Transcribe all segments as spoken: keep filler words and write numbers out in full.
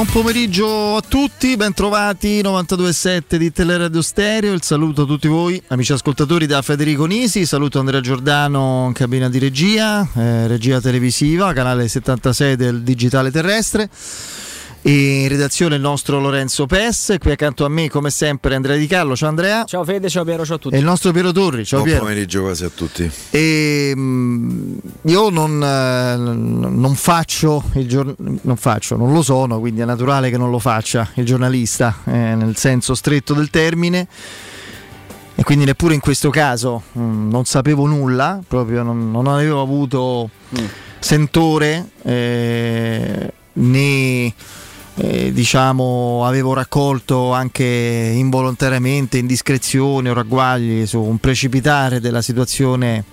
Buon pomeriggio a tutti, ben trovati novantadue virgola sette di Teleradio Stereo. Il saluto a tutti voi amici ascoltatori da Federico Nisi, saluto Andrea Giordano in cabina di regia, eh, regia televisiva, canale settantasei del digitale terrestre, e in redazione il nostro Lorenzo Pes, qui accanto a me come sempre Andrea Di Carlo. Ciao Andrea. Ciao Fede, ciao Piero, ciao a tutti. E il nostro Piero Torri. Ciao Buon Piero. pomeriggio quasi a tutti. E, mh, io non, eh, non faccio il gior- non faccio, non lo sono, quindi è naturale che non lo faccia il giornalista, eh, nel senso stretto del termine, e quindi neppure in questo caso mh, non sapevo nulla, proprio non, non avevo avuto mm. sentore eh, né Eh, diciamo avevo raccolto anche involontariamente indiscrezioni o ragguagli su un precipitare della situazione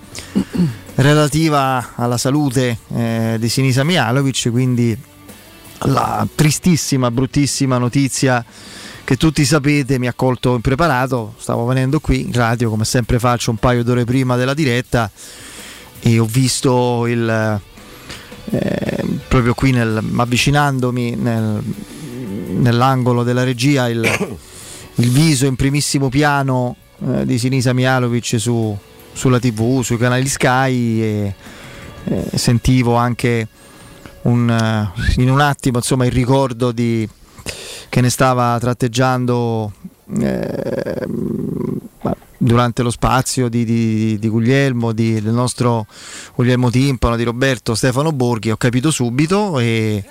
relativa alla salute eh, di Sinisa Mihajlović, quindi la tristissima, bruttissima notizia che tutti sapete mi ha colto impreparato. Stavo venendo qui in radio, come sempre faccio, un paio d'ore prima della diretta, e ho visto il Eh, proprio qui nel, avvicinandomi nel, nell'angolo della regia il, il viso in primissimo piano eh, di Sinisa Mihajlović su, sulla tivù, sui canali Sky, e eh, sentivo anche un, in un attimo insomma il ricordo di, che ne stava tratteggiando eh, durante lo spazio di, di, di Guglielmo, di, del nostro Guglielmo Timpano, di Roberto Stefano Borghi. Ho capito subito e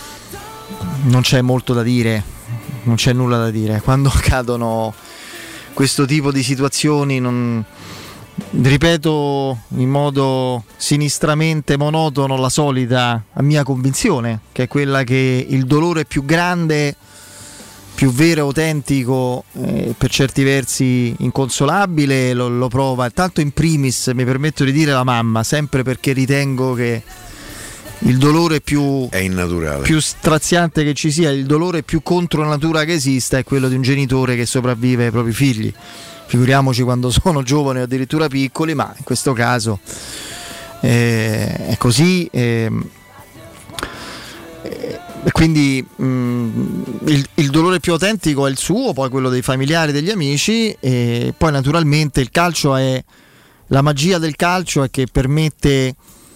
non c'è molto da dire, non c'è nulla da dire. Quando accadono questo tipo di situazioni, non, ripeto in modo sinistramente monotono la solita mia convinzione, che è quella che il dolore più grande, più vero e autentico, eh, per certi versi inconsolabile, lo, lo prova tanto in primis, mi permetto di dire, la mamma, sempre perché ritengo che il dolore più è innaturale, più straziante che ci sia, il dolore più contro natura che esista, è quello di un genitore che sopravvive ai propri figli. Figuriamoci quando sono giovani o addirittura piccoli, ma in questo caso eh, è così. Eh, E quindi mh, il, il dolore più autentico è il suo, poi quello dei familiari, degli amici, e poi naturalmente il calcio è la magia del calcio, è che permette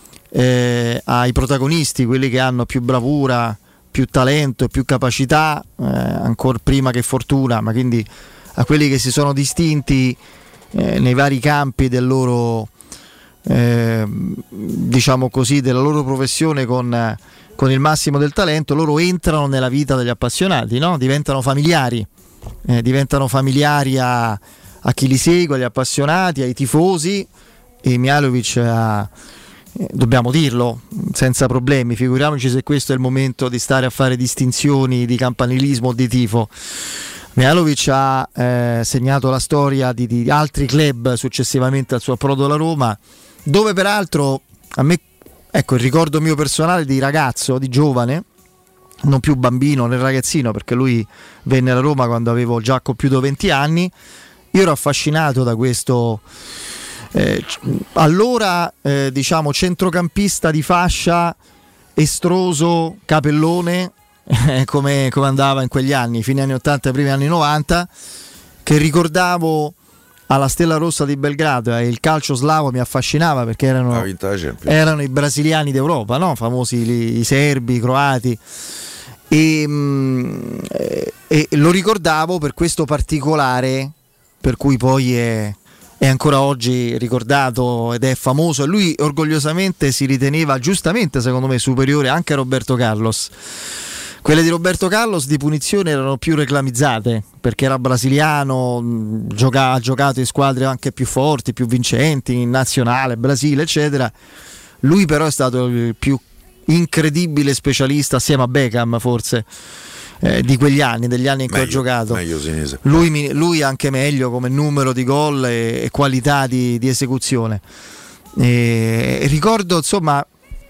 eh, ai protagonisti, quelli che hanno più bravura, più talento e più capacità, eh, ancora prima che fortuna, ma quindi a quelli che si sono distinti eh, nei vari campi del loro eh, diciamo così della loro professione con con il massimo del talento, loro entrano nella vita degli appassionati, no? Diventano familiari, eh, diventano familiari a, a chi li segue, agli appassionati, ai tifosi, e Mihajlović ha, eh, dobbiamo dirlo senza problemi, figuriamoci se questo è il momento di stare a fare distinzioni di campanilismo o di tifo. Mihajlović ha eh, segnato la storia di, di altri club successivamente al suo approdo alla Roma, dove peraltro a me, ecco, il ricordo mio personale di ragazzo, di giovane, non più bambino né ragazzino, perché lui venne alla Roma quando avevo già compiuto venti anni. Io ero affascinato da questo eh, allora eh, diciamo centrocampista di fascia, estroso, capellone, eh, come, come andava in quegli anni, fine anni ottanta, primi anni novanta, che ricordavo alla Stella Rossa di Belgrado, e il calcio slavo mi affascinava perché erano, erano i brasiliani d'Europa, no? Famosi li, i serbi, i croati, e, mh, e lo ricordavo per questo particolare per cui poi è, è ancora oggi ricordato ed è famoso, e lui orgogliosamente si riteneva, giustamente secondo me, superiore anche a Roberto Carlos. Quelle di Roberto Carlos di punizione erano più reclamizzate perché era brasiliano, gioca- ha giocato in squadre anche più forti, più vincenti, in nazionale, Brasile, eccetera. Lui però è stato il più incredibile specialista, assieme a Beckham forse, eh, di quegli anni, degli anni in cui meglio, ha giocato. Meglio Sinisa. Lui, lui anche meglio come numero di gol e, e qualità di, di esecuzione. E, e ricordo insomma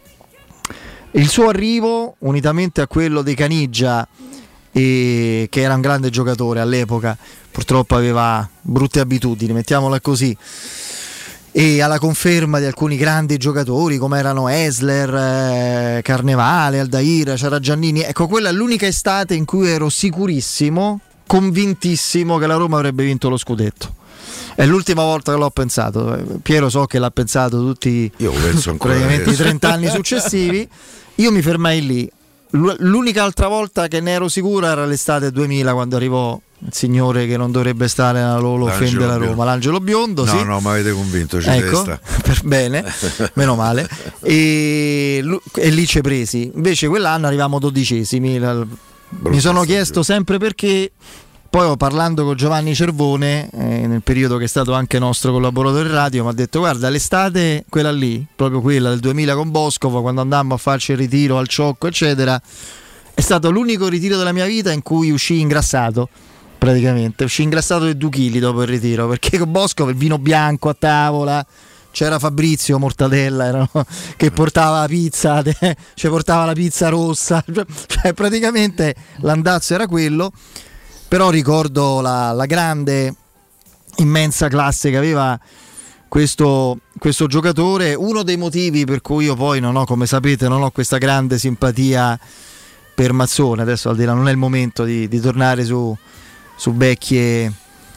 il suo arrivo, unitamente a quello dei Caniggia, e, che era un grande giocatore all'epoca, purtroppo aveva brutte abitudini, mettiamola così, e alla conferma di alcuni grandi giocatori come erano Esler, eh, Carnevale, Aldair, c'era Giannini. Ecco, quella è l'unica estate in cui ero sicurissimo, convintissimo che la Roma avrebbe vinto lo scudetto. È l'ultima volta che l'ho pensato. Piero so che l'ha pensato tutti. Io penso ancora praticamente i trenta anni successivi. Io mi fermai lì. L'unica altra volta che ne ero sicuro era l'estate duemila, quando arrivò il signore che non dovrebbe stare nella Lolo Fem della Roma, l'Angelo Biondo. No, sì. no, ma avete convinto, ci ecco, sta. Per bene, meno male. E, e lì ci presi. Invece quell'anno arrivavamo dodicesimi. Mi sono chiesto sempre perché. Poi parlando con Giovanni Cervone, eh, nel periodo che è stato anche nostro collaboratore radio, mi ha detto: guarda, l'estate, quella lì, proprio quella del duemila con Boscova, quando andammo a farci il ritiro al Ciocco eccetera, è stato l'unico ritiro della mia vita in cui uscii ingrassato, praticamente uscii ingrassato di due chili dopo il ritiro, perché con Boscova il vino bianco a tavola, c'era Fabrizio Mortadella erano, che portava la pizza, ci portava la pizza rossa, cioè praticamente l'andazzo era quello. Però ricordo la, la grande, immensa classe che aveva questo, questo giocatore. Uno dei motivi per cui io poi non ho, come sapete, non ho questa grande simpatia per Mazzone. Adesso al di là non è il momento di, di tornare su, su vecchie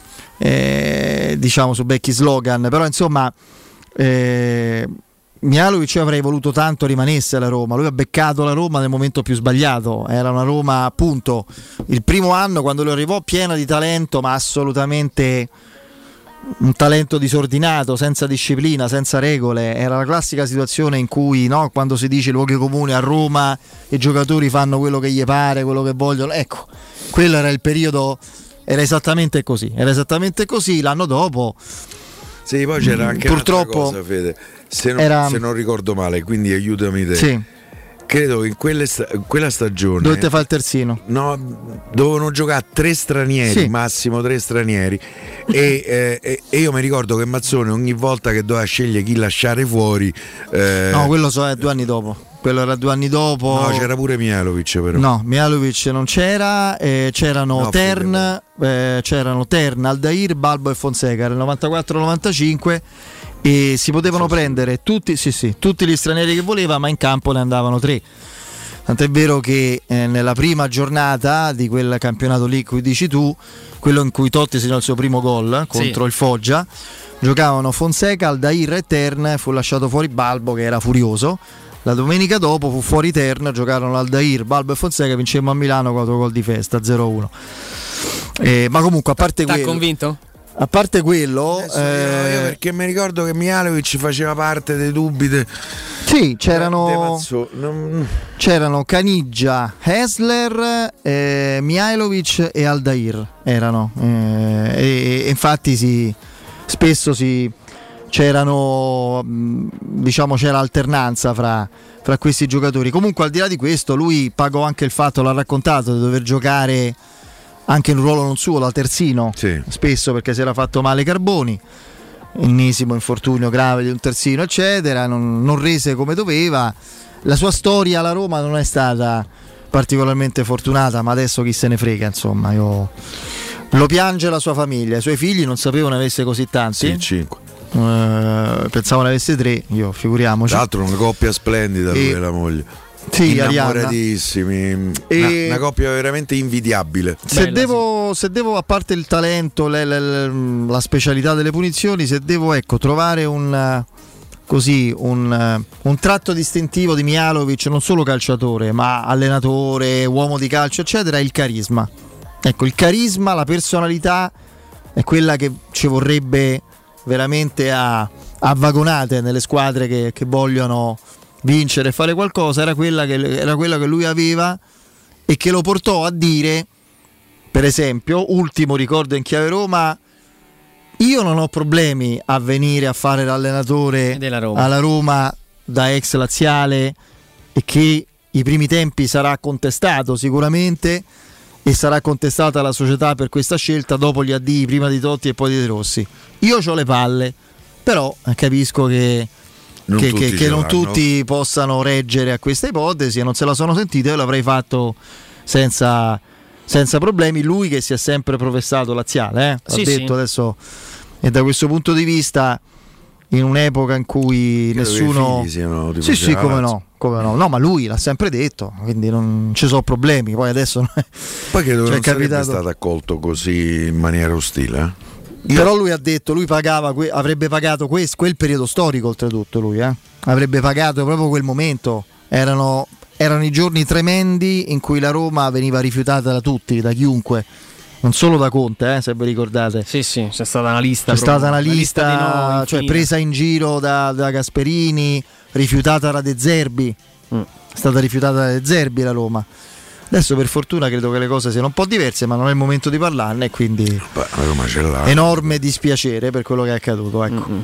eh, diciamo su vecchi slogan, però insomma eh, Mihajlovic avrei voluto tanto rimanesse alla Roma. Lui ha beccato la Roma nel momento più sbagliato. Era una Roma, appunto, il primo anno quando lui arrivò piena di talento, ma assolutamente un talento disordinato, senza disciplina, senza regole. Era la classica situazione in cui, no, quando si dice luoghi comuni a Roma, i giocatori fanno quello che gli pare, quello che vogliono. Ecco, quello era il periodo, era esattamente così. Era esattamente così. L'anno dopo, sì, poi c'era anche purtroppo un'altra cosa, Fede. Se non, era... se non ricordo male, quindi aiutami te. Sì. Credo che in, quelle sta- in quella stagione dovete fare il terzino. No, dovevano giocare tre stranieri, sì. massimo tre stranieri. e, eh, e, e io mi ricordo che Mazzone ogni volta che doveva scegliere chi lasciare fuori. Eh... No, quello so, è due anni dopo. Quello era due anni dopo. No, c'era pure Mihajlovic, però. No, Mihajlovic non c'era, eh, c'erano no, Tern, eh, c'erano Tern, Aldair, Balbo e Fonseca, era il novantaquattro novantacinque. E si potevano sì, prendere sì. Tutti, sì, sì, tutti gli stranieri che voleva, ma in campo ne andavano tre. Tant'è vero che eh, nella prima giornata di quel campionato lì cui dici tu, quello in cui Totti segnò il suo primo gol contro sì. il Foggia, giocavano Fonseca, Aldair e Tern. Fu lasciato fuori Balbo che era furioso. La domenica dopo fu fuori Tern, giocarono Aldair, Balbo e Fonseca, vincemmo a Milano quattro gol di festa, zero a uno. Eh, ma comunque a parte quello, t'ha convinto? A parte quello, eh, io, io perché mi ricordo che Mihajlovic faceva parte dei dubbi. De... Sì, c'erano, non... c'erano Caniggia, Hessler, eh, Mihajlovic e Aldair erano. Eh, e, e infatti si, spesso si, c'erano, diciamo, c'era alternanza fra, fra questi giocatori. Comunque, al di là di questo, lui pagò anche il fatto, l'ha raccontato, di dover giocare anche in un ruolo non suo, da terzino, sì. spesso perché si era fatto male Carboni, ennesimo infortunio grave di un terzino eccetera, non, non rese come doveva. La sua storia alla Roma non è stata particolarmente fortunata, ma adesso chi se ne frega, insomma. Io... lo piange la sua famiglia, i suoi figli non sapevo ne avesse così tanti, sì, cinque. Uh, pensavo ne avesse tre, io figuriamoci. Tra l'altro una coppia splendida, lui e... e la moglie. Sì, innamoratissimi, e... una, una coppia veramente invidiabile. Se, Bella, devo, sì. se devo, a parte il talento, le, le, le, la specialità delle punizioni, se devo ecco trovare un così un, un tratto distintivo di Mihajlovic, non solo calciatore, ma allenatore, uomo di calcio, eccetera, è il carisma. Ecco, il carisma, la personalità è quella che ci vorrebbe veramente a, a vagonate nelle squadre che, che vogliono vincere e fare qualcosa. Era quella che, era quella che lui aveva e che lo portò a dire, per esempio, ultimo ricordo in chiave Roma: io non ho problemi a venire a fare l'allenatore Roma. alla Roma da ex laziale, e che i primi tempi sarà contestato sicuramente, e sarà contestata la società per questa scelta dopo gli addii prima di Totti e poi di De Rossi. Io ho le palle, però capisco che non che, tutti, che, che non tutti possano reggere a questa ipotesi, e non se la sono sentita. Io l'avrei fatto senza, senza problemi. Lui che si è sempre professato laziale, eh? Sì, ha detto sì. Adesso, e da questo punto di vista in un'epoca in cui Credo nessuno siano, sì sì come no, come no no ma lui l'ha sempre detto, quindi non ci sono problemi. Poi adesso poi credo che non capitato... sarebbe stato accolto così in maniera ostile, eh? Io... Però lui ha detto, lui pagava que- avrebbe pagato que- quel periodo storico, oltretutto lui eh? avrebbe pagato proprio quel momento. Erano, erano i giorni tremendi in cui la Roma veniva rifiutata da tutti, da chiunque, non solo da Conte, eh, se vi ricordate. Sì, sì, c'è stata una lista. C'è stata una una lista, lista no, cioè presa in giro da, da Gasperini, rifiutata da De Zerbi. Mm. È stata rifiutata da De Zerbi la Roma. Adesso per fortuna credo che le cose siano un po' diverse, ma non è il momento di parlarne, quindi Beh, la Roma ce l'ha. Enorme dispiacere per quello che è accaduto, ecco. Mm-hmm.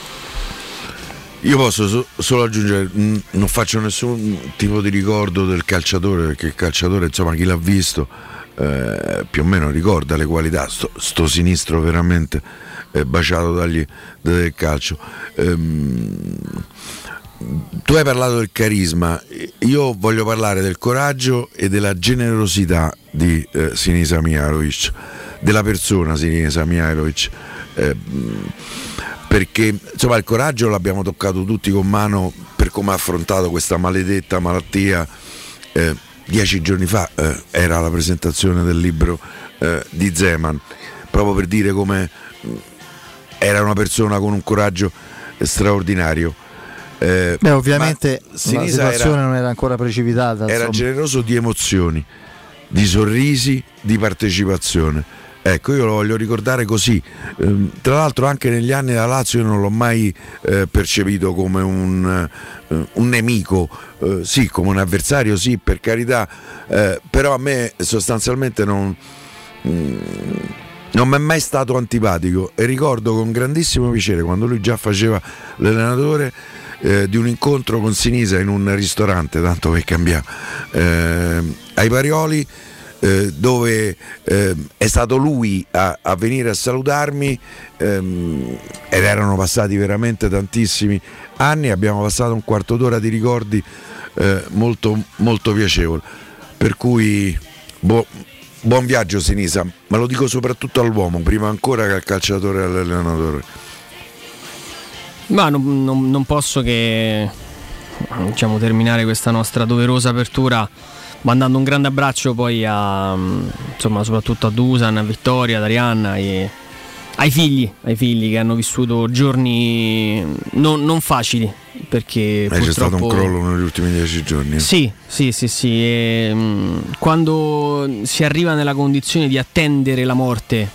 Io posso so- solo aggiungere, mh, non faccio nessun tipo di ricordo del calciatore, perché il calciatore, insomma, chi l'ha visto eh, più o meno ricorda le qualità. Sto, sto sinistro veramente eh, baciato dagli del calcio. Ehm, tu hai parlato del carisma, io voglio parlare del coraggio e della generosità di eh, Sinisa Mihajlović, della persona Sinisa Mihajlović. Eh, perché insomma il coraggio l'abbiamo toccato tutti con mano per come ha affrontato questa maledetta malattia. Eh, dieci giorni fa eh, era la presentazione del libro eh, di Zeman, proprio per dire come era una persona con un coraggio straordinario. Eh, Beh, ovviamente la Sinisa situazione era, non era ancora precipitata. Era insomma. generoso di emozioni, di sorrisi, di partecipazione. Ecco, io lo voglio ricordare così. Eh, tra l'altro anche negli anni da Lazio io non l'ho mai eh, percepito come un, eh, un nemico, eh, sì, come un avversario, sì, per carità, eh, però a me sostanzialmente non, mm, non mi è mai stato antipatico, e ricordo con grandissimo piacere quando lui già faceva l'allenatore eh, di un incontro con Sinisa in un ristorante, tanto per cambiare, eh, ai Parioli, Eh, dove eh, è stato lui a, a venire a salutarmi, ehm, ed erano passati veramente tantissimi anni. Abbiamo passato un quarto d'ora di ricordi eh, molto, molto piacevoli, per cui bo- buon viaggio Sinisa, ma lo dico soprattutto all'uomo prima ancora che al calciatore e all'allenatore. Ma non, non, non posso che diciamo terminare questa nostra doverosa apertura mandando un grande abbraccio poi a, insomma, soprattutto a Dusan, a Vittoria, ad Arianna e ai figli, ai figli che hanno vissuto giorni non, non facili, perché eh, purtroppo c'è stato un crollo negli ultimi dieci giorni. Sì, sì, sì, sì. E, mh, quando si arriva nella condizione di attendere la morte,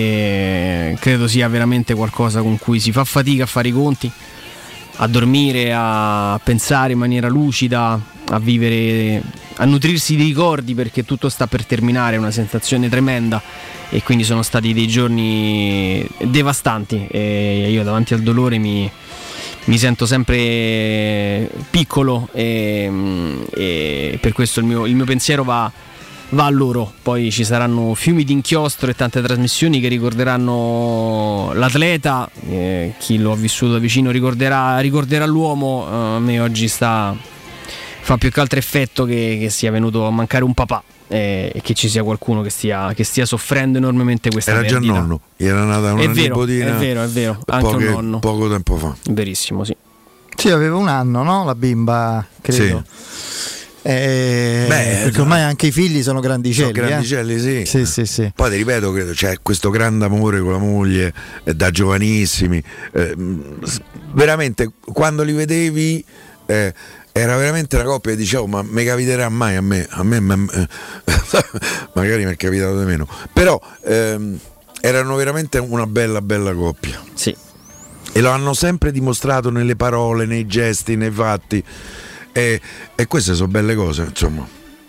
eh, credo sia veramente qualcosa con cui si fa fatica a fare i conti, a dormire, a pensare in maniera lucida, a vivere, a nutrirsi di ricordi, perché tutto sta per terminare, è una sensazione tremenda, e quindi sono stati dei giorni devastanti, e io davanti al dolore mi, mi sento sempre piccolo, e, e per questo il mio, il mio pensiero va, va a loro. Poi ci saranno fiumi di inchiostro e tante trasmissioni che ricorderanno l'atleta, eh, chi lo ha vissuto da vicino ricorderà, ricorderà l'uomo. eh, a me oggi sta fa più che altro effetto che, che sia venuto a mancare un papà, eh, e che ci sia qualcuno che stia, che stia soffrendo enormemente questa era perdita. Era già nonno, era nata una è vero, nipotina. È vero, è vero, anche poche, un nonno. Poco tempo fa. Verissimo, sì. Sì, aveva un anno, no? La bimba, credo. Sì. Eh, Beh, perché ormai anche i figli sono grandicelli. Sono grandicelli, eh? sì. Sì, sì, sì. Poi ti ripeto, credo c'è questo grande amore con la moglie eh, da giovanissimi. Eh, veramente, quando li vedevi, eh, era veramente una coppia, e dicevo, ma mi capiterà mai a me? A me, me eh, magari mi è capitato di meno. Però ehm, erano veramente una bella, bella coppia. Sì. E lo hanno sempre dimostrato nelle parole, nei gesti, nei fatti. E, e queste sono belle cose, insomma,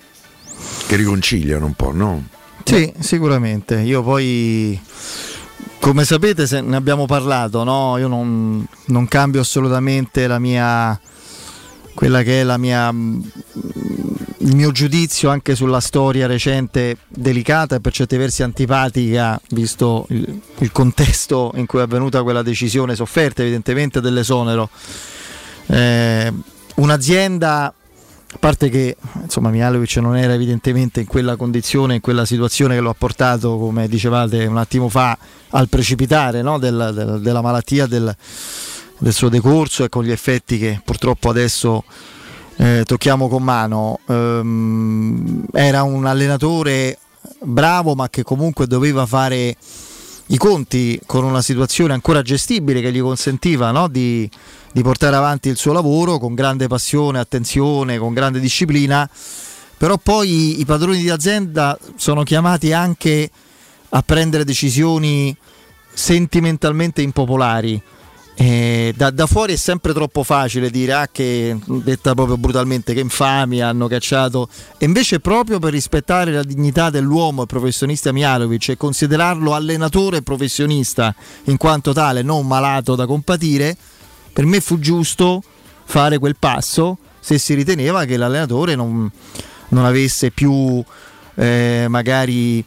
che riconciliano un po', no? Sì, sicuramente. Io poi, come sapete, se ne abbiamo parlato, no? Io non, non cambio assolutamente la mia, quella che è la mia, il mio giudizio anche sulla storia recente, delicata e per certi versi antipatica, visto il, il contesto in cui è avvenuta quella decisione, sofferta evidentemente dell'esonero. Eh, un'azienda, a parte che insomma Mihajlović non era evidentemente in quella condizione, in quella situazione che lo ha portato, come dicevate un attimo fa, al precipitare, no? del, del, della malattia, del, del suo decorso e con gli effetti che purtroppo adesso eh, tocchiamo con mano. Ehm, era un allenatore bravo, ma che comunque doveva fare i conti con una situazione ancora gestibile che gli consentiva, no? di, di portare avanti il suo lavoro con grande passione, attenzione, con grande disciplina. Però poi i padroni di azienda sono chiamati anche a prendere decisioni sentimentalmente impopolari. Eh, da, da fuori è sempre troppo facile dire, ah, che, detta proprio brutalmente, che infamia, hanno cacciato, e invece proprio per rispettare la dignità dell'uomo e professionista Mihajlovic e considerarlo allenatore professionista in quanto tale, non malato da compatire, per me fu giusto fare quel passo se si riteneva che l'allenatore non, non avesse più eh, magari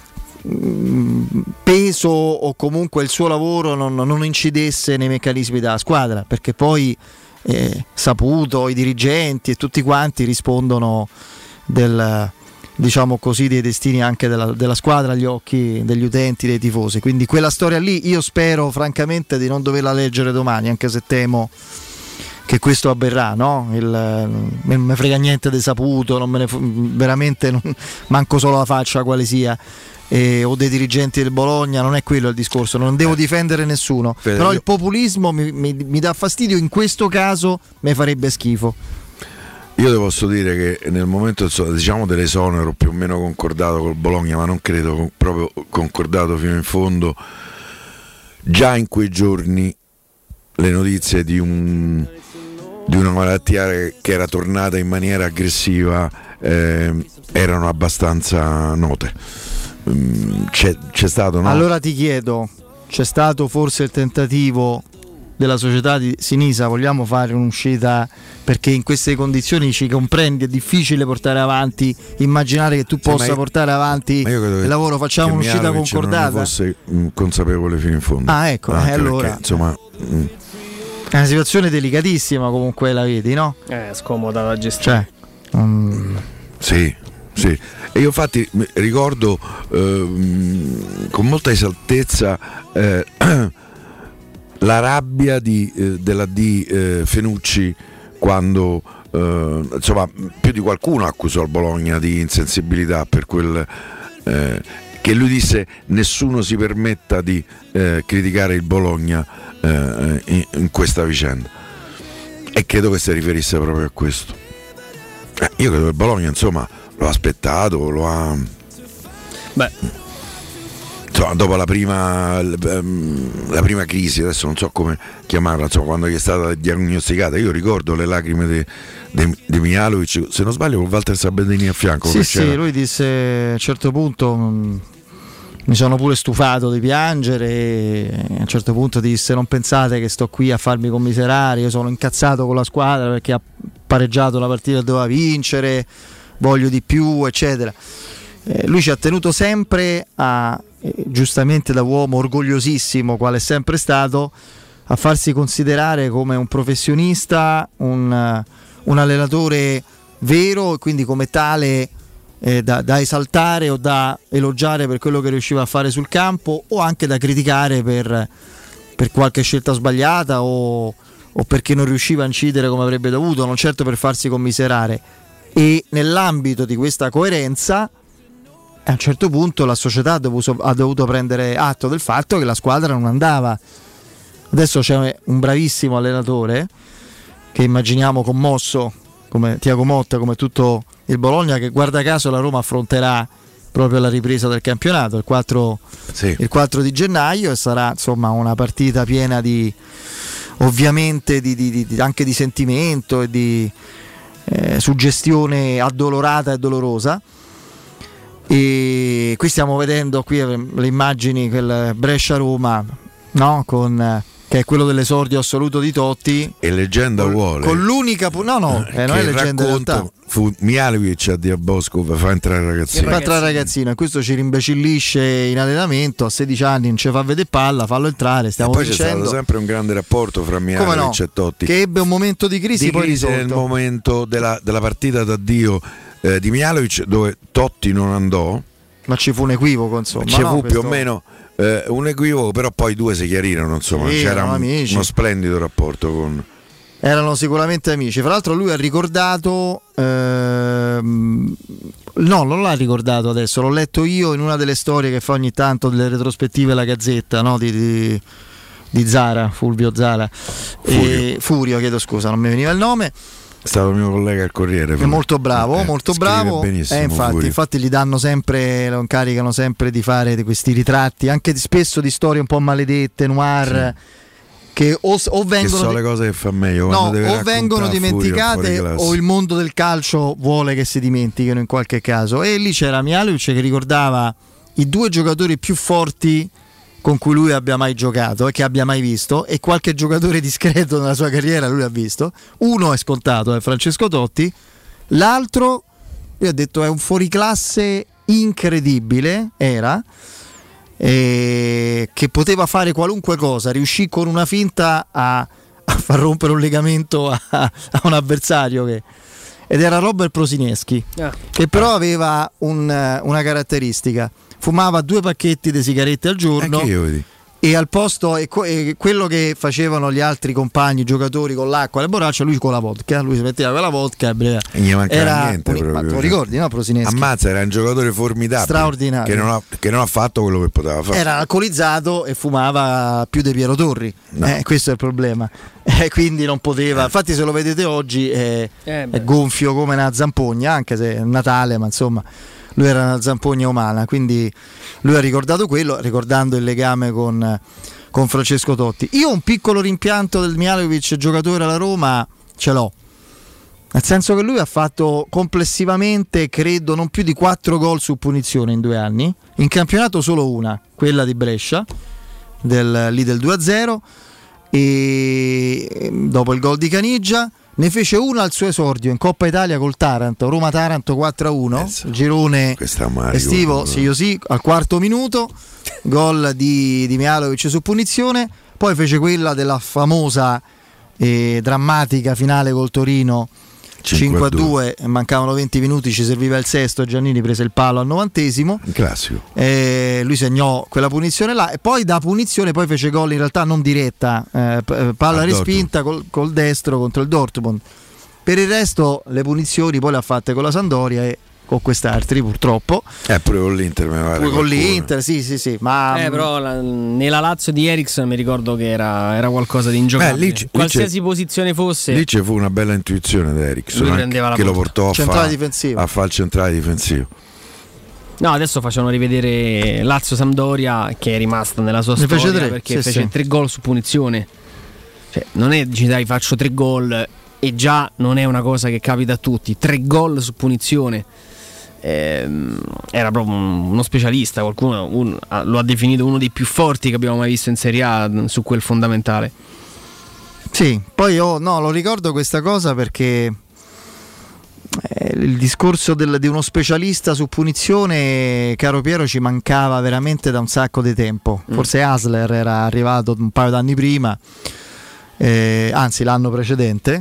peso, o comunque il suo lavoro non, non incidesse nei meccanismi della squadra, perché poi eh, Saputo, i dirigenti e tutti quanti rispondono del, diciamo così, dei destini anche della, della squadra agli occhi degli utenti, dei tifosi. Quindi quella storia lì io spero francamente di non doverla leggere domani, anche se temo che questo avverrà, no? Il, non me frega niente di Saputo, non me ne veramente non, manco solo la faccia quale sia. Eh, o dei dirigenti del Bologna, non è quello il discorso, non devo difendere nessuno, Fede, però io... il populismo mi, mi, mi dà fastidio, in questo caso mi farebbe schifo. Io ti posso dire che nel momento, diciamo, dell'esonero più o meno concordato col Bologna, ma non credo proprio concordato fino in fondo, già in quei giorni le notizie di, un, di una malattia che era tornata in maniera aggressiva eh, erano abbastanza note. C'è, c'è stato, no? Allora ti chiedo, c'è stato forse il tentativo della società di Sinisa, vogliamo fare un'uscita, perché in queste condizioni ci comprendi, è difficile portare avanti, immaginare che tu possa sì, portare avanti il lavoro, facciamo un'uscita concordata. Non fosse consapevole fino in fondo. Ah, ecco, eh, allora perché, insomma, mh. è una situazione delicatissima, comunque la vedi, no? Eh, scomoda da gestire. Cioè, um... sì, sì. E io infatti ricordo eh, con molta esaltezza eh, la rabbia di, eh, della D eh, Fenucci quando eh, insomma più di qualcuno accusò il Bologna di insensibilità per quel eh, che lui disse: nessuno si permetta di eh, criticare il Bologna eh, in, in questa vicenda, e credo che si riferisse proprio a questo. Eh, io credo che il Bologna, insomma, lo ha aspettato, lo ha. Beh, insomma, dopo la prima la prima crisi, adesso non so come chiamarla, insomma, quando gli è stata diagnosticata, io ricordo le lacrime di Mihajlovic, se non sbaglio con Walter Sabatini a fianco. Sì, sì, lui disse a un certo punto mh, mi sono pure stufato di piangere, e a un certo punto disse: non pensate che sto qui a farmi commiserare, io sono incazzato con la squadra perché ha pareggiato la partita che doveva vincere, voglio di più, eccetera. Eh, lui ci ha tenuto sempre a, eh, giustamente da uomo orgogliosissimo quale è sempre stato, a farsi considerare come un professionista, un, uh, un allenatore vero, e quindi come tale eh, da, da esaltare o da elogiare per quello che riusciva a fare sul campo, o anche da criticare per, per qualche scelta sbagliata o, o perché non riusciva a incidere come avrebbe dovuto, non certo per farsi commiserare. E nell'ambito di questa coerenza, a un certo punto la società ha dovuto, ha dovuto prendere atto del fatto che la squadra non andava. Adesso c'è un bravissimo allenatore che immaginiamo commosso come Tiago Motta, come tutto il Bologna, che guarda caso la Roma affronterà proprio la ripresa del campionato il quattro, sì. il quattro di gennaio, e sarà insomma una partita piena di, ovviamente di, di, di, anche di sentimento e di Eh, suggestione addolorata e dolorosa. E qui stiamo vedendo qui le immagini, quel Brescia-Roma, no? Con, che è quello dell'esordio assoluto di Totti, e leggenda con, vuole con l'unica pu- no no eh, non è leggenda, in realtà fu Mihajlovic a dire a Bosco: fa entrare il ragazzino, fa entrare il ragazzino, e questo ci rimbecillisce in allenamento a sedici anni, non ci fa vedere palla, fallo entrare, stiamo e poi dicendo. C'è stato sempre un grande rapporto fra Mihajlovic no? e Totti, che ebbe un momento di crisi, di poi crisi risolto. nel momento della, della partita d'addio eh, di Mihajlovic, dove Totti non andò, ma ci fu un equivoco, insomma, ci no? fu Questo... più o meno eh, un equivoco, però poi i due si chiarirono, insomma, sì, c'era un, uno splendido rapporto con... Erano sicuramente amici. Fra l'altro lui ha ricordato ehm, no, non l'ha ricordato adesso, l'ho letto io in una delle storie che fa ogni tanto, delle retrospettive la Gazzetta, no? di, di, di Zara, Fulvio Zara Furio. E, Furio, chiedo scusa, non mi veniva il nome. È stato mio collega al Corriere. È molto bravo, eh, molto bravo. Eh, infatti, infatti gli danno sempre, lo incaricano sempre di fare questi ritratti, anche spesso di storie un po' maledette, noir. Sì. Che o, o vengono, che so le cose che fa meglio, no, o vengono dimenticate o il mondo del calcio vuole che si dimentichino in qualche caso. E lì c'era Mihajlovic che ricordava i due giocatori più forti con cui lui abbia mai giocato e che abbia mai visto, e qualche giocatore discreto nella sua carriera lui ha visto. Uno è scontato, è Francesco Totti, l'altro lui ha detto è un fuoriclasse incredibile, era E che poteva fare qualunque cosa, riuscì con una finta a, a far rompere un legamento a, a un avversario che, ed era Robert Prosineschi, ah. che però aveva un, una caratteristica: fumava due pacchetti di sigarette al giorno e al posto e, e quello che facevano gli altri compagni giocatori con l'acqua e le borracce, lui con la vodka, lui si metteva con la vodka e gli mancava era niente un, proprio, ma, ricordi, no? Prosineschi, ammazza, era un giocatore formidabile, straordinario, che non, ha, che non ha fatto quello che poteva fare, era alcolizzato e fumava più di Piero Torri, no. eh, questo è il problema, eh, quindi non poteva, infatti se lo vedete oggi è, eh è gonfio come una zampogna, anche se è Natale, ma insomma lui era una zampogna umana, quindi lui ha ricordato quello, ricordando il legame con, con Francesco Totti. Io un piccolo rimpianto del Mihajlovic giocatore alla Roma ce l'ho, nel senso che lui ha fatto complessivamente credo non più di quattro gol su punizione in due anni, in campionato solo una, quella di Brescia, del, lì del due a zero, e dopo il gol di Caniggia. Ne fece una al suo esordio in Coppa Italia col Taranto, Roma-Taranto quattro a uno, eh, girone estivo, sì io sì, al quarto minuto, gol di, di Mihajlovic su punizione, poi fece quella della famosa e drammatica finale col Torino cinque a due, mancavano venti minuti, ci serviva il sesto, Giannini prese il palo al novantesimo, un classico, e lui segnò quella punizione là, e poi da punizione poi fece gol in realtà non diretta, eh, palla al respinta col, col destro contro il Dortmund. Per il resto le punizioni poi le ha fatte con la Sampdoria e con quest'altri purtroppo, eh pure con l'Inter, mi pare, pure con l'Inter, sì sì sì, ma eh, però la, nella Lazio di Eriksen mi ricordo che era, era qualcosa di ingiocabile, Beh, lì, qualsiasi lì posizione fosse. Lì ci fu una bella intuizione di Eriksen, che porta. Lo portò a fare a fare il centrale difensivo. No, adesso facevano rivedere Lazio Sampdoria, che è rimasta nella sua ne storia fece tre, perché sì, fece sì. tre gol su punizione, cioè, non è dici dai faccio tre gol e già non è una cosa che capita a tutti, tre gol su punizione. Eh, era proprio uno specialista, qualcuno un, lo ha definito uno dei più forti che abbiamo mai visto in Serie A su quel fondamentale. Sì, poi io no, lo ricordo questa cosa perché eh, il discorso del, di uno specialista su punizione, caro Piero, ci mancava veramente da un sacco di tempo. Forse mm. Hasler era arrivato un paio d'anni prima, eh, anzi l'anno precedente.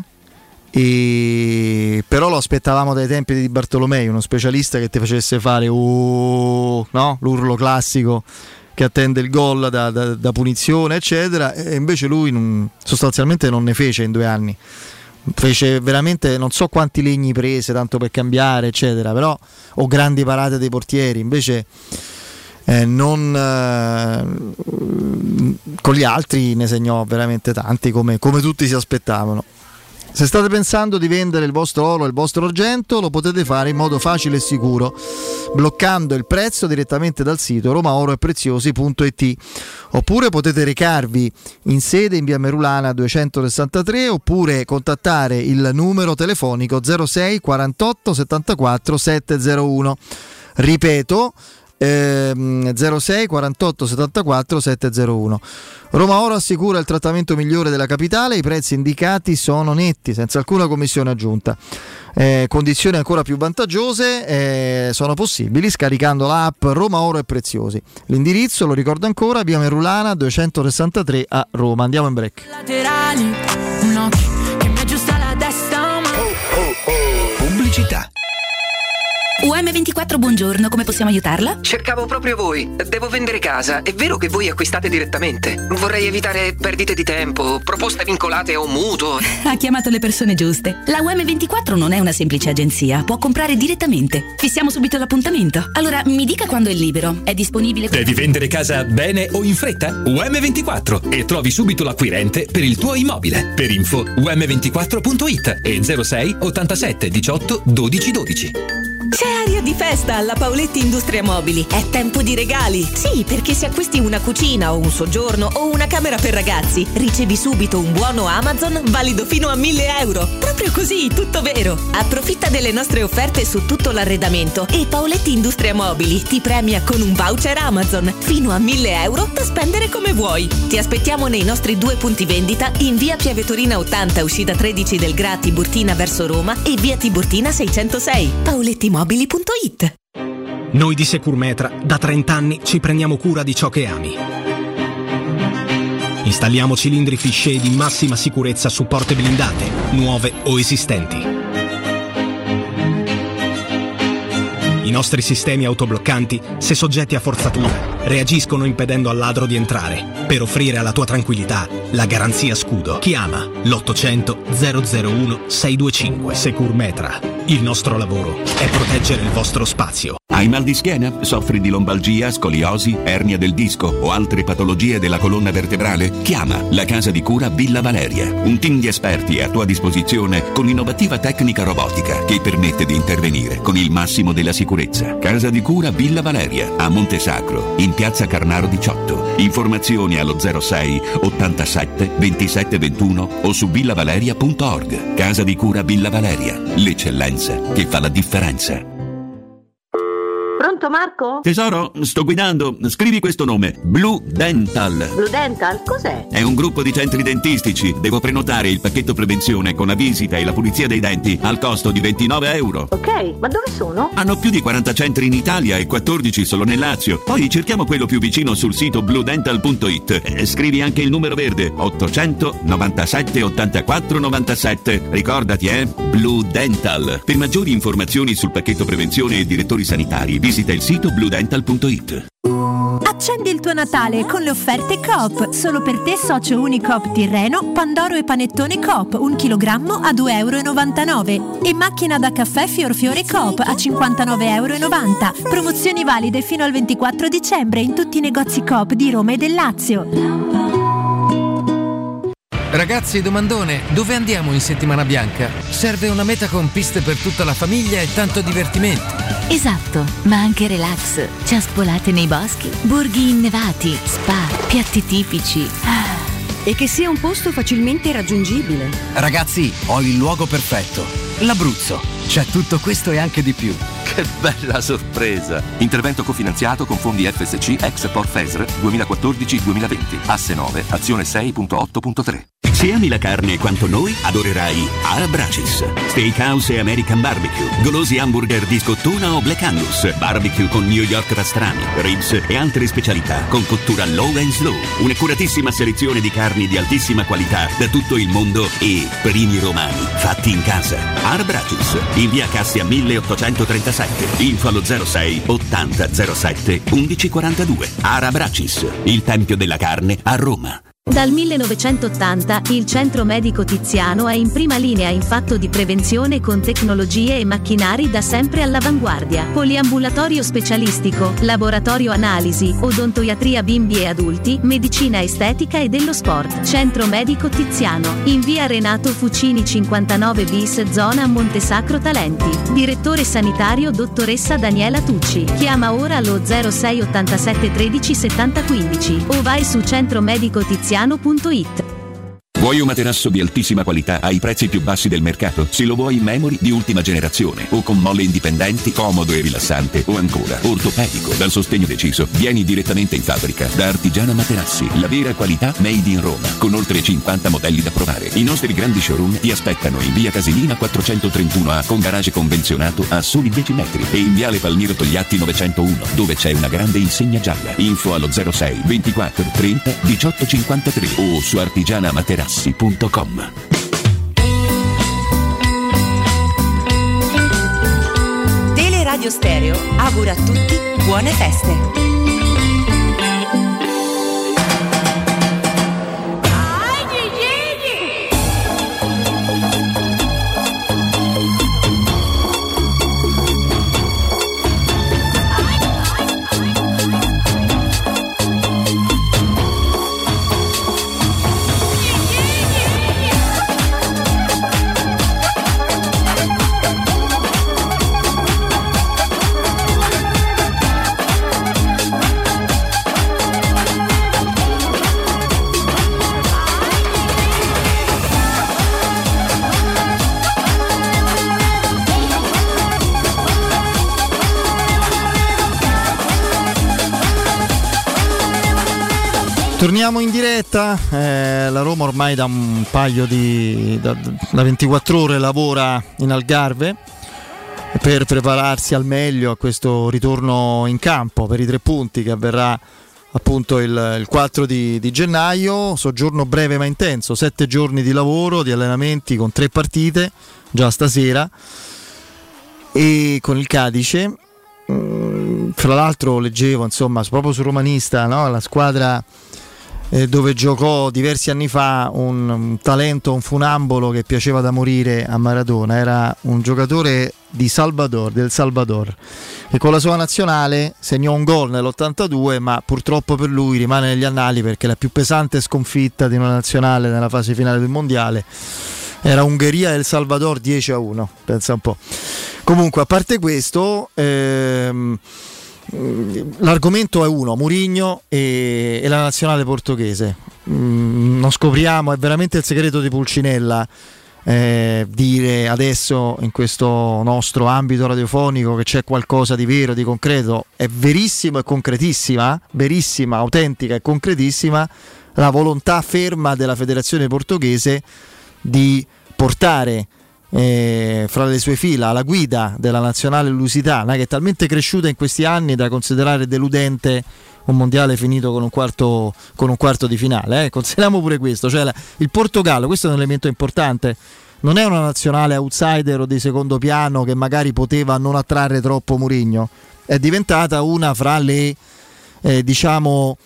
E però lo aspettavamo dai tempi di Bartolomei, uno specialista che ti facesse fare uh, no? l'urlo classico che attende il gol da, da, da punizione eccetera, e invece lui non, sostanzialmente non ne fece in due anni, fece veramente non so quanti legni prese tanto per cambiare eccetera, però o grandi parate dei portieri, invece eh, non eh, con gli altri ne segnò veramente tanti come, come tutti si aspettavano. Se state pensando di vendere il vostro oro e il vostro argento, lo potete fare in modo facile e sicuro, bloccando il prezzo direttamente dal sito roma oro e preziosi punto it, oppure potete recarvi in sede in via Merulana duecentosessantatré, oppure contattare il numero telefonico zero sei quarantotto settantaquattro settecentouno. Ripeto, ehm, zero sei quarantotto settantaquattro settecentouno. Roma Oro assicura il trattamento migliore della capitale, i prezzi indicati sono netti, senza alcuna commissione aggiunta. Eh, condizioni ancora più vantaggiose eh, sono possibili scaricando l'app Roma Oro e Preziosi. L'indirizzo, lo ricordo ancora, via Merulana duecentosessantatré a Roma. Andiamo in break. Laterali, un occhio. che mi aggiusta la testa, ma... oh, oh, oh. Pubblicità. U M ventiquattro, buongiorno, come possiamo aiutarla? Cercavo proprio voi. Devo vendere casa. È vero che voi acquistate direttamente? Vorrei evitare perdite di tempo, proposte vincolate a un mutuo. Ha chiamato le persone giuste. La U M ventiquattro non è una semplice agenzia, può comprare direttamente. Fissiamo subito l'appuntamento. Allora, mi dica quando è libero. È disponibile? Devi vendere casa bene o in fretta? U M ventiquattro e trovi subito l'acquirente per il tuo immobile. Per info u m ventiquattro punto it e zero sei ottantasette diciotto dodici dodici. C'è aria di festa alla Paoletti Industria Mobili. È tempo di regali. Sì, perché se acquisti una cucina o un soggiorno o una camera per ragazzi, ricevi subito un buono Amazon valido fino a mille euro. Proprio così, tutto vero. Approfitta delle nostre offerte su tutto l'arredamento e Paoletti Industria Mobili ti premia con un voucher Amazon fino a mille euro da spendere come vuoi. Ti aspettiamo nei nostri due punti vendita in via Pieve Torina ottanta, uscita tredici del Gra Tiburtina verso Roma e via Tiburtina seicentosei. Paoletti Mobili punto it. Noi di Securmetra da trenta anni ci prendiamo cura di ciò che ami. Installiamo cilindri Fichet di massima sicurezza su porte blindate, nuove o esistenti. I nostri sistemi autobloccanti, se soggetti a forzatura, reagiscono impedendo al ladro di entrare, per offrire alla tua tranquillità la garanzia scudo. Chiama l'ottocento zero zero uno sei due cinque. Securmetra. Il nostro lavoro è proteggere il vostro spazio. Hai mal di schiena? Soffri di lombalgia, scoliosi, ernia del disco o altre patologie della colonna vertebrale? Chiama la Casa di Cura Villa Valeria. Un team di esperti è a tua disposizione con innovativa tecnica robotica che permette di intervenire con il massimo della sicurezza. Casa di Cura Villa Valeria a Montesacro, in piazza Carnaro diciotto. Informazioni allo zero sei ottantasette ventisette ventuno o su villavaleria punto org. Casa di Cura Villa Valeria, l'eccellenza che fa la differenza. Pronto Marco? Tesoro, sto guidando. Scrivi questo nome: Blue Dental. Blue Dental? Cos'è? È un gruppo di centri dentistici. Devo prenotare il pacchetto prevenzione con la visita e la pulizia dei denti al costo di ventinove euro. Ok, ma dove sono? Hanno più di quaranta centri in Italia e quattordici solo nel Lazio. Poi cerchiamo quello più vicino sul sito blue dental punto it. E scrivi anche il numero verde: ottocento novantasette ottantaquattro novantasette. Ricordati, eh? Blue Dental. Per maggiori informazioni sul pacchetto prevenzione e direttori sanitari, visita il sito blue dental punto it. Accendi il tuo Natale con le offerte Coop. Solo per te socio Unicoop Tirreno, Pandoro e panettone Coop, un chilogrammo a due e novantanove euro. E macchina da caffè Fiorfiore Coop a cinquantanove e novanta euro. Promozioni valide fino al ventiquattro dicembre in tutti i negozi Coop di Roma e del Lazio. Ragazzi, domandone, dove andiamo in settimana bianca? Serve una meta con piste per tutta la famiglia e tanto divertimento. Esatto, ma anche relax, ciaspolate nei boschi, borghi innevati, spa, piatti tipici. E che sia un posto facilmente raggiungibile. Ragazzi, ho il luogo perfetto, l'Abruzzo. C'è tutto questo e anche di più. Che bella sorpresa! Intervento cofinanziato con fondi F S C Export F E S R duemilaquattordici duemilaventi. Asse nove, azione sei punto otto punto tre. Se ami la carne quanto noi, adorerai Arabracis. Steakhouse e American Barbecue. Golosi hamburger di scottuna o Black Angus. Barbecue con New York pastrami, ribs e altre specialità con cottura low and slow. Un'accuratissima selezione di carni di altissima qualità da tutto il mondo e primi romani fatti in casa. Arabracis. In via Cassia milleottocentotrentasette. Info allo zero sei ottanta zero sette undici quarantadue. Arabracis. Il tempio della carne a Roma. Dal millenovecentottanta il Centro Medico Tiziano è in prima linea in fatto di prevenzione con tecnologie e macchinari da sempre all'avanguardia. Poliambulatorio specialistico, laboratorio analisi, odontoiatria bimbi e adulti, medicina estetica e dello sport. Centro Medico Tiziano, in via Renato Fucini cinquantanove bis, zona Montesacro Talenti. Direttore sanitario dottoressa Daniela Tucci. Chiama ora allo zero sei ottantasette tredici settanta quindici o vai su centromedico tiziano punto it. Vuoi un materasso di altissima qualità ai prezzi più bassi del mercato? Se lo vuoi in memory di ultima generazione o con molle indipendenti, comodo e rilassante o ancora ortopedico dal sostegno deciso, vieni direttamente in fabbrica da Artigiana Materassi, la vera qualità made in Roma, con oltre cinquanta modelli da provare. I nostri grandi showroom ti aspettano in via Casilina quattrocentotrentuno A con garage convenzionato a soli dieci metri e in viale Palmiro Togliatti novecentouno dove c'è una grande insegna gialla. Info allo zero sei ventiquattro trenta diciotto cinquantatré o su artigiana materassi punto com. Radio Stereo augura a tutti buone feste. Torniamo in diretta, eh, la Roma ormai da un paio di da, da ventiquattro ore lavora in Algarve per prepararsi al meglio a questo ritorno in campo per i tre punti che avverrà appunto il, il quattro di, di gennaio, soggiorno breve ma intenso, sette giorni di lavoro, di allenamenti con tre partite già stasera e con il Cadice. Mm, fra l'altro leggevo insomma proprio su Romanista, no? La squadra Eh, dove giocò diversi anni fa un, un talento, un funambolo che piaceva da morire a Maradona, era un giocatore di Salvador, del Salvador, e con la sua nazionale segnò un gol nell'ottantadue, ma purtroppo per lui rimane negli annali perché la più pesante sconfitta di una nazionale nella fase finale del mondiale era Ungheria e El Salvador dieci a uno, pensa un po'. Comunque, a parte questo, ehm, l'argomento è uno, Mourinho e, e la nazionale portoghese. Mm, non scopriamo, è veramente il segreto di Pulcinella eh, dire adesso in questo nostro ambito radiofonico che c'è qualcosa di vero, di concreto. È verissimo e concretissima, verissima, autentica e concretissima la volontà ferma della federazione portoghese di portare Eh, fra le sue fila la guida della nazionale lusitana, che è talmente cresciuta in questi anni da considerare deludente un mondiale finito con un quarto, con un quarto di finale, eh. Consideriamo pure questo, cioè la, il Portogallo, questo è un elemento importante, non è una nazionale outsider o di secondo piano che magari poteva non attrarre troppo Mourinho, è diventata una fra le eh, diciamo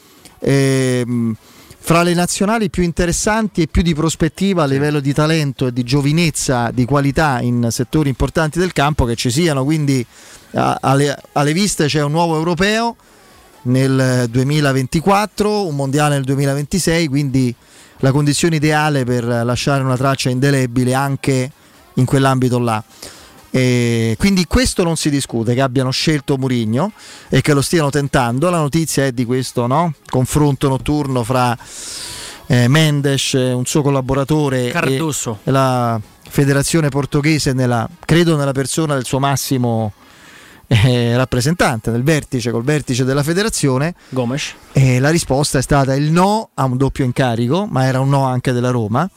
ehm, fra le nazionali più interessanti e più di prospettiva a livello di talento e di giovinezza, di qualità in settori importanti del campo che ci siano, quindi a, alle, alle viste c'è un nuovo europeo nel duemilaventiquattro, un mondiale nel duemilaventisei, quindi la condizione ideale per lasciare una traccia indelebile anche in quell'ambito là. E quindi questo non si discute, che abbiano scelto Mourinho e che lo stiano tentando. La notizia è di questo, no? Confronto notturno fra eh, Mendes, un suo collaboratore, Cardoso, e, e la federazione portoghese, nella, credo nella persona del suo massimo eh, rappresentante del vertice, col vertice della federazione, Gomes. E la risposta è stata il no a un doppio incarico, ma era un no anche della Roma.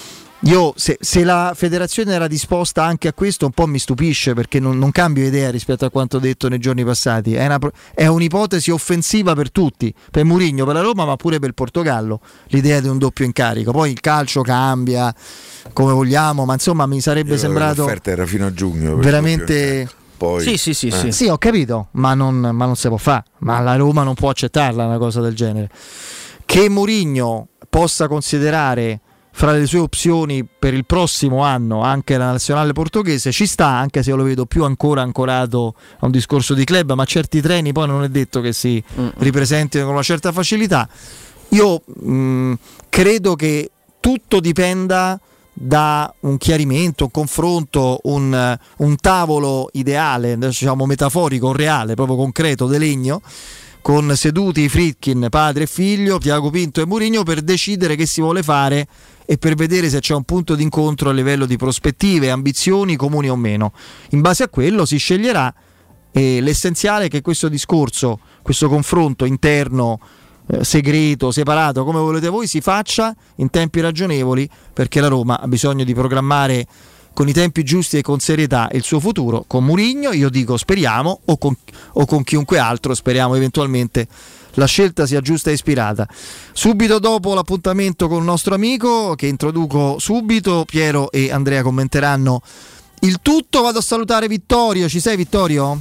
Io se, se la federazione era disposta anche a questo un po' mi stupisce, perché non, non cambio idea rispetto a quanto detto nei giorni passati. È, una, è un'ipotesi offensiva per tutti, per Mourinho, per la Roma, ma pure per il Portogallo, l'idea di un doppio incarico. Poi il calcio cambia come vogliamo, ma insomma mi sarebbe Io sembrato l'offerta era fino a giugno veramente. Poi, sì, sì, sì, eh. sì. Sì, ho capito, ma non, ma non si può fare. Ma la Roma non può accettarla una cosa del genere. Che Mourinho possa considerare fra le sue opzioni per il prossimo anno anche la nazionale portoghese ci sta, anche se io lo vedo più ancora ancorato a un discorso di club, ma certi treni poi non è detto che si ripresentino con una certa facilità. Io mh, credo che tutto dipenda da un chiarimento, un confronto, un, un tavolo ideale, diciamo metaforico o reale, proprio concreto, de legno, con seduti Friedkin, padre e figlio, Tiago Pinto e Mourinho, per decidere che si vuole fare e per vedere se c'è un punto d'incontro a livello di prospettive, ambizioni comuni o meno. In base a quello si sceglierà, e l'essenziale è che questo discorso, questo confronto interno, eh, segreto, separato, come volete voi, si faccia in tempi ragionevoli, perché la Roma ha bisogno di programmare con i tempi giusti e con serietà il suo futuro. Con Mourinho io dico speriamo, o con, o con chiunque altro speriamo eventualmente la scelta sia giusta e ispirata. Subito dopo l'appuntamento con il nostro amico, che introduco subito, Piero e Andrea commenteranno il tutto. Vado a salutare Vittorio. Ci sei, Vittorio?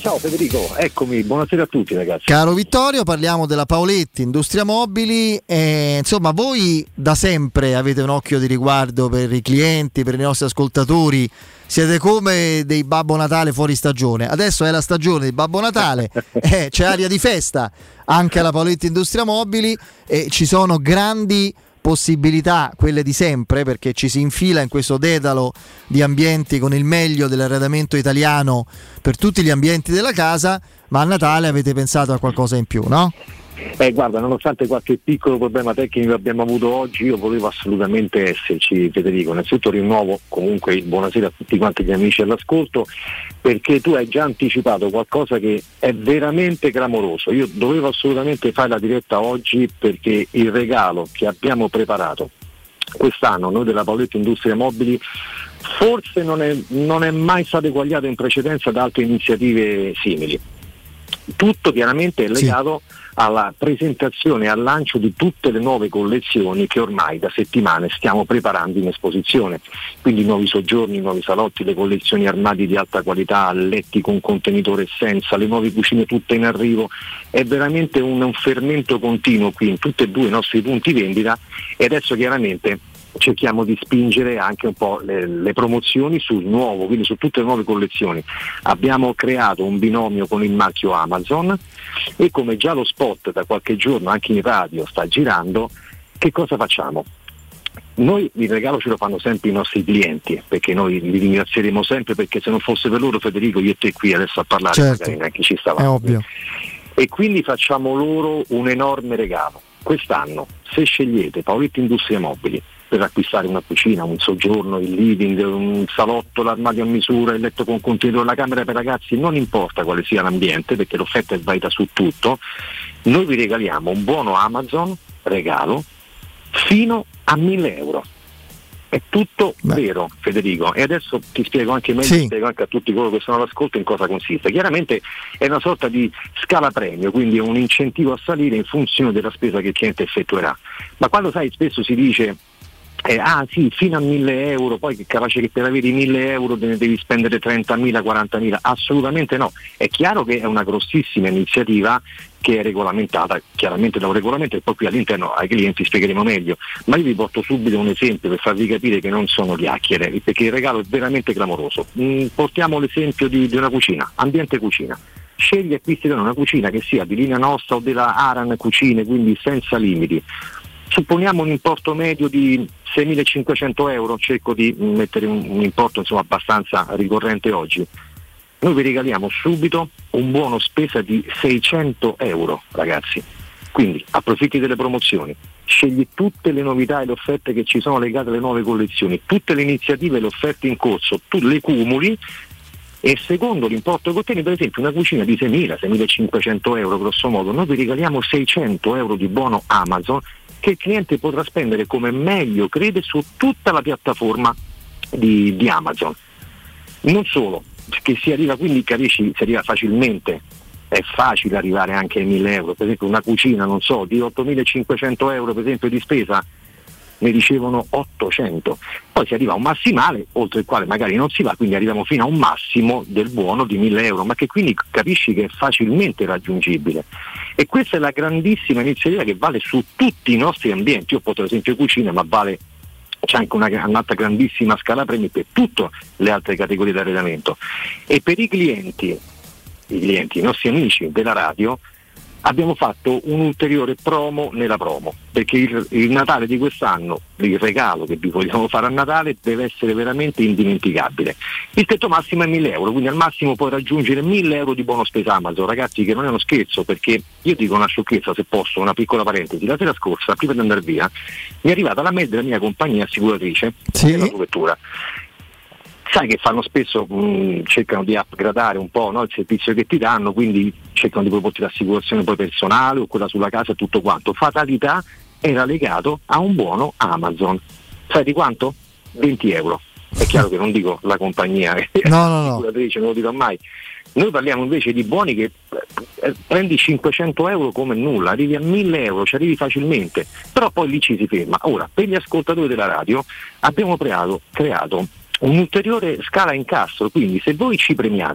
ciao Federico, eccomi, buonasera a tutti ragazzi. Caro Vittorio, parliamo della Paoletti Industria Mobili e, insomma, voi da sempre avete un occhio di riguardo per i clienti, per i nostri ascoltatori, siete come dei Babbo Natale fuori stagione. Adesso è la stagione di Babbo Natale, eh, c'è aria di festa anche alla Paoletti Industria Mobili e ci sono grandi possibilità, quelle di sempre, perché ci si infila in questo dedalo di ambienti con il meglio dell'arredamento italiano per tutti gli ambienti della casa, ma a Natale avete pensato a qualcosa in più, no? Eh, guarda, nonostante qualche piccolo problema tecnico che abbiamo avuto oggi, io volevo assolutamente esserci, Federico. Innanzitutto rinnovo comunque il buonasera a tutti quanti gli amici all'ascolto, perché tu hai già anticipato qualcosa che è veramente clamoroso. Io dovevo assolutamente fare la diretta oggi perché il regalo che abbiamo preparato quest'anno noi della Paoletti Industria Mobili forse non è, non è mai stato eguagliato in precedenza da altre iniziative simili. Tutto chiaramente è legato sì. alla presentazione e al lancio di tutte le nuove collezioni che ormai da settimane stiamo preparando in esposizione, quindi nuovi soggiorni, nuovi salotti, le collezioni armadi di alta qualità, letti con contenitore e senza, le nuove cucine tutte in arrivo. È veramente un, un fermento continuo qui in tutti e due i nostri punti vendita e adesso chiaramente cerchiamo di spingere anche un po' le, le promozioni sul nuovo, quindi su tutte le nuove collezioni. Abbiamo creato un binomio con il marchio Amazon e come già lo spot da qualche giorno anche in radio sta girando, che cosa facciamo? Noi il regalo ce lo fanno sempre i nostri clienti, perché noi li ringrazieremo sempre, perché se non fosse per loro, Federico, io e te qui adesso a parlare, certo, magari neanche ci stavamo. È ovvio. E quindi facciamo loro un enorme regalo. Quest'anno, se scegliete Paoletti Industria Mobili per acquistare una cucina, un soggiorno, il living, un salotto, l'armadio a misura, il letto con contenitore, la camera per ragazzi, non importa quale sia l'ambiente, perché l'offerta è valida su tutto, noi vi regaliamo un buono Amazon regalo fino a mille euro. È tutto Beh. vero, Federico, e adesso ti spiego anche meglio, sì. spiego anche a tutti coloro che sono all'ascolto in cosa consiste. Chiaramente è una sorta di scala premio, quindi un incentivo a salire in funzione della spesa che il cliente effettuerà. Ma quando sai, spesso si dice Eh, ah sì, fino a mille euro, poi che capace che per avere i mille euro te ne devi spendere trentamila, quarantamila, assolutamente no. È chiaro che è una grossissima iniziativa che è regolamentata chiaramente da un regolamento e poi qui all'interno ai clienti spiegheremo meglio, ma io vi porto subito un esempio per farvi capire che non sono chiacchiere, perché il regalo è veramente clamoroso. Mm, portiamo l'esempio di, di una cucina, ambiente cucina. Scegli e acquisti una cucina che sia di linea nostra o della Aran Cucine, quindi senza limiti. Supponiamo un importo medio di seimilacinquecento euro, cerco di mettere un, un importo insomma abbastanza ricorrente oggi. Noi vi regaliamo subito un buono spesa di seicento euro, ragazzi. Quindi approfitti delle promozioni, scegli tutte le novità e le offerte che ci sono legate alle nuove collezioni, tutte le iniziative e le offerte in corso, tu le cumuli e secondo l'importo che ottieni, per esempio una cucina di seimila, seimilacinquecento euro grosso modo, noi vi regaliamo seicento euro di buono Amazon che il cliente potrà spendere come meglio crede su tutta la piattaforma di, di Amazon. Non solo, che si arriva, quindi capisci, si arriva facilmente, è facile arrivare anche ai mille euro, per esempio una cucina, non so, di ottomilacinquecento euro per esempio di spesa, ne ricevono ottocento, poi si arriva a un massimale oltre il quale magari non si va, quindi arriviamo fino a un massimo del buono di mille euro, ma che quindi capisci che è facilmente raggiungibile. E questa è la grandissima iniziativa che vale su tutti i nostri ambienti. Io porto ad esempio cucina, ma vale, c'è anche una, un'altra grandissima scala premi per tutte le altre categorie di arredamento. E per i clienti, i clienti, i nostri amici della radio, abbiamo fatto un ulteriore promo nella promo, perché il, il Natale di quest'anno, il regalo che vi vogliamo fare a Natale deve essere veramente indimenticabile. Il tetto massimo è mille euro, quindi al massimo puoi raggiungere mille euro di buono spesa Amazon, ragazzi, che non è uno scherzo, perché io dico una sciocchezza, se posso, una piccola parentesi, la sera scorsa, prima di andare via, mi è arrivata la mail della mia compagnia assicuratrice sì. della copertura. Sai che fanno spesso, mh, cercano di upgradare un po', no, il servizio che ti danno, quindi cercano di proporti l'assicurazione poi personale o quella sulla casa e tutto quanto. Fatalità, era legato a un buono Amazon. Sai di quanto? venti euro. È chiaro che non dico la compagnia, no, no, no. non lo dirò mai. Noi parliamo invece di buoni che eh, prendi cinquecento euro come nulla, arrivi a mille euro, ci arrivi facilmente, però poi lì ci si ferma. Ora, per gli ascoltatori della radio abbiamo creato, creato un'ulteriore scala incastro, quindi se voi ci premiate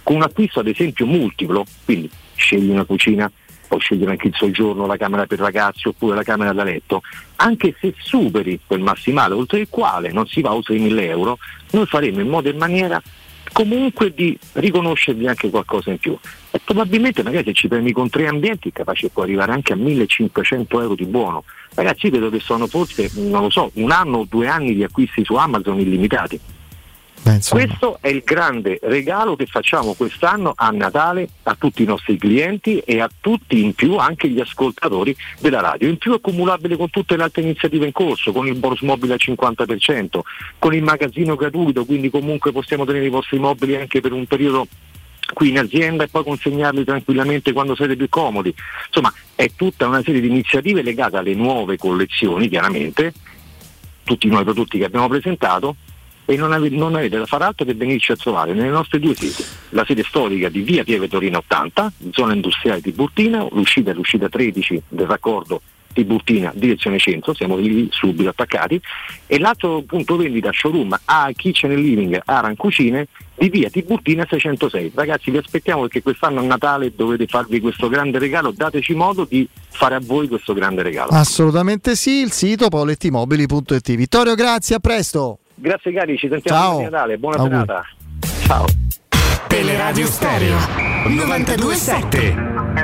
con un acquisto ad esempio multiplo, quindi scegli una cucina, puoi scegliere anche il soggiorno, la camera per ragazzi oppure la camera da letto, anche se superi quel massimale oltre il quale non si va oltre i mille euro, noi faremo in modo e maniera comunque di riconoscervi anche qualcosa in più, e probabilmente magari se ci premi con tre ambienti capace può arrivare anche a millecinquecento euro di buono. Ragazzi, vedo che sono forse, non lo so, un anno o due anni di acquisti su Amazon illimitati. Beh, questo è il grande regalo che facciamo quest'anno a Natale a tutti i nostri clienti e a tutti in più anche gli ascoltatori della radio. In più è cumulabile con tutte le altre iniziative in corso, con il bonus mobile al cinquanta per cento, con il magazzino gratuito, quindi comunque possiamo tenere i vostri mobili anche per un periodo qui in azienda e poi consegnarli tranquillamente quando siete più comodi. Insomma, è tutta una serie di iniziative legate alle nuove collezioni, chiaramente, tutti i nuovi prodotti che abbiamo presentato, e non, ave- non avete da fare altro che venirci a trovare nelle nostre due sedi: la sede storica di via Pieve Torino ottanta, zona industriale Tiburtina, l'uscita è l'uscita tredici del raccordo Tiburtina direzione centro, siamo lì subito attaccati, e l'altro punto vendita showroom a Kitchen and Living Aran Cucine di via Tiburtina seicentosei. Ragazzi, vi aspettiamo perché quest'anno a Natale dovete farvi questo grande regalo, dateci modo di fare a voi questo grande regalo. Assolutamente sì, il sito paulettimobili punto it. Vittorio, grazie, a presto. Grazie cari, ci sentiamo Ciao. a Natale, buona Auguri. serata. Ciao. Teleradio Stereo novantadue sette.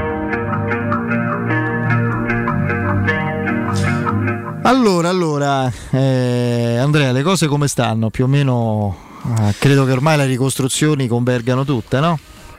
Allora, allora, eh, Andrea, le cose come stanno? Più o meno, eh, credo che ormai le ricostruzioni convergano tutte, no?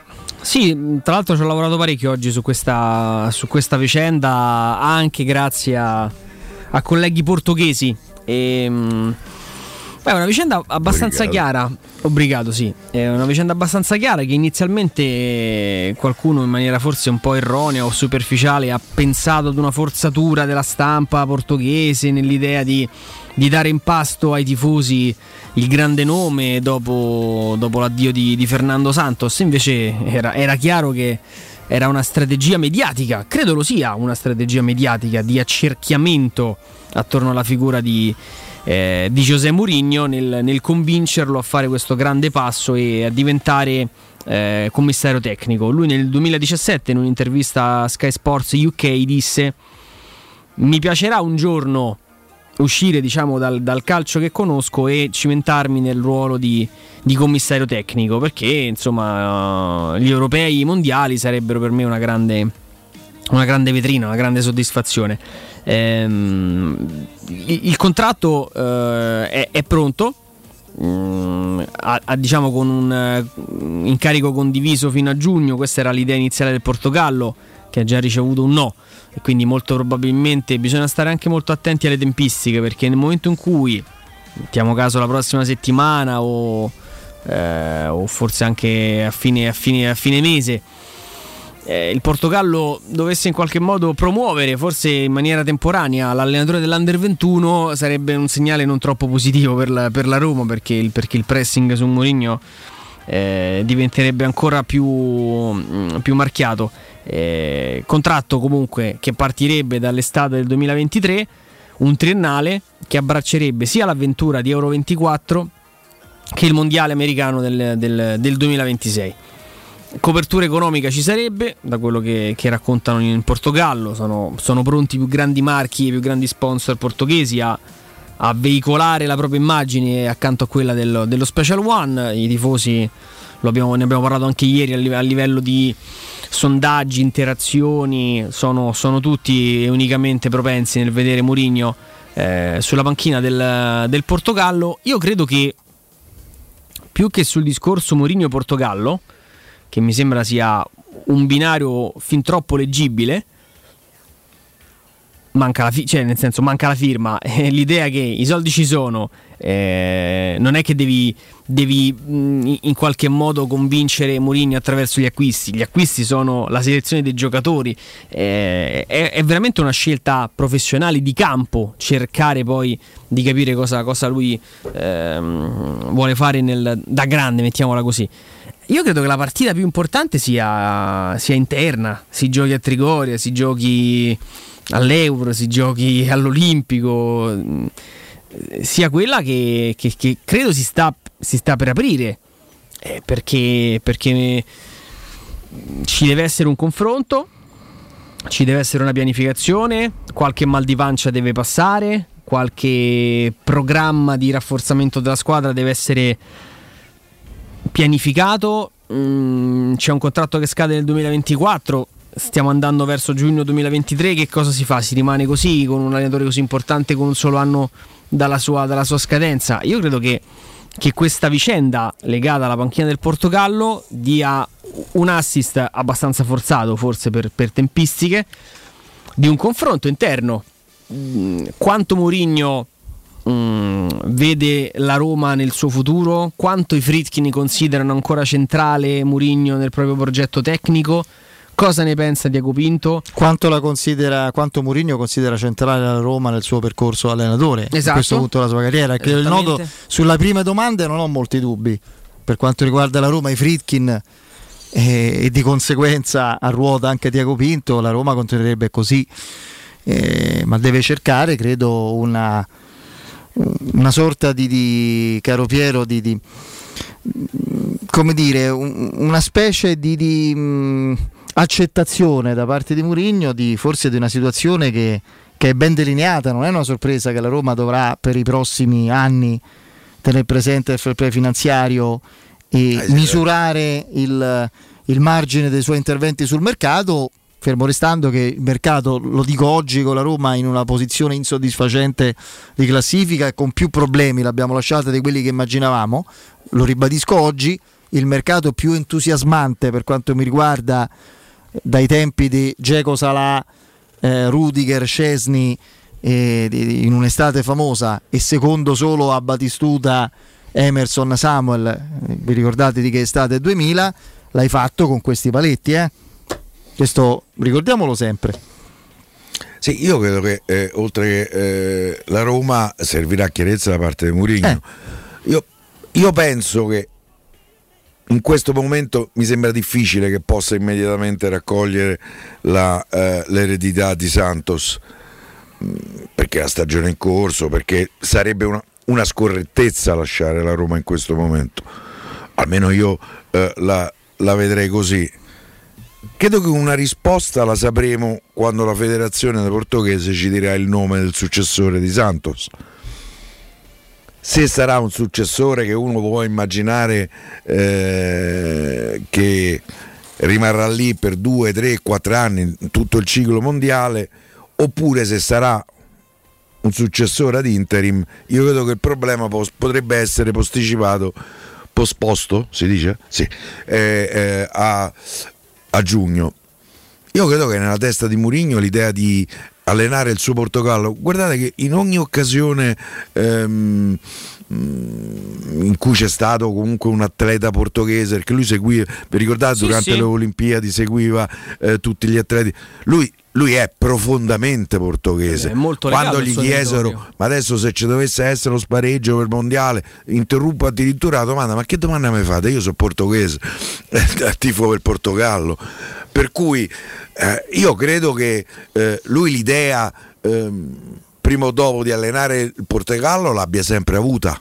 Sì, tra l'altro ci ho lavorato parecchio oggi su questa, su questa vicenda, anche grazie a, a colleghi portoghesi. E, mh, beh, è una vicenda abbastanza Obrigado. chiara. Obbligato, sì. È una vicenda abbastanza chiara che inizialmente qualcuno in maniera forse un po' erronea o superficiale ha pensato ad una forzatura della stampa portoghese nell'idea di, di dare in pasto ai tifosi il grande nome dopo, dopo l'addio di, di Fernando Santos. Invece era, era chiaro che era una strategia mediatica, credo lo sia una strategia mediatica di accerchiamento attorno alla figura di Eh, di José Mourinho nel, nel convincerlo a fare questo grande passo e a diventare eh, commissario tecnico. Lui nel duemiladiciassette in un'intervista a Sky Sports U K disse: mi piacerà un giorno uscire, diciamo, dal, dal calcio che conosco e cimentarmi nel ruolo di, di commissario tecnico, perché insomma gli europei, i mondiali sarebbero per me una grande, una grande vetrina, una grande soddisfazione. Ehm, il, il contratto eh, è, è pronto, mm, a, a, diciamo con un uh, incarico condiviso fino a giugno. Questa era l'idea iniziale del Portogallo, che ha già ricevuto un no, e quindi molto probabilmente bisogna stare anche molto attenti alle tempistiche, perché nel momento in cui, mettiamo caso la prossima settimana o, eh, o forse anche a fine, a fine, a fine mese, Eh, il Portogallo dovesse in qualche modo promuovere, forse in maniera temporanea, l'allenatore dell'Under ventuno, sarebbe un segnale non troppo positivo per la, per la Roma, perché il, perché il pressing su Mourinho eh, diventerebbe ancora più, mh, più marchiato. Eh, contratto comunque che partirebbe dall'estate del duemilaventitré, un triennale che abbraccerebbe sia l'avventura di Euro ventiquattro che il mondiale americano del, del, del duemilaventisei. Copertura economica ci sarebbe, da quello che, che raccontano in Portogallo. Sono, sono pronti i più grandi marchi, i più grandi sponsor portoghesi a, a veicolare la propria immagine accanto a quella dello, dello Special One. I tifosi, lo abbiamo, ne abbiamo parlato anche ieri, a livello, a livello di sondaggi, interazioni, sono, sono tutti unicamente propensi nel vedere Mourinho eh, sulla panchina del, del Portogallo. Io credo che più che sul discorso Mourinho-Portogallo, che mi sembra sia un binario fin troppo leggibile, manca la fi- cioè nel senso manca la firma, eh, l'idea che i soldi ci sono, eh, non è che devi, devi mh, in qualche modo convincere Mourinho attraverso gli acquisti. Gli acquisti sono la selezione dei giocatori, eh, è, è veramente una scelta professionale di campo cercare poi di capire cosa, cosa lui eh, vuole fare nel, da grande, mettiamola così. Io credo che la partita più importante sia, sia interna, si giochi a Trigoria, si giochi all'Euro, si giochi all'Olimpico, sia quella che, che, che credo si sta, si sta per aprire. eh, perché, perché ci deve essere un confronto, ci deve essere una pianificazione, qualche mal di pancia deve passare, qualche programma di rafforzamento della squadra deve essere pianificato. Mm, c'è un contratto che scade nel duemilaventiquattro, stiamo andando verso giugno duemilaventitré, che cosa si fa? Si rimane così con un allenatore così importante con un solo anno dalla sua, dalla sua scadenza? Io credo che, che questa vicenda legata alla panchina del Portogallo dia un assist abbastanza forzato, forse per, per tempistiche, di un confronto interno. Mm, quanto Mourinho mm, vede la Roma nel suo futuro, quanto i Friedkin considerano ancora centrale Mourinho nel proprio progetto tecnico, cosa ne pensa Diego Pinto, quanto la considera, quanto Mourinho considera centrale la Roma nel suo percorso allenatore, esatto, a questo punto della sua carriera. Che il nodo sulla prima domanda non ho molti dubbi per quanto riguarda la Roma, i Friedkin e, e di conseguenza a ruota anche Diego Pinto. La Roma continuerebbe così, eh, ma deve cercare, credo, una una sorta di, di caro Piero, di, di come dire, un, una specie di, di mh, accettazione da parte di Mourinho di forse di una situazione che, che è ben delineata. Non è una sorpresa che la Roma dovrà per i prossimi anni tenere presente il fair play finanziario e eh, misurare il, il margine dei suoi interventi sul mercato, fermo restando che il mercato, lo dico oggi, con la Roma in una posizione insoddisfacente di classifica e con più problemi l'abbiamo lasciata di quelli che immaginavamo. Lo ribadisco oggi, il mercato più entusiasmante per quanto mi riguarda dai tempi di Dzeko, Salah, eh, Rudiger, Szczesny, eh, in un'estate famosa, e secondo solo a Batistuta, Emerson, Samuel. Vi ricordate di che estate? duemila, l'hai fatto con questi paletti, eh? Questo ricordiamolo sempre. Sì, io credo che eh, oltre che eh, la Roma servirà chiarezza da parte di Mourinho. Eh. Io, io penso che in questo momento mi sembra difficile che possa immediatamente raccogliere la, eh, l'eredità di Santos, perché la stagione è in corso, perché sarebbe una, una scorrettezza lasciare la Roma in questo momento. Almeno io eh, la, la vedrei così. Credo che una risposta la sapremo quando la federazione portoghese ci dirà il nome del successore di Santos. Se sarà un successore che uno può immaginare eh, che rimarrà lì per due, tre, quattro anni, tutto il ciclo mondiale, oppure se sarà un successore ad interim, io credo che il problema pos- potrebbe essere posticipato, posposto, si dice? Sì, eh, eh, a, a giugno. Io credo che nella testa di Mourinho l'idea di allenare il suo Portogallo, guardate che in ogni occasione ehm, in cui c'è stato comunque un atleta portoghese, perché lui seguiva, vi ricordate, sì, durante sì. le Olimpiadi seguiva eh, tutti gli atleti, lui, lui è profondamente portoghese. È molto quando gli chiesero territorio. Ma adesso se ci dovesse essere lo spareggio per il mondiale, interrompo addirittura la domanda: ma che domanda mi fate? Io sono portoghese, tifo per il Portogallo. Per cui eh, io credo che eh, lui l'idea eh, prima o dopo di allenare il Portogallo l'abbia sempre avuta.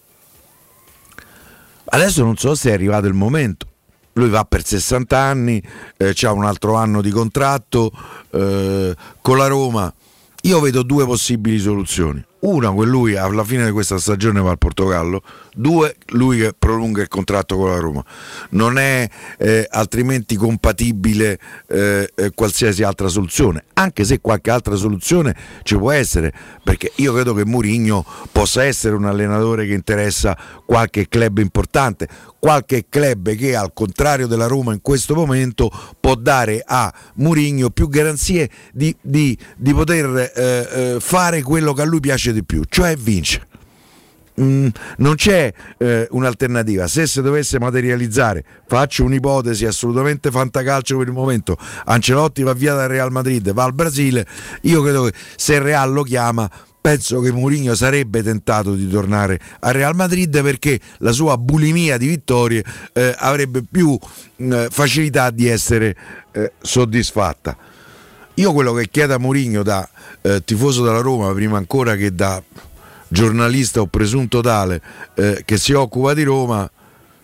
Adesso non so se è arrivato il momento. Lui va per sessanta anni, eh, c'ha un altro anno di contratto eh, con la Roma. Io vedo due possibili soluzioni. Una, che lui alla fine di questa stagione va al Portogallo. Due, lui che prolunga il contratto con la Roma. Non è eh, altrimenti compatibile eh, eh, qualsiasi altra soluzione, anche se qualche altra soluzione ci può essere, perché io credo che Mourinho possa essere un allenatore che interessa qualche club importante, qualche club che al contrario della Roma in questo momento può dare a Mourinho più garanzie di, di, di poter eh, eh, fare quello che a lui piace di più, cioè vincere. Mm, non c'è eh, un'alternativa. Se si dovesse materializzare, faccio un'ipotesi assolutamente fantacalcio per il momento, Ancelotti va via dal Real Madrid, va al Brasile, io credo che se il Real lo chiama, penso che Mourinho sarebbe tentato di tornare al Real Madrid, perché la sua bulimia di vittorie eh, avrebbe più eh, facilità di essere eh, soddisfatta. Io quello che chiedo a Mourinho da eh, tifoso della Roma, prima ancora che da giornalista o presunto tale eh, che si occupa di Roma,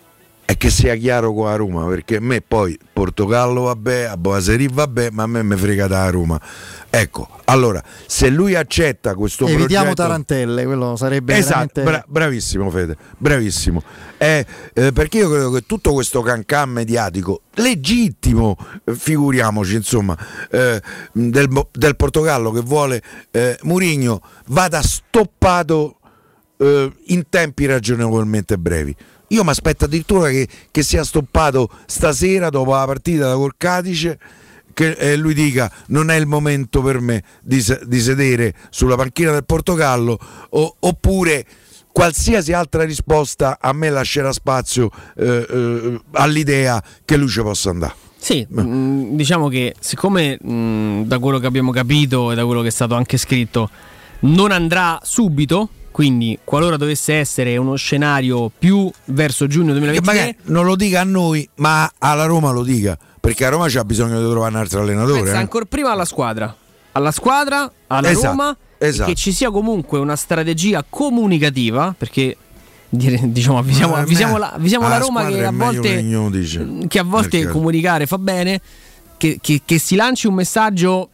è che sia chiaro con la Roma, perché a me poi Portogallo vabbè, a Boaseri vabbè, ma a me mi frega da Roma. Ecco, allora, se lui accetta questo evitiamo progetto, tarantelle, quello sarebbe esatto, veramente... bra- bravissimo Fede, bravissimo. Eh, eh, perché io credo che tutto questo cancan mediatico legittimo, eh, figuriamoci, insomma, eh, del, del Portogallo che vuole eh, Mourinho vada stoppato eh, in tempi ragionevolmente brevi. Io mi aspetto addirittura che, che sia stoppato stasera dopo la partita col Cadice, che eh, lui dica non è il momento per me di, di sedere sulla panchina del Portogallo, o, oppure qualsiasi altra risposta a me lascerà spazio eh, eh, all'idea che lui ci possa andare. Sì, mh, diciamo che siccome mh, da quello che abbiamo capito e da quello che è stato anche scritto non andrà subito, quindi qualora dovesse essere uno scenario più verso giugno duemilaventitré, che magari non lo dica a noi ma alla Roma lo dica, perché a Roma c'ha bisogno di trovare un altro allenatore. pensa eh. ancora prima alla squadra alla squadra, alla Esatto, Roma, esatto. e che ci sia comunque una strategia comunicativa, perché diciamo avvisiamo, Ma- avvisiamo, la, avvisiamo la alla Roma squadra che è a meglio volte che ognuno dice. che a volte Perché- comunicare fa bene, che, che, che si lanci un messaggio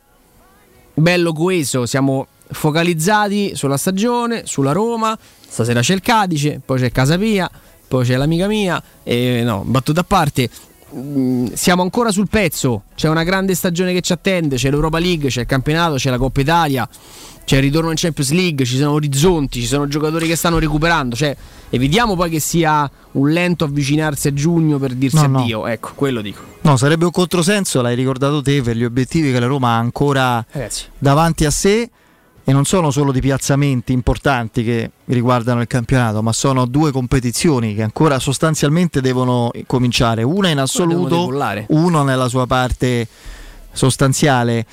bello coeso, siamo focalizzati sulla stagione, sulla Roma, stasera c'è il Cadice, poi c'è Casapia, poi c'è l'amica mia, e no, battuta a parte, mh, siamo ancora sul pezzo, c'è una grande stagione che ci attende, c'è l'Europa League, c'è il campionato, c'è la Coppa Italia, c'è il ritorno in Champions League, ci sono orizzonti, ci sono giocatori che stanno recuperando, cioè evitiamo poi che sia un lento avvicinarsi a giugno per dirsi No, addio, no. ecco, quello dico. No, sarebbe un controsenso, l'hai ricordato te, per gli obiettivi che la Roma ha ancora Ragazzi, davanti a sé, e non sono solo di piazzamenti importanti che riguardano il campionato, ma sono due competizioni che ancora sostanzialmente devono cominciare, una in devono assoluto, decollare. uno nella sua parte sostanziale.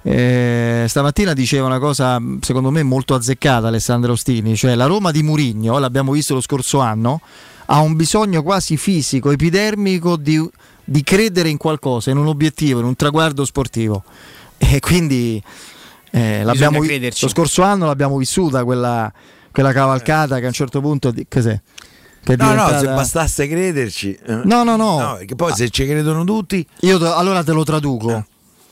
Eh, stamattina diceva una cosa secondo me molto azzeccata Alessandro Ostini, cioè la Roma di Mourinho, l'abbiamo visto lo scorso anno, ha un bisogno quasi fisico, epidermico di, di credere in qualcosa, in un obiettivo, in un traguardo sportivo, e quindi eh, l'abbiamo vi- crederci. lo scorso anno l'abbiamo vissuta quella, quella cavalcata che a un certo punto di- che sei? Che è No, no, diventata- se bastasse crederci. eh. No, no, no. No, perché poi se ci credono tutti. Io te- allora te lo traduco.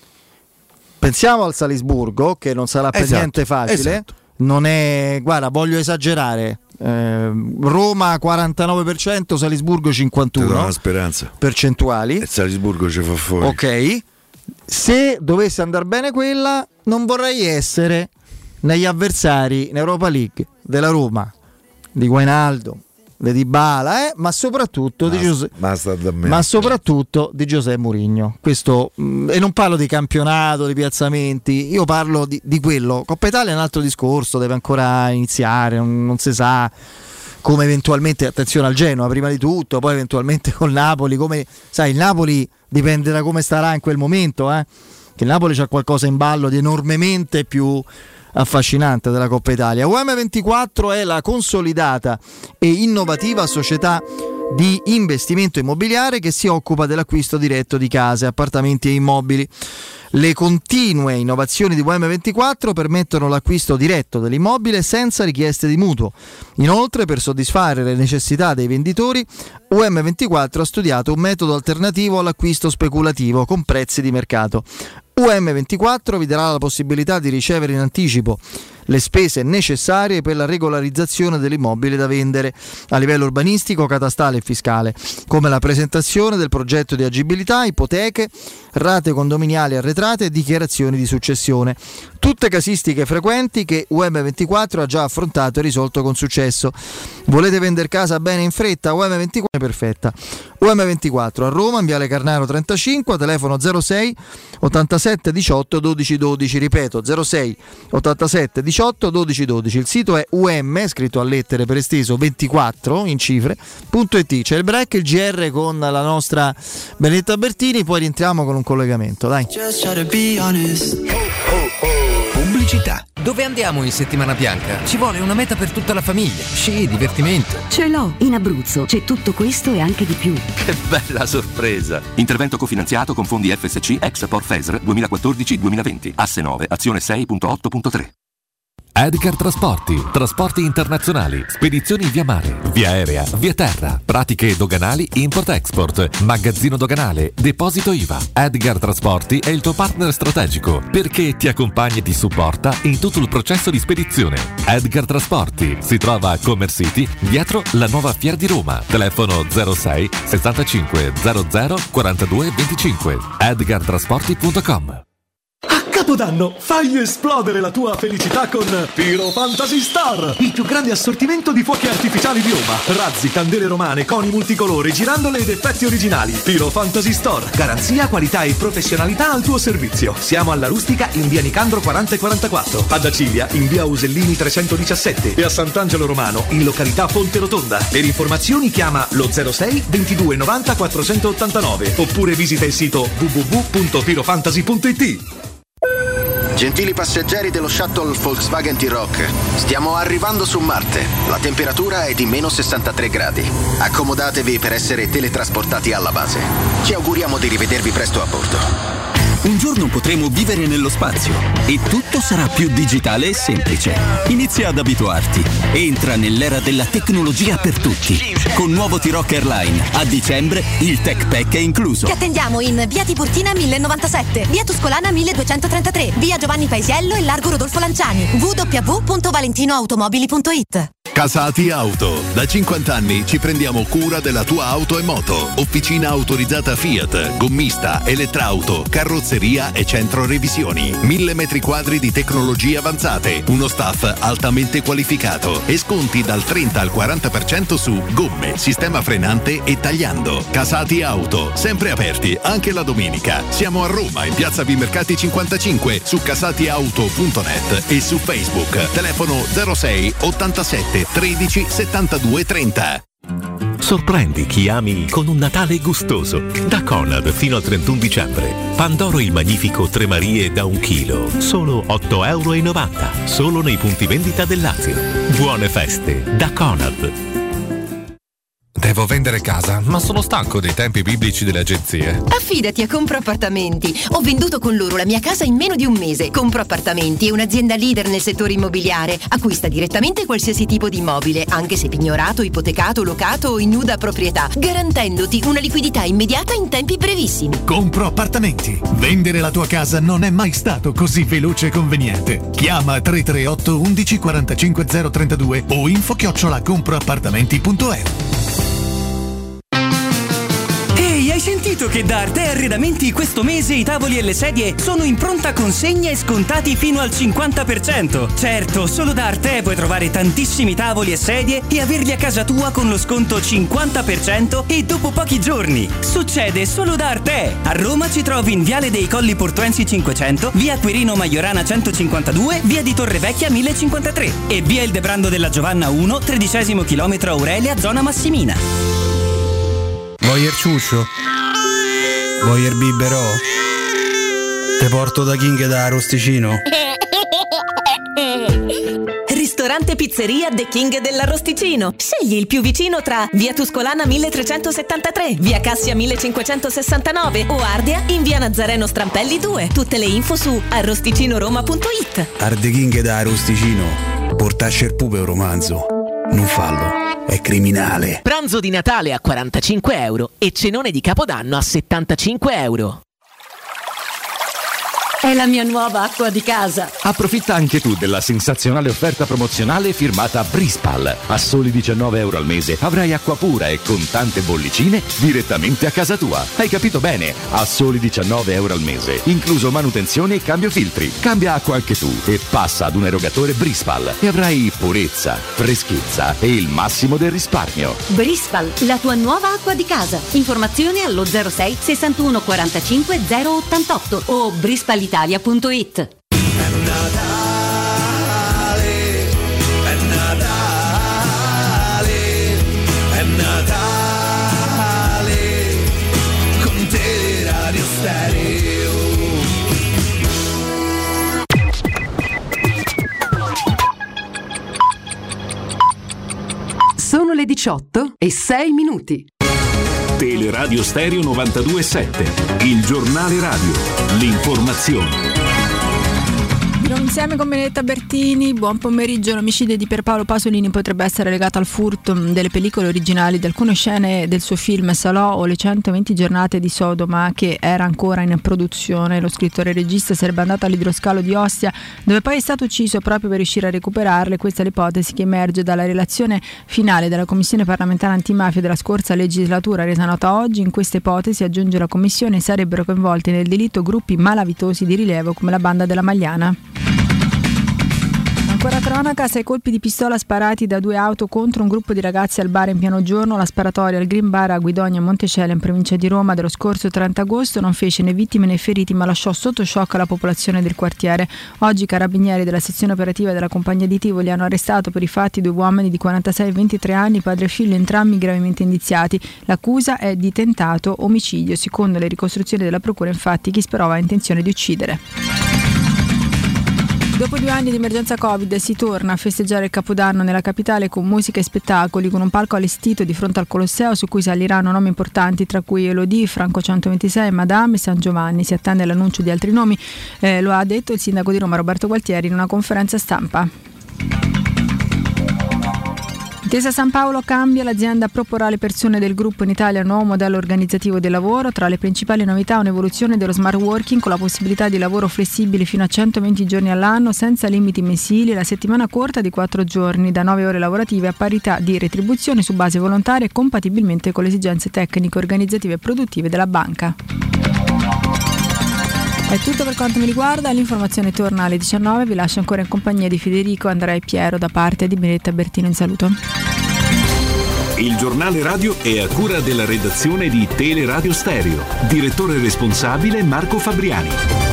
Pensiamo al Salisburgo, che non sarà per Esatto, niente facile. esatto. Non è, guarda, voglio esagerare. eh, Roma quarantanove per cento, Salisburgo Ti do cinquantuno una speranza. percentuali. E Salisburgo ci fa fuori. Ok. Se dovesse andare bene quella, non vorrei essere negli avversari in Europa League della Roma, di Guainaldo, di Dybala, eh, ma soprattutto di Basta, Giuseppe. basta da me. Ma soprattutto di Giuseppe Mourinho. Questo, mh, e non parlo di campionato, di piazzamenti, io parlo di, di quello. Coppa Italia è un altro discorso, deve ancora iniziare, non, non si sa come eventualmente, attenzione al Genoa prima di tutto, poi eventualmente col Napoli, come sai il Napoli dipende da come starà in quel momento, eh? Che il Napoli c'ha qualcosa in ballo di enormemente più affascinante della Coppa Italia. U M ventiquattro è la consolidata e innovativa società di investimento immobiliare che si occupa dell'acquisto diretto di case, appartamenti e immobili. Le continue innovazioni di U M ventiquattro permettono l'acquisto diretto dell'immobile senza richieste di mutuo. Inoltre, per soddisfare le necessità dei venditori, U M ventiquattro ha studiato un metodo alternativo all'acquisto speculativo con prezzi di mercato. U M ventiquattro vi darà la possibilità di ricevere in anticipo le spese necessarie per la regolarizzazione dell'immobile da vendere a livello urbanistico, catastale e fiscale, come la presentazione del progetto di agibilità, ipoteche, rate condominiali arretrate e dichiarazioni di successione. Tutte casistiche frequenti che U M ventiquattro ha già affrontato e risolto con successo. Volete vendere casa bene in fretta? U M ventiquattro è perfetta. U M ventiquattro a Roma, in Viale Carnaro trentacinque, telefono zero sei ottantasette diciotto dodici dodici, ripeto zero sei ottantasette diciotto dodici dodici. Il sito è um, scritto a lettere per esteso ventiquattro in cifre punto it. C'è il break, il G R con la nostra Benedetta Bertini, poi rientriamo con un collegamento, dai. Pubblicità. Dove andiamo in settimana bianca? Ci vuole una meta per tutta la famiglia. Sci, divertimento. Ce l'ho, in Abruzzo c'è tutto questo e anche di più. Che bella sorpresa! Intervento cofinanziato con fondi F S C ex Porfesr duemilaquattordici duemilaventi. Asse nove, azione sei punto otto punto tre. Edgar Trasporti, trasporti internazionali, spedizioni via mare, via aerea, via terra, pratiche doganali import-export, magazzino doganale, deposito I V A. Edgar Trasporti è il tuo partner strategico perché ti accompagna e ti supporta in tutto il processo di spedizione. Edgar Trasporti si trova a Commerce City, dietro la nuova Fiera di Roma. Telefono zero sei sessantacinque zero zero quarantadue venticinque. edgar trasporti punto com. A Capodanno fai esplodere la tua felicità con Pyro Fantasy Star, il più grande assortimento di fuochi artificiali di Roma. Razzi, candele romane, coni multicolori, girandole ed effetti originali. Pyro Fantasy Store, garanzia, qualità e professionalità al tuo servizio. Siamo alla Rustica in via Nicandro quaranta e quarantaquattro, ad Acilia in via Usellini trecentodiciassette e a Sant'Angelo Romano in località Fonte Rotonda. Per informazioni chiama lo zero sei ventidue novanta quattrocentottantanove oppure visita il sito w w w punto pyrofantasy punto i t. Gentili passeggeri dello shuttle Volkswagen T-Roc, stiamo arrivando su Marte. La temperatura è di meno sessantatré gradi. Accomodatevi per essere teletrasportati alla base. Ci auguriamo di rivedervi presto a bordo. Un giorno potremo vivere nello spazio e tutto sarà più digitale e semplice. Inizia ad abituarti. Entra nell'era della tecnologia per tutti. Con nuovo T-Roc Airline, a dicembre il Tech Pack è incluso. Ti attendiamo in via Tiburtina mille novantasette, via Tuscolana milleduecentotrentatré, via Giovanni Paisiello e largo Rodolfo Lanciani. w w w punto valentinoautomobili punto i t. Casati Auto. Da cinquanta anni ci prendiamo cura della tua auto e moto. Officina autorizzata Fiat, gommista, elettrauto, carrozzeria e centro revisioni. Mille metri quadri di tecnologie avanzate. Uno staff altamente qualificato. E sconti dal trenta al quaranta per cento su gomme, sistema frenante e tagliando. Casati Auto. Sempre aperti anche la domenica. Siamo a Roma in piazza Vimercati cinquantacinque, su casatiauto punto net e su Facebook. Telefono zero sei ottantasette tredici settantadue trenta. Sorprendi chi ami con un Natale gustoso. Da Conad fino al trentuno dicembre. Pandoro il Magnifico Tre Marie da un chilo. Solo otto euro e novanta. Solo nei punti vendita del Lazio. Buone feste da Conad. Devo vendere casa, ma sono stanco dei tempi biblici delle agenzie. Affidati a Compro Appartamenti. Ho venduto con loro la mia casa in meno di un mese. Compro Appartamenti è un'azienda leader nel settore immobiliare. Acquista direttamente qualsiasi tipo di immobile, anche se pignorato, ipotecato, locato o in nuda proprietà, garantendoti una liquidità immediata in tempi brevissimi. Compro Appartamenti. Vendere la tua casa non è mai stato così veloce e conveniente. Chiama tre tre otto undici quarantacinque zero trentadue o info chiocciola comproappartamenti punto e u. Hai sentito che da Arte Arredamenti questo mese i tavoli e le sedie sono in pronta consegna e scontati fino al cinquanta per cento? Certo, solo da Arte puoi trovare tantissimi tavoli e sedie e averli a casa tua con lo sconto cinquanta per cento e dopo pochi giorni. Succede solo da Arte. A Roma ci trovi in Viale dei Colli Portuensi cinquecento, via Quirino Maiorana centocinquantadue, via di Torrevecchia mille cinquantatré e via Il Debrando della Giovanna uno, tredicesimo chilometro Aurelia, zona Massimina. Voyer ciuscio? Voyer biberò? Te porto da King da Arrosticino? Ristorante Pizzeria The King dell'Arrosticino. Scegli il più vicino tra via Tuscolana milletrecentosettantatré, via Cassia millecinquecentosessantanove o Ardea in via Nazareno Strampelli due. Tutte le info su arrosticinoroma punto it. Arde King da Arrosticino. Portasce il pupe un romanzo. Non fallo, è criminale. Pranzo di Natale a quarantacinque euro e cenone di Capodanno a settantacinque euro. È la mia nuova acqua di casa. Approfitta anche tu della sensazionale offerta promozionale firmata Brispal. A soli diciannove euro al mese avrai acqua pura e con tante bollicine direttamente a casa tua. Hai capito bene? A soli diciannove euro al mese, incluso manutenzione e cambio filtri. Cambia acqua anche tu e passa ad un erogatore Brispal e avrai purezza, freschezza e il massimo del risparmio. Brispal, la tua nuova acqua di casa. Informazioni allo zero sei sessantuno quarantacinque zero ottantotto o brispal italia punto it. È Natale, è Natale, è Natale, con Teleradio Stereo. Sono le diciotto e sei minuti. Teleradio Stereo novantadue virgola sette, il giornale radio, l'informazione. Siamo insieme con Benedetta Bertini, buon pomeriggio. L'omicidio di Pierpaolo Pasolini potrebbe essere legato al furto delle pellicole originali di alcune scene del suo film Salò o le centoventi giornate di Sodoma, che era ancora in produzione. Lo scrittore e regista sarebbe andato all'idroscalo di Ostia, dove poi è stato ucciso proprio per riuscire a recuperarle. Questa è l'ipotesi che emerge dalla relazione finale della Commissione parlamentare antimafia della scorsa legislatura, resa nota oggi. In questa ipotesi, aggiunge la Commissione, sarebbero coinvolti nel delitto gruppi malavitosi di rilievo come la banda della Magliana. Ancora cronaca, sei colpi di pistola sparati da due auto contro un gruppo di ragazzi al bar in pieno giorno. La sparatoria al Green Bar a Guidonia Montecele in provincia di Roma dello scorso trenta agosto non fece né vittime né feriti, ma lasciò sotto shock la popolazione del quartiere. Oggi i carabinieri della sezione operativa della compagnia di Tivoli hanno arrestato per i fatti due uomini di quarantasei e ventitré anni, padre e figlio, entrambi gravemente indiziati. L'accusa è di tentato omicidio. Secondo le ricostruzioni della procura, infatti, chi sperava ha intenzione di uccidere. Dopo due anni di emergenza Covid si torna a festeggiare il Capodanno nella capitale con musica e spettacoli, con un palco allestito di fronte al Colosseo su cui saliranno nomi importanti, tra cui Elodie, Franco centoventisei, Madame e San Giovanni. Si attende l'annuncio di altri nomi, eh, lo ha detto il sindaco di Roma Roberto Gualtieri in una conferenza stampa. Intesa San Paolo cambia, l'azienda proporrà alle persone del gruppo in Italia un nuovo modello organizzativo del lavoro. Tra le principali novità un'evoluzione dello smart working con la possibilità di lavoro flessibile fino a centoventi giorni all'anno senza limiti mensili, la settimana corta di quattro giorni da nove ore lavorative a parità di retribuzione su base volontaria e compatibilmente con le esigenze tecniche, organizzative e produttive della banca. È tutto per quanto mi riguarda, l'informazione torna alle diciannove, vi lascio ancora in compagnia di Federico, Andrea e Piero da parte di Benedetta Bertino, in saluto. Il giornale radio è a cura della redazione di Teleradio Stereo, direttore responsabile Marco Fabriani.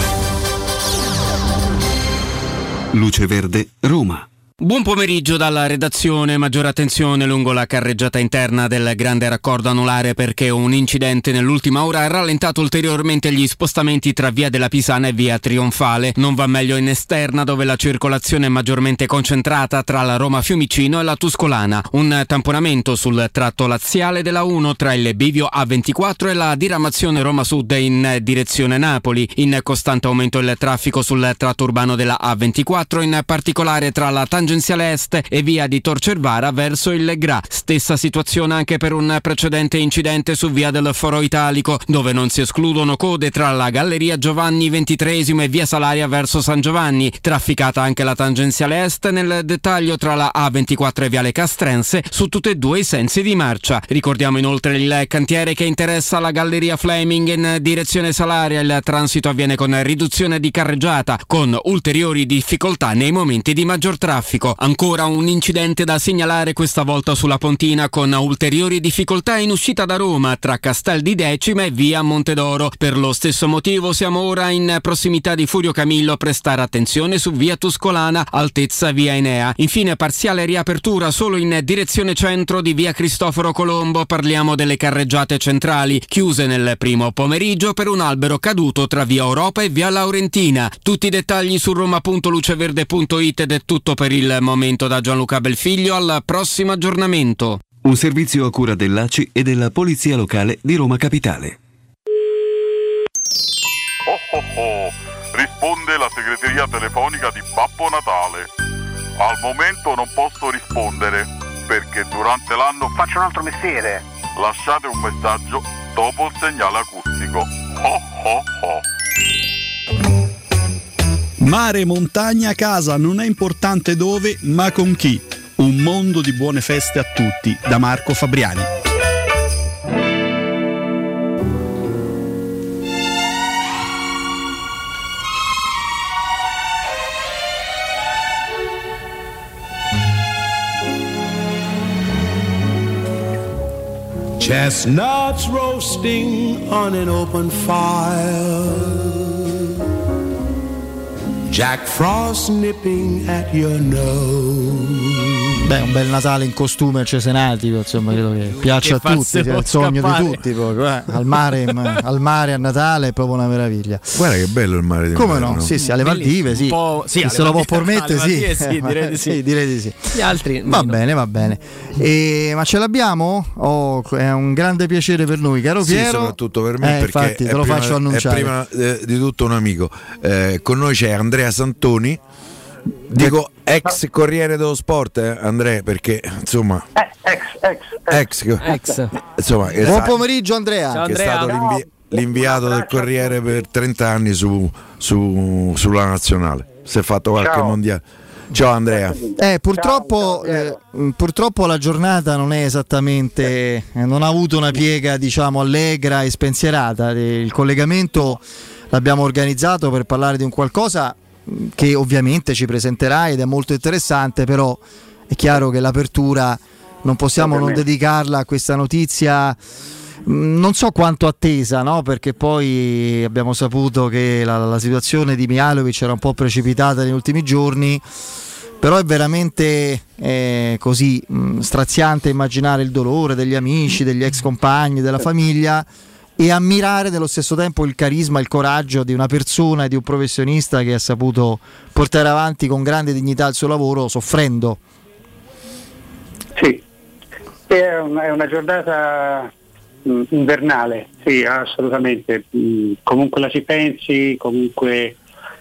Luce Verde, Roma. Buon pomeriggio dalla redazione. Maggiore attenzione lungo la carreggiata interna del grande raccordo anulare perché un incidente nell'ultima ora ha rallentato ulteriormente gli spostamenti tra via della Pisana e via Trionfale. Non va meglio in esterna, dove la circolazione è maggiormente concentrata tra la Roma Fiumicino e la Tuscolana. Un tamponamento sul tratto laziale della uno tra il bivio A ventiquattro e la diramazione Roma Sud in direzione Napoli. In costante aumento il traffico sul tratto urbano della A ventiquattro, in particolare tra la tangenziale est e via di Tor Cervara verso il Gra. Stessa situazione anche per un precedente incidente su via del Foro Italico, dove non si escludono code tra la Galleria Giovanni ventitreesimo e via Salaria verso San Giovanni. Trafficata anche la tangenziale est, nel dettaglio tra la A ventiquattro e viale Castrense su tutti e due i sensi di marcia. Ricordiamo inoltre il cantiere che interessa la Galleria Fleming in direzione Salaria. Il transito avviene con riduzione di carreggiata, con ulteriori difficoltà nei momenti di maggior traffico. Ancora un incidente da segnalare, questa volta sulla Pontina, con ulteriori difficoltà in uscita da Roma tra Castel di Decima e via Montedoro. Per lo stesso motivo siamo ora in prossimità di Furio Camillo, prestare attenzione su via Tuscolana, altezza via Enea. Infine parziale riapertura solo in direzione centro di via Cristoforo Colombo. Parliamo delle carreggiate centrali, chiuse nel primo pomeriggio per un albero caduto tra via Europa e via Laurentina. Tutti i dettagli su roma punto luceverde punto it ed è tutto per il momento da Gianluca Belfiglio. Al prossimo aggiornamento. Un servizio a cura dell'A C I e della Polizia Locale di Roma Capitale. Oh oh oh, risponde la segreteria telefonica di Babbo Natale. Al momento non posso rispondere perché durante l'anno faccio un altro mestiere. Lasciate un messaggio dopo il segnale acustico. Oh oh oh. Mare, montagna, casa, non è importante dove, ma con chi. Un mondo di buone feste a tutti, da Marco Fabriani. Chestnuts roasting on an open fire, Jack Frost nipping at your nose. Beh, un bel Natale in costume cesenatico, insomma, credo che piaccia che a tutti, è il sogno scappare. Di tutti proprio, eh. al, mare, al mare a Natale è proprio una meraviglia. Guarda che bello il mare di Come Milano, no? no? Sì, sì, alle Valdive, sì. sì se lo può permettere, sì. sì, direi di sì. sì, direi di sì. Gli altri va meno. bene, va bene. E, ma ce l'abbiamo? Oh, è un grande piacere per noi, caro Piero. Sì, soprattutto per me, eh, perché infatti, te lo prima, faccio annunciare. È prima eh, di tutto un amico. Eh, con noi c'è Andrea Santoni. Dico ex Corriere dello Sport, eh, Andrea, perché insomma eh, ex, ex, ex, ex. Insomma, buon sta, pomeriggio Andrea. Ciao, che Andrea. è stato l'invi- l'inviato del Corriere per trenta anni su, su, sulla nazionale. Si è fatto qualche Ciao. mondiale. Ciao Andrea. Eh, purtroppo, eh, purtroppo la giornata non è esattamente, eh, non ha avuto una piega, diciamo, allegra e spensierata. Il collegamento l'abbiamo organizzato per parlare di un qualcosa che ovviamente ci presenterai ed è molto interessante, però è chiaro che l'apertura non possiamo non dedicarla a questa notizia, non so quanto attesa, no? Perché poi abbiamo saputo che la, la situazione di Mihajlović era un po' precipitata negli ultimi giorni, però è veramente eh, così mh, straziante immaginare il dolore degli amici, degli ex compagni, della famiglia, e ammirare nello stesso tempo il carisma, il coraggio di una persona e di un professionista che ha saputo portare avanti con grande dignità il suo lavoro, soffrendo. Sì, è una, è una giornata mh, invernale, sì, assolutamente. Mh, comunque la si pensi, comunque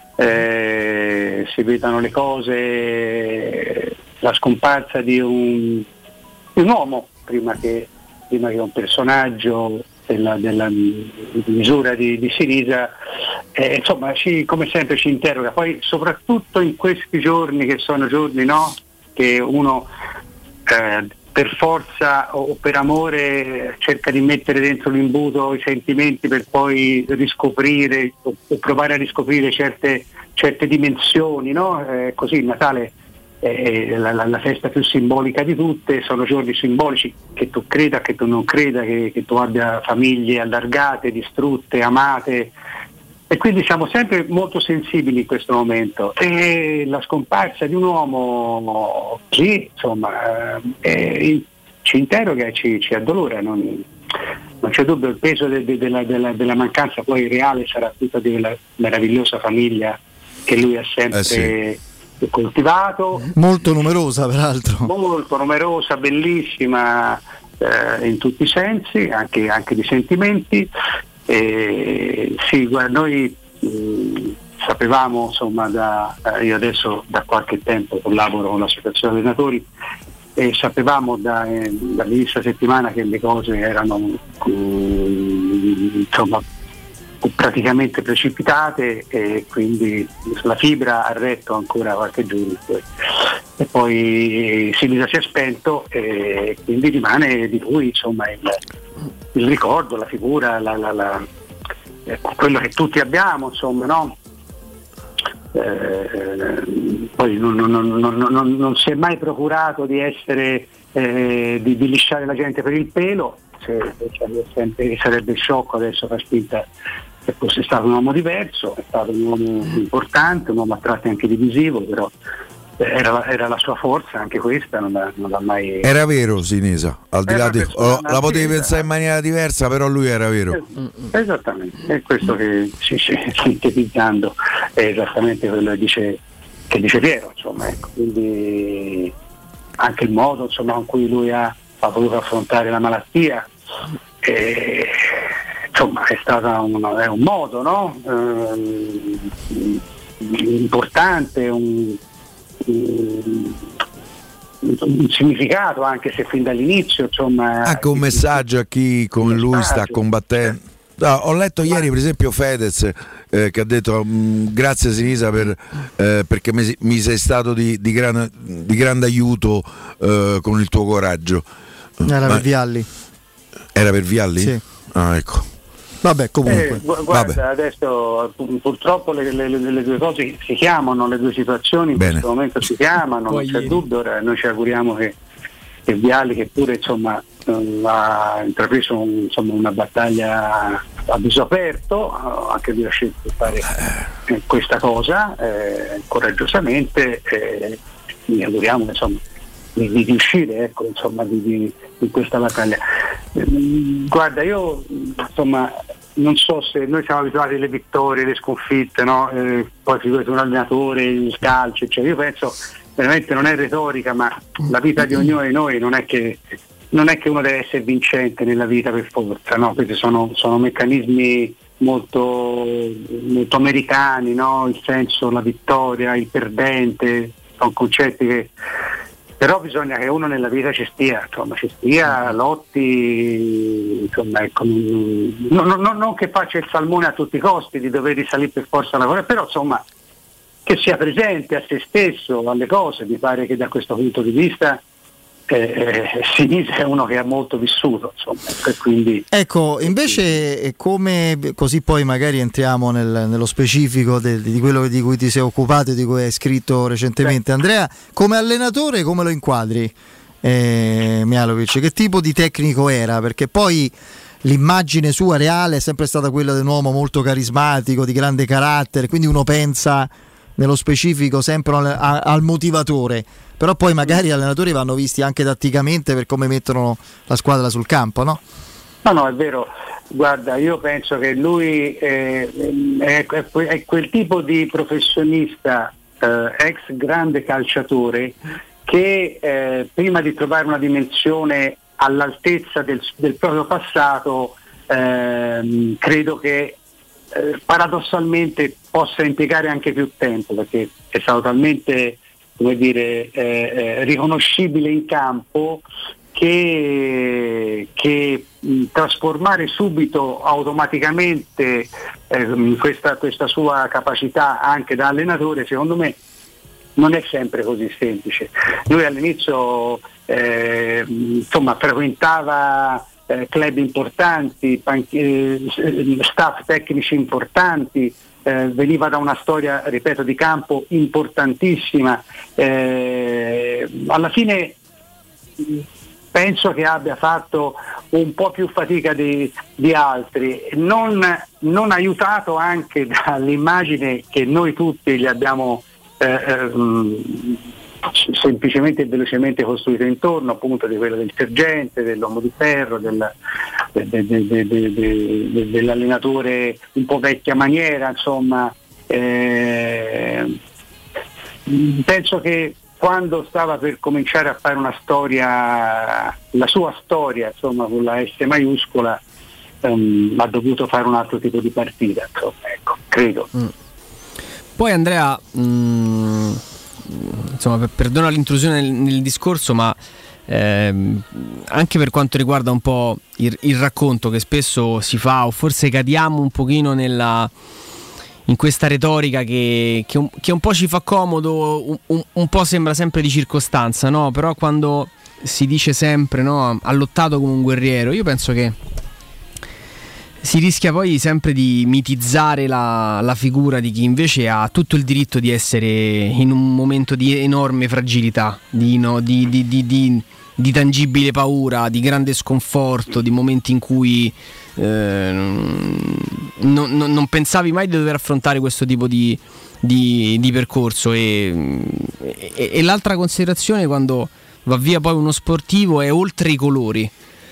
eh, si vedano le cose, la scomparsa di un, di un uomo prima che, prima che un personaggio della, della misura di, di Sinisa, eh, insomma ci, come sempre ci interroga, poi soprattutto in questi giorni che sono giorni, no, che uno eh, per forza o per amore cerca di mettere dentro l'imbuto i sentimenti per poi riscoprire o, o provare a riscoprire certe, certe dimensioni, no? Eh, così il Natale è la, la, la festa più simbolica di tutte, sono giorni simbolici, che tu creda, che tu non creda, che, che tu abbia famiglie allargate, distrutte, amate, e quindi siamo sempre molto sensibili in questo momento, e la scomparsa di un uomo così, insomma, eh, ci interroga e ci, ci addolora, non, non c'è dubbio. Il peso de, de, della, della, della mancanza poi reale sarà tutta della meravigliosa famiglia che lui ha sempre eh sì. coltivato, molto numerosa peraltro, molto numerosa, bellissima eh, in tutti i sensi, anche, anche di sentimenti. E sì, guarda, noi mh, sapevamo, insomma, da, io adesso da qualche tempo collaboro con l'associazione allenatori e sapevamo da, eh, dall'inizio settimana che le cose erano mh, insomma praticamente precipitate, e quindi la fibra ha retto ancora qualche giorno e poi Sinisa si è spento, e quindi rimane di lui, insomma, il, il ricordo, la figura, la, la, la, eh, quello che tutti abbiamo, insomma, no? Eh, poi non, non, non, non, non si è mai procurato di essere eh, di, di lisciare la gente per il pelo, se, cioè, sempre, sarebbe sciocco adesso far finta che fosse stato un uomo diverso, è stato un uomo importante, un uomo a tratti anche divisivo, però Era, era la sua forza, anche questa non l'ha, non l'ha mai. Era vero Sinisa, al di là di oh, la potevi pensare in maniera diversa, però lui era vero. Es- esattamente, è questo che sì, sì, sintetizzando è esattamente quello che dice, che dice Piero, insomma, ecco. Quindi anche il modo, insomma, con cui lui ha, ha voluto affrontare la malattia, eh, insomma, è stato un, è un modo, no? Eh, importante, un un significato, anche se fin dall'inizio, insomma, anche un messaggio a chi come lui sta combattendo. No, ho letto ieri per esempio Fedez eh, che ha detto mh, grazie Sinisa per, eh, perché mi, mi sei stato di, di, gran, di grande aiuto eh, con il tuo coraggio. Era Ma, per Vialli. Era per Vialli? Sì. Ah, ecco. Vabbè, comunque. Eh, gu- guarda, Vabbè. adesso purtroppo le, le, le, le due cose si chiamano, le due situazioni in Bene. questo momento si chiamano, non c'è dubbio. Noi ci auguriamo che, che Vialli, che pure, insomma, ha intrapreso un, insomma, una battaglia a viso aperto, anche lui ha scelto di fare eh, questa cosa eh, coraggiosamente, eh, mi auguriamo che, insomma, di, di uscire, ecco, insomma, di, di, di questa battaglia. Guarda, io insomma non so se noi siamo abituati alle vittorie, alle sconfitte, no? Eh, poi figurati un allenatore, il calcio, cioè io penso veramente, non è retorica, ma la vita di ognuno di noi non è che non è che uno deve essere vincente nella vita per forza, no? Questi sono, sono meccanismi molto, molto americani, no? Il senso, la vittoria, il perdente, sono concetti che però bisogna che uno nella vita ci stia, insomma, ci stia, lotti, insomma, ecco, non, non, non che faccia il salmone a tutti i costi di dover risalire per forza a lavorare, però insomma che sia presente a se stesso, alle cose. Mi pare che da questo punto di vista eh, Sinisa è uno che ha molto vissuto, insomma, e quindi ecco, invece come, così poi magari entriamo nel, nello specifico de, di quello di cui ti sei occupato e di cui hai scritto recentemente. Andrea, come allenatore come lo inquadri eh, Mihajlović? Che tipo di tecnico era? Perché poi l'immagine sua reale è sempre stata quella di un uomo molto carismatico, di grande carattere, quindi uno pensa nello specifico sempre al, al motivatore, però poi magari gli allenatori vanno visti anche tatticamente per come mettono la squadra sul campo, no? No, no, è vero. Guarda, io penso che lui eh, è, è quel tipo di professionista, eh, ex grande calciatore, che eh, prima di trovare una dimensione all'altezza del, del proprio passato, eh, credo che eh, paradossalmente possa impiegare anche più tempo, perché è stato talmente, come dire, eh, eh, riconoscibile in campo che, che mh, trasformare subito automaticamente eh, questa, questa sua capacità anche da allenatore, secondo me non è sempre così semplice. Lui all'inizio eh, insomma frequentava eh, club importanti, panchi- eh, staff tecnici importanti, eh, veniva da una storia, ripeto, di campo importantissima. Eh, alla fine penso che abbia fatto un po' più fatica di, di altri, non, non aiutato anche dall'immagine che noi tutti gli abbiamo eh, eh, semplicemente e velocemente costruito intorno, appunto, di quello del sergente, dell'uomo di ferro, del, de, de, de, de, de, de, dell'allenatore un po' vecchia maniera, insomma. Eh, penso che quando stava per cominciare a fare una storia, la sua storia, insomma, con la S maiuscola, um, ha dovuto fare un altro tipo di partita, insomma, ecco, credo. Mm. Poi Andrea, mh, insomma, per, perdona l'intrusione nel, nel discorso, ma ehm, anche per quanto riguarda un po' il, il racconto che spesso si fa, o forse cadiamo un pochino nella in questa retorica che, che, un, che un po' ci fa comodo, un, un, un po' sembra sempre di circostanza, no? Però quando si dice sempre, no, ha lottato come un guerriero, io penso che si rischia poi sempre di mitizzare la, la figura di chi invece ha tutto il diritto di essere in un momento di enorme fragilità, di, no, di, di, di, di, di tangibile paura, di grande sconforto, di momenti in cui eh, non, non, non pensavi mai di dover affrontare questo tipo di, di, di percorso. E, e, e l'altra considerazione, quando va via poi uno sportivo, è oltre i colori.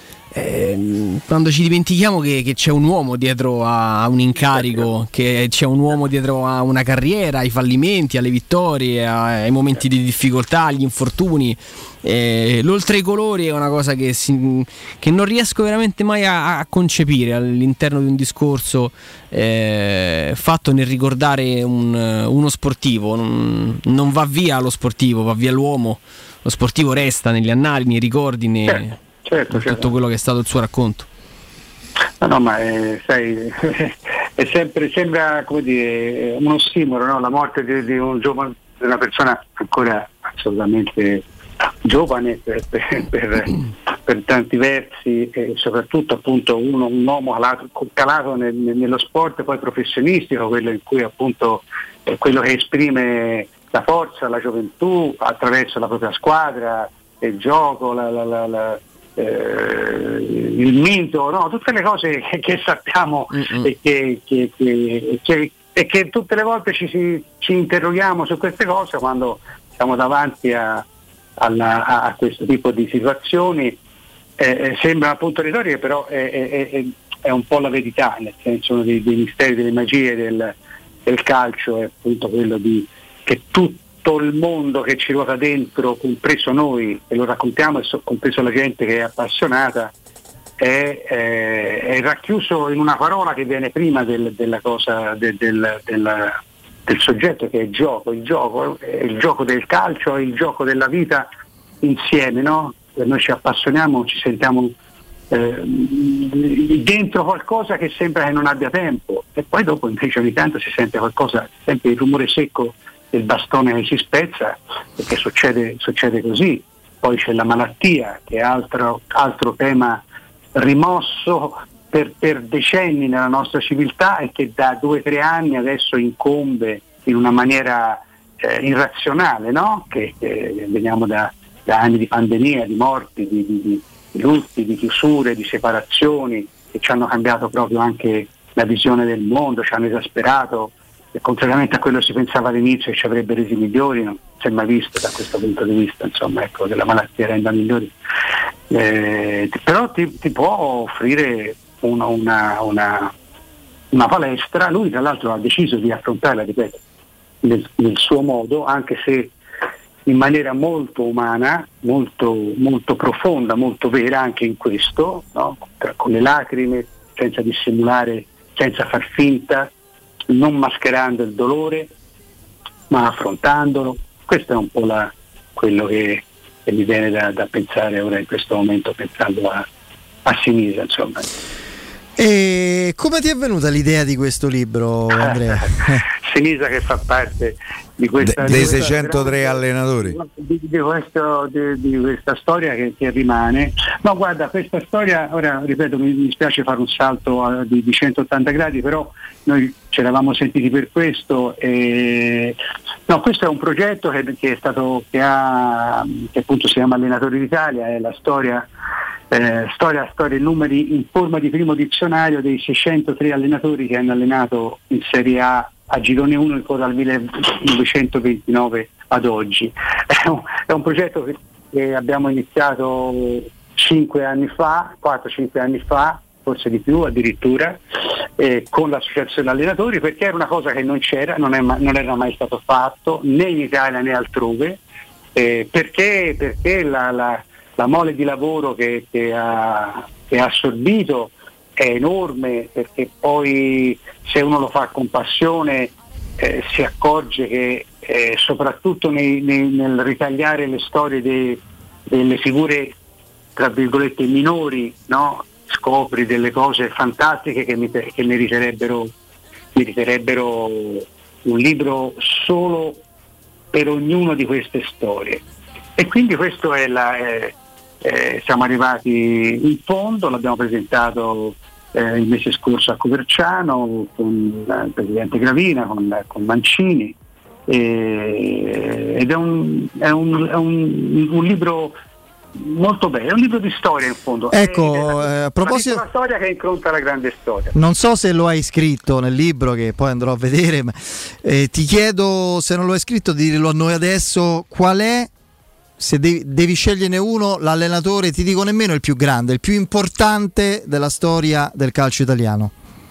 Eh, quando ci dimentichiamo che, che c'è un uomo dietro a un incarico, che c'è un uomo dietro a una carriera, ai fallimenti, alle vittorie, ai momenti di difficoltà, agli infortuni, eh, l'oltre i colori è una cosa che, si, che non riesco veramente mai a, a concepire all'interno di un discorso eh, fatto nel ricordare un, uno sportivo. Non, non va via lo sportivo, va via l'uomo. Lo sportivo resta negli annali, nei ricordi, nei Certo, certo. Tutto quello che è stato il suo racconto. No, no, ma è, sai, è sempre, sembra, come dire, un ossimoro, no? La morte di, di un giovane, di una persona ancora assolutamente giovane per, per, per, per tanti versi, e soprattutto appunto uno, un uomo calato, calato nel, nello sport poi professionistico, quello in cui appunto è quello che esprime la forza, la gioventù attraverso la propria squadra, il gioco, la, la, la, la Eh, il mito, no? Tutte le cose che, che sappiamo e che, che, che, che, e che tutte le volte ci, ci interroghiamo su queste cose quando siamo davanti a, alla, a, a questo tipo di situazioni. Eh, sembra appunto retorica, però è, è, è, è un po' la verità, nel senso uno dei, dei misteri, delle magie del, del calcio è appunto quello di che tutto il mondo che ci ruota dentro, compreso noi che lo raccontiamo e so, compreso la gente che è appassionata, è, è, è racchiuso in una parola che viene prima del, della cosa del, del, del, del soggetto, che è il gioco. Il gioco è il gioco del calcio, è il gioco della vita insieme, no? Noi ci appassioniamo, ci sentiamo eh, dentro qualcosa che sembra che non abbia tempo, e poi dopo invece ogni tanto si sente qualcosa, sempre il rumore secco del bastone che si spezza, perché succede, succede così. Poi c'è la malattia, che è altro, altro tema rimosso per, per decenni nella nostra civiltà e che da due o tre anni adesso incombe in una maniera eh, irrazionale, no? Che, che veniamo da da anni di pandemia, di morti, di, di, di lutti, di chiusure, di separazioni, che ci hanno cambiato proprio anche la visione del mondo, ci hanno esasperato, e contrariamente a quello che si pensava all'inizio che ci avrebbe resi migliori, non si è mai visto da questo punto di vista, insomma, ecco, che la malattia renda migliori. Eh, però ti, ti può offrire una, una, una, una palestra. Lui tra l'altro ha deciso di affrontarla, ripeto, nel, nel suo modo, anche se in maniera molto umana, molto, molto profonda, molto vera anche in questo, no? Con le lacrime, senza dissimulare, senza far finta, non mascherando il dolore, ma affrontandolo. Questo è un po' la, quello che, che mi viene da, da pensare ora in questo momento, pensando a, a Sinisa, insomma. E come ti è venuta l'idea di questo libro, Andrea? Sinisa, che fa parte di questa De, di dei questa seicentotré grande, allenatori di, di, questo, di, di questa storia che, che rimane. No, guarda, questa storia, ora ripeto, mi, mi spiace fare un salto a, di, di centottanta gradi, però noi ci eravamo sentiti per questo. E, no, questo è un progetto che, che è stato che ha che appunto si chiama Allenatori d'Italia, è la storia Eh, storia, storia e numeri in forma di primo dizionario dei seicentotré allenatori che hanno allenato in Serie A a Girone uno dal millenovecentoventinove ad oggi. È un, è un progetto che, che abbiamo iniziato cinque anni fa, quattro cinque anni fa, forse di più addirittura, eh, con l'associazione allenatori, perché era una cosa che non c'era, non, è, non era mai stato fatto né in Italia né altrove, eh, perché, perché la, la La mole di lavoro che, che, ha, che ha assorbito è enorme, perché poi se uno lo fa con passione eh, si accorge che eh, soprattutto nei, nei, nel ritagliare le storie dei, delle figure tra virgolette minori, no? Scopri delle cose fantastiche che, mi, che meriterebbero, meriterebbero un libro solo per ognuno di queste storie. E quindi questo è la... È, Eh, siamo arrivati in fondo, l'abbiamo presentato eh, il mese scorso a Coverciano con il presidente Gravina, con, con Mancini, e, ed è, un, è, un, è un, un libro molto bello, è un libro di storia in fondo. Ecco, è, eh, a proposito, una storia che incontra la grande storia. Non so se lo hai scritto nel libro, che poi andrò a vedere, ma eh, ti chiedo, se non lo hai scritto, di dirlo a noi adesso, qual è, se devi, devi sceglierne uno, l'allenatore, ti dico nemmeno il più grande, il più importante della storia del calcio italiano.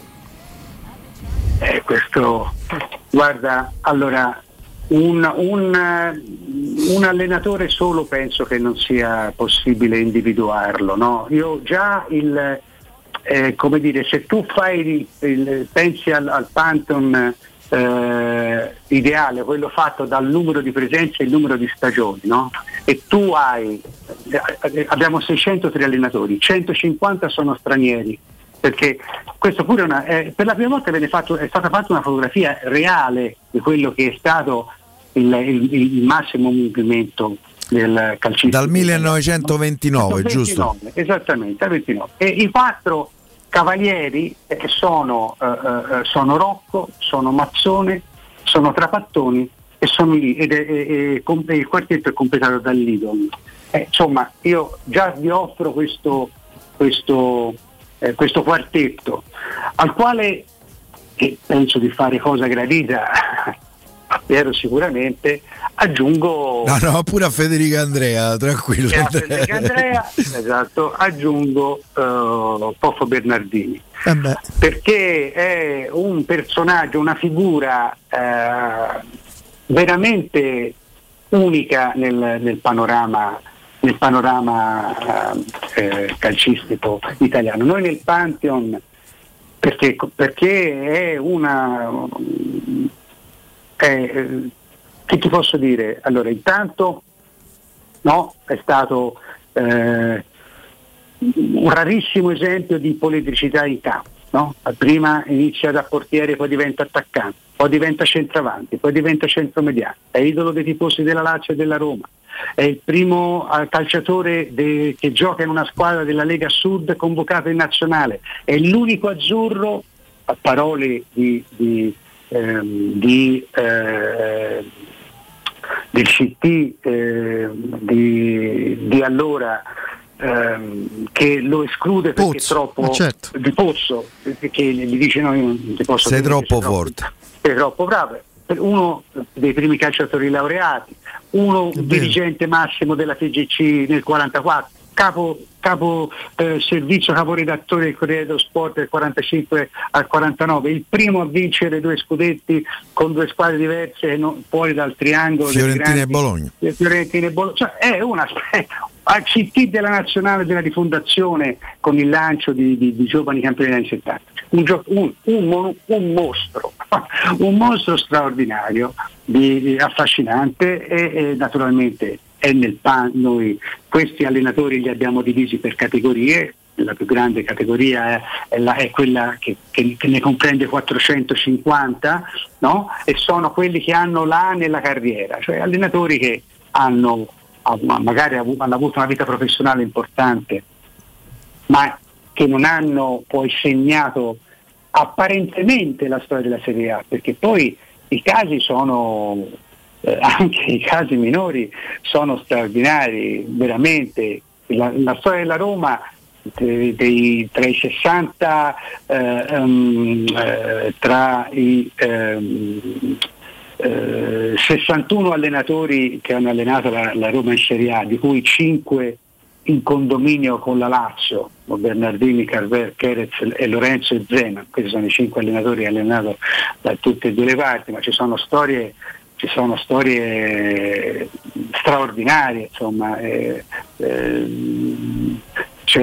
Eh, questo, guarda, allora un, un, un allenatore solo penso che non sia possibile individuarlo, no? Io già il eh, come dire, se tu fai il, il, pensi al, al Pantheon eh, ideale, quello fatto dal numero di presenze e il numero di stagioni, no? E tu hai eh, abbiamo seicentotré allenatori, centocinquanta sono stranieri, perché questo pure è una, eh, per la prima volta viene fatto, è stata fatta una fotografia reale di quello che è stato il, il, il massimo movimento del calcismo dal millenovecentoventinove, ventinove, giusto? Esattamente, al ventinove. E i quattro cavalieri eh, sono, eh, eh, sono Rocco, sono Mazzone, sono Trapattoni e sono lì, ed è, è, è, è, il quartetto è completato dall'Idol. Eh, insomma, io già vi offro questo questo Eh, questo quartetto, al quale, che penso di fare cosa gradita Piero sicuramente, aggiungo no no pure a Federica Andrea, tranquillo. A Federica Andrea esatto, aggiungo uh, Poffo Bernardini, eh beh. perché è un personaggio, una figura uh, veramente unica nel, nel panorama nel panorama uh, eh, calcistico italiano. Noi nel Pantheon, perché, perché è una è, che ti posso dire? Allora, intanto no, è stato eh, un rarissimo esempio di poliedricità in campo, no? Prima inizia da portiere, poi diventa attaccante, poi diventa centravanti, poi diventa centromediano, è idolo dei tifosi della Lazio e della Roma, è il primo uh, calciatore de- che gioca in una squadra della Lega Sud convocato in nazionale, è l'unico azzurro, a parole di, di, ehm, di eh, del C T eh, di, di allora, ehm, che lo esclude perché Pozzo, è troppo certo. di Pozzo, che gli dice no, io non ti posso sei dire, troppo sei forte, troppo, sei troppo bravo. Uno dei primi calciatori laureati, uno dirigente massimo della T G C nel quarantaquattro, capo, capo eh, servizio, caporedattore del Corriere dello Sport del quarantacinque al quarantanove, il primo a vincere due scudetti con due squadre diverse, no, fuori dal triangolo Fiorentina e Bologna. Fiorentina e Bologna, cioè è una al C T della nazionale della rifondazione con il lancio di, di, di giovani campioni degli anni settanta. Un, gio- un, un, un mostro, un mostro straordinario, di, di affascinante e, e naturalmente è nel pan. Noi questi allenatori li abbiamo divisi per categorie. La più grande categoria è, è, la, è quella che, che, che ne comprende quattrocentocinquanta, no? E sono quelli che hanno l'A nella carriera, cioè allenatori che hanno magari hanno avuto una vita professionale importante, ma che non hanno poi segnato apparentemente la storia della Serie A, perché poi i casi sono eh, anche i casi minori sono straordinari, veramente. La, la storia della Roma dei, dei, tra i sessanta eh, um, eh, tra i um, eh, sessantuno allenatori che hanno allenato la, la Roma in Serie A, di cui cinque in condominio con la Lazio, Bernardini, Carver, Cherez e Lorenzo e Zema. Questi sono i cinque allenatori che hanno allenato da tutte e due le parti, ma ci sono storie ci sono storie straordinarie, insomma, eh, eh, c'è,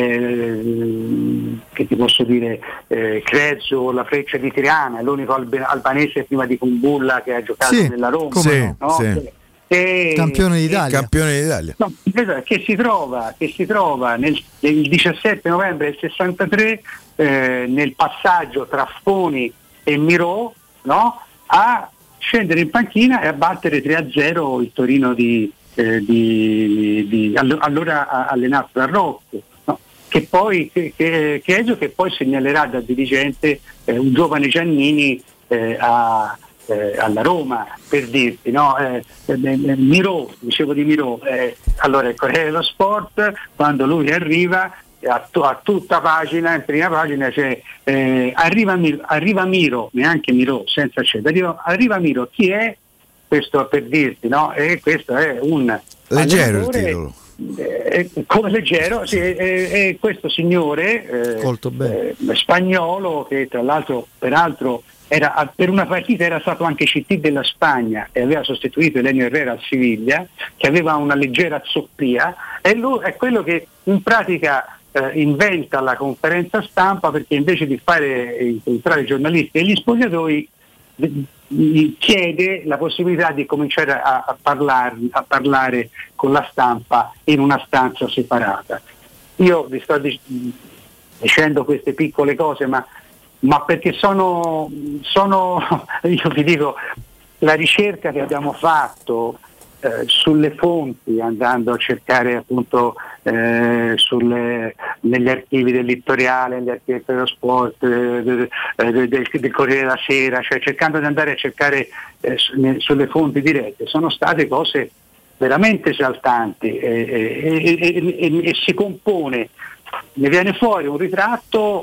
eh, che ti posso dire, eh, Crezzo, la Freccia di Tirana, è l'unico alb- albanese prima di Kumbulla che ha giocato sì, nella Roma, sì, no? sì. E, campione d'Italia, campione d'Italia. No, che si trova, che si trova nel, il diciassette novembre del sessantatré eh, nel passaggio tra Foni e Mirò, no? A scendere in panchina e a battere tre a zero il Torino di, eh, di, di allora allenato da Rocco, no? Che poi che, che, che, che poi segnalerà da dirigente eh, un giovane Giannini eh, a Eh, alla Roma, per dirti, no? Eh, eh, Mirò, dicevo di Mirò, eh, allora il Corriere dello Sport, quando lui arriva a, to- a tutta pagina, in prima pagina c'è eh, arriva, Mir- arriva Miro, neanche Mirò, senza c'è, arriva, arriva Miro, chi è? Questo per dirti, no? E questo è un leggero il titolo. Eh, come leggero, sì, eh, eh, questo signore eh, eh, spagnolo che tra l'altro peraltro era, per una partita era stato anche C T della Spagna e aveva sostituito Elenio Herrera al Siviglia, che aveva una leggera zoppia, e lui è quello che in pratica eh, inventa la conferenza stampa, perché invece di fare incontrare i giornalisti e gli spogliatoi gli chiede la possibilità di cominciare a, a, parlar, a parlare con la stampa in una stanza separata. Io vi sto dic- dicendo queste piccole cose, ma ma perché sono, sono, io vi dico, la ricerca che abbiamo fatto eh, sulle fonti, andando a cercare appunto eh, sulle, negli archivi del Littoriale, negli archivi dello Sport, eh, del, del, del Corriere della Sera, cioè cercando di andare a cercare eh, su, sulle fonti dirette, sono state cose veramente esaltanti e, e, e, e, e, e si compone, ne viene fuori un ritratto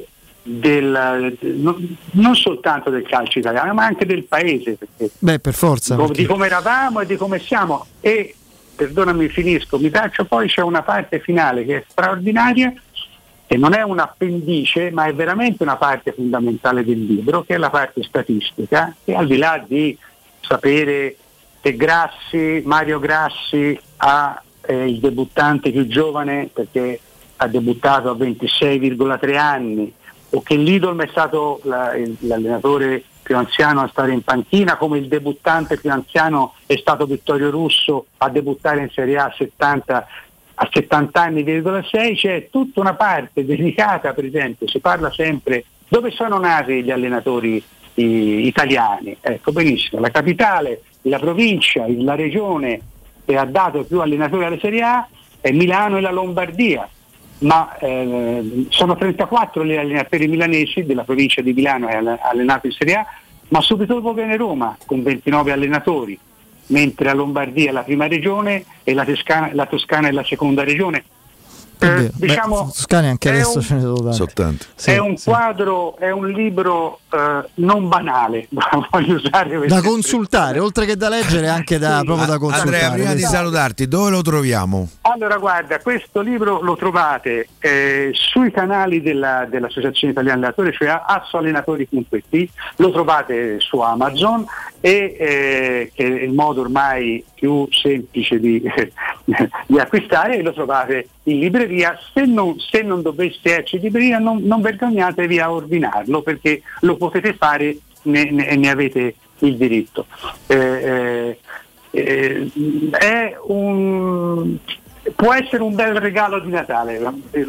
del, non, non soltanto del calcio italiano, ma anche del paese, perché Beh, per forza, di, perché... di come eravamo e di come siamo. E perdonami, finisco, mi taccio, poi c'è una parte finale che è straordinaria, e non è un appendice, ma è veramente una parte fondamentale del libro, che è la parte statistica, che al di là di sapere che Grassi, Mario Grassi ha eh, il debuttante più giovane perché ha debuttato a ventisei virgola tre anni, o che Lidl è stato la, l'allenatore più anziano a stare in panchina, come il debuttante più anziano è stato Vittorio Russo a debuttare in Serie A a settanta a settanta anni virgola sei, c'è tutta una parte dedicata, per esempio, si parla sempre dove sono nati gli allenatori i, italiani. Ecco, benissimo, la capitale, la provincia, la regione che ha dato più allenatori alla Serie A è Milano e la Lombardia, ma eh, sono trentaquattro gli allenatori milanesi della provincia di Milano che ha allenato in Serie A, ma subito dopo viene Roma con ventinove allenatori, mentre la Lombardia è la prima regione e la Toscana, la Toscana è la seconda regione. Eh, diciamo, Beh, Toscani anche adesso un, ce ne sono tanti. Sì, è un sì. quadro, è un libro eh, non banale, voglio usare da consultare, oltre che da leggere, anche da, sì. proprio da consultare. Andrea, prima di salutarti, dove lo troviamo? Allora, guarda, questo libro lo trovate eh, sui canali della, dell'Associazione Italiana Allenatori, cioè a assoallenatori punto it, lo trovate su Amazon, e eh, che è il modo ormai più semplice di, di acquistare, e lo trovate in libreria. Se non, se non dovesse esserci in libreria, non, non vergognatevi a ordinarlo, perché lo potete fare e ne, ne, ne avete il diritto. Eh, eh, eh, è un, può essere un bel regalo di Natale,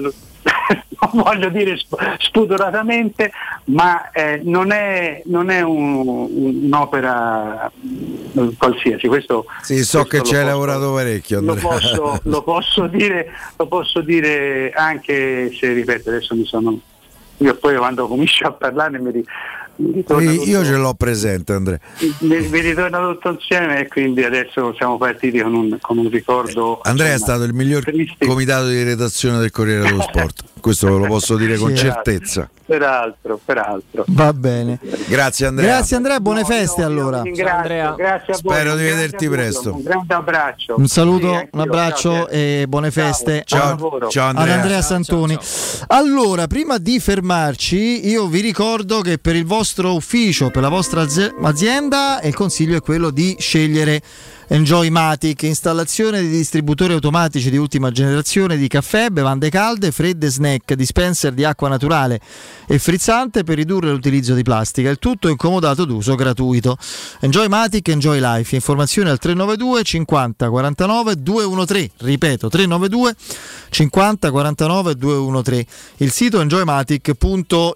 non voglio dire spudoratamente, ma eh, non è, non è un, un'opera qualsiasi. Questo, sì, so questo che ci hai posso, lavorato parecchio, lo posso, lo posso dire, lo posso dire anche se, ripeto, adesso mi sono, io poi quando comincio a parlare mi, mi ritorna tutto, io ce l'ho presente, Andrea, mi, mi ritorna tutto insieme, e quindi adesso siamo partiti con un, con un ricordo. eh, Andrea insomma, è stato il miglior tristi. comitato di redazione del Corriere dello Sport, questo ve lo posso dire con sì, certezza. Peraltro, peraltro. Va bene. Grazie Andrea. Grazie Andrea, buone no, feste no, allora. Ringrazio, grazie a voi. Spero di vederti presto. Un grande abbraccio. Un saluto, sì, un abbraccio ciao, e buone feste. Ciao, ciao Andrea. Ad Andrea Santoni. Ciao, ciao. Allora, prima di fermarci, io vi ricordo che per il vostro ufficio, per la vostra azienda, il consiglio è quello di scegliere Enjoymatic, installazione di distributori automatici di ultima generazione di caffè, bevande calde, fredde, snack, dispenser di acqua naturale e frizzante per ridurre l'utilizzo di plastica. Il tutto incomodato d'uso gratuito. Enjoymatic, Enjoy Life. Informazioni al tre nove due cinquanta quarantanove duecentotredici. Ripeto, tre nove due cinquanta quarantanove duecentotredici. Il sito enjoymatic punto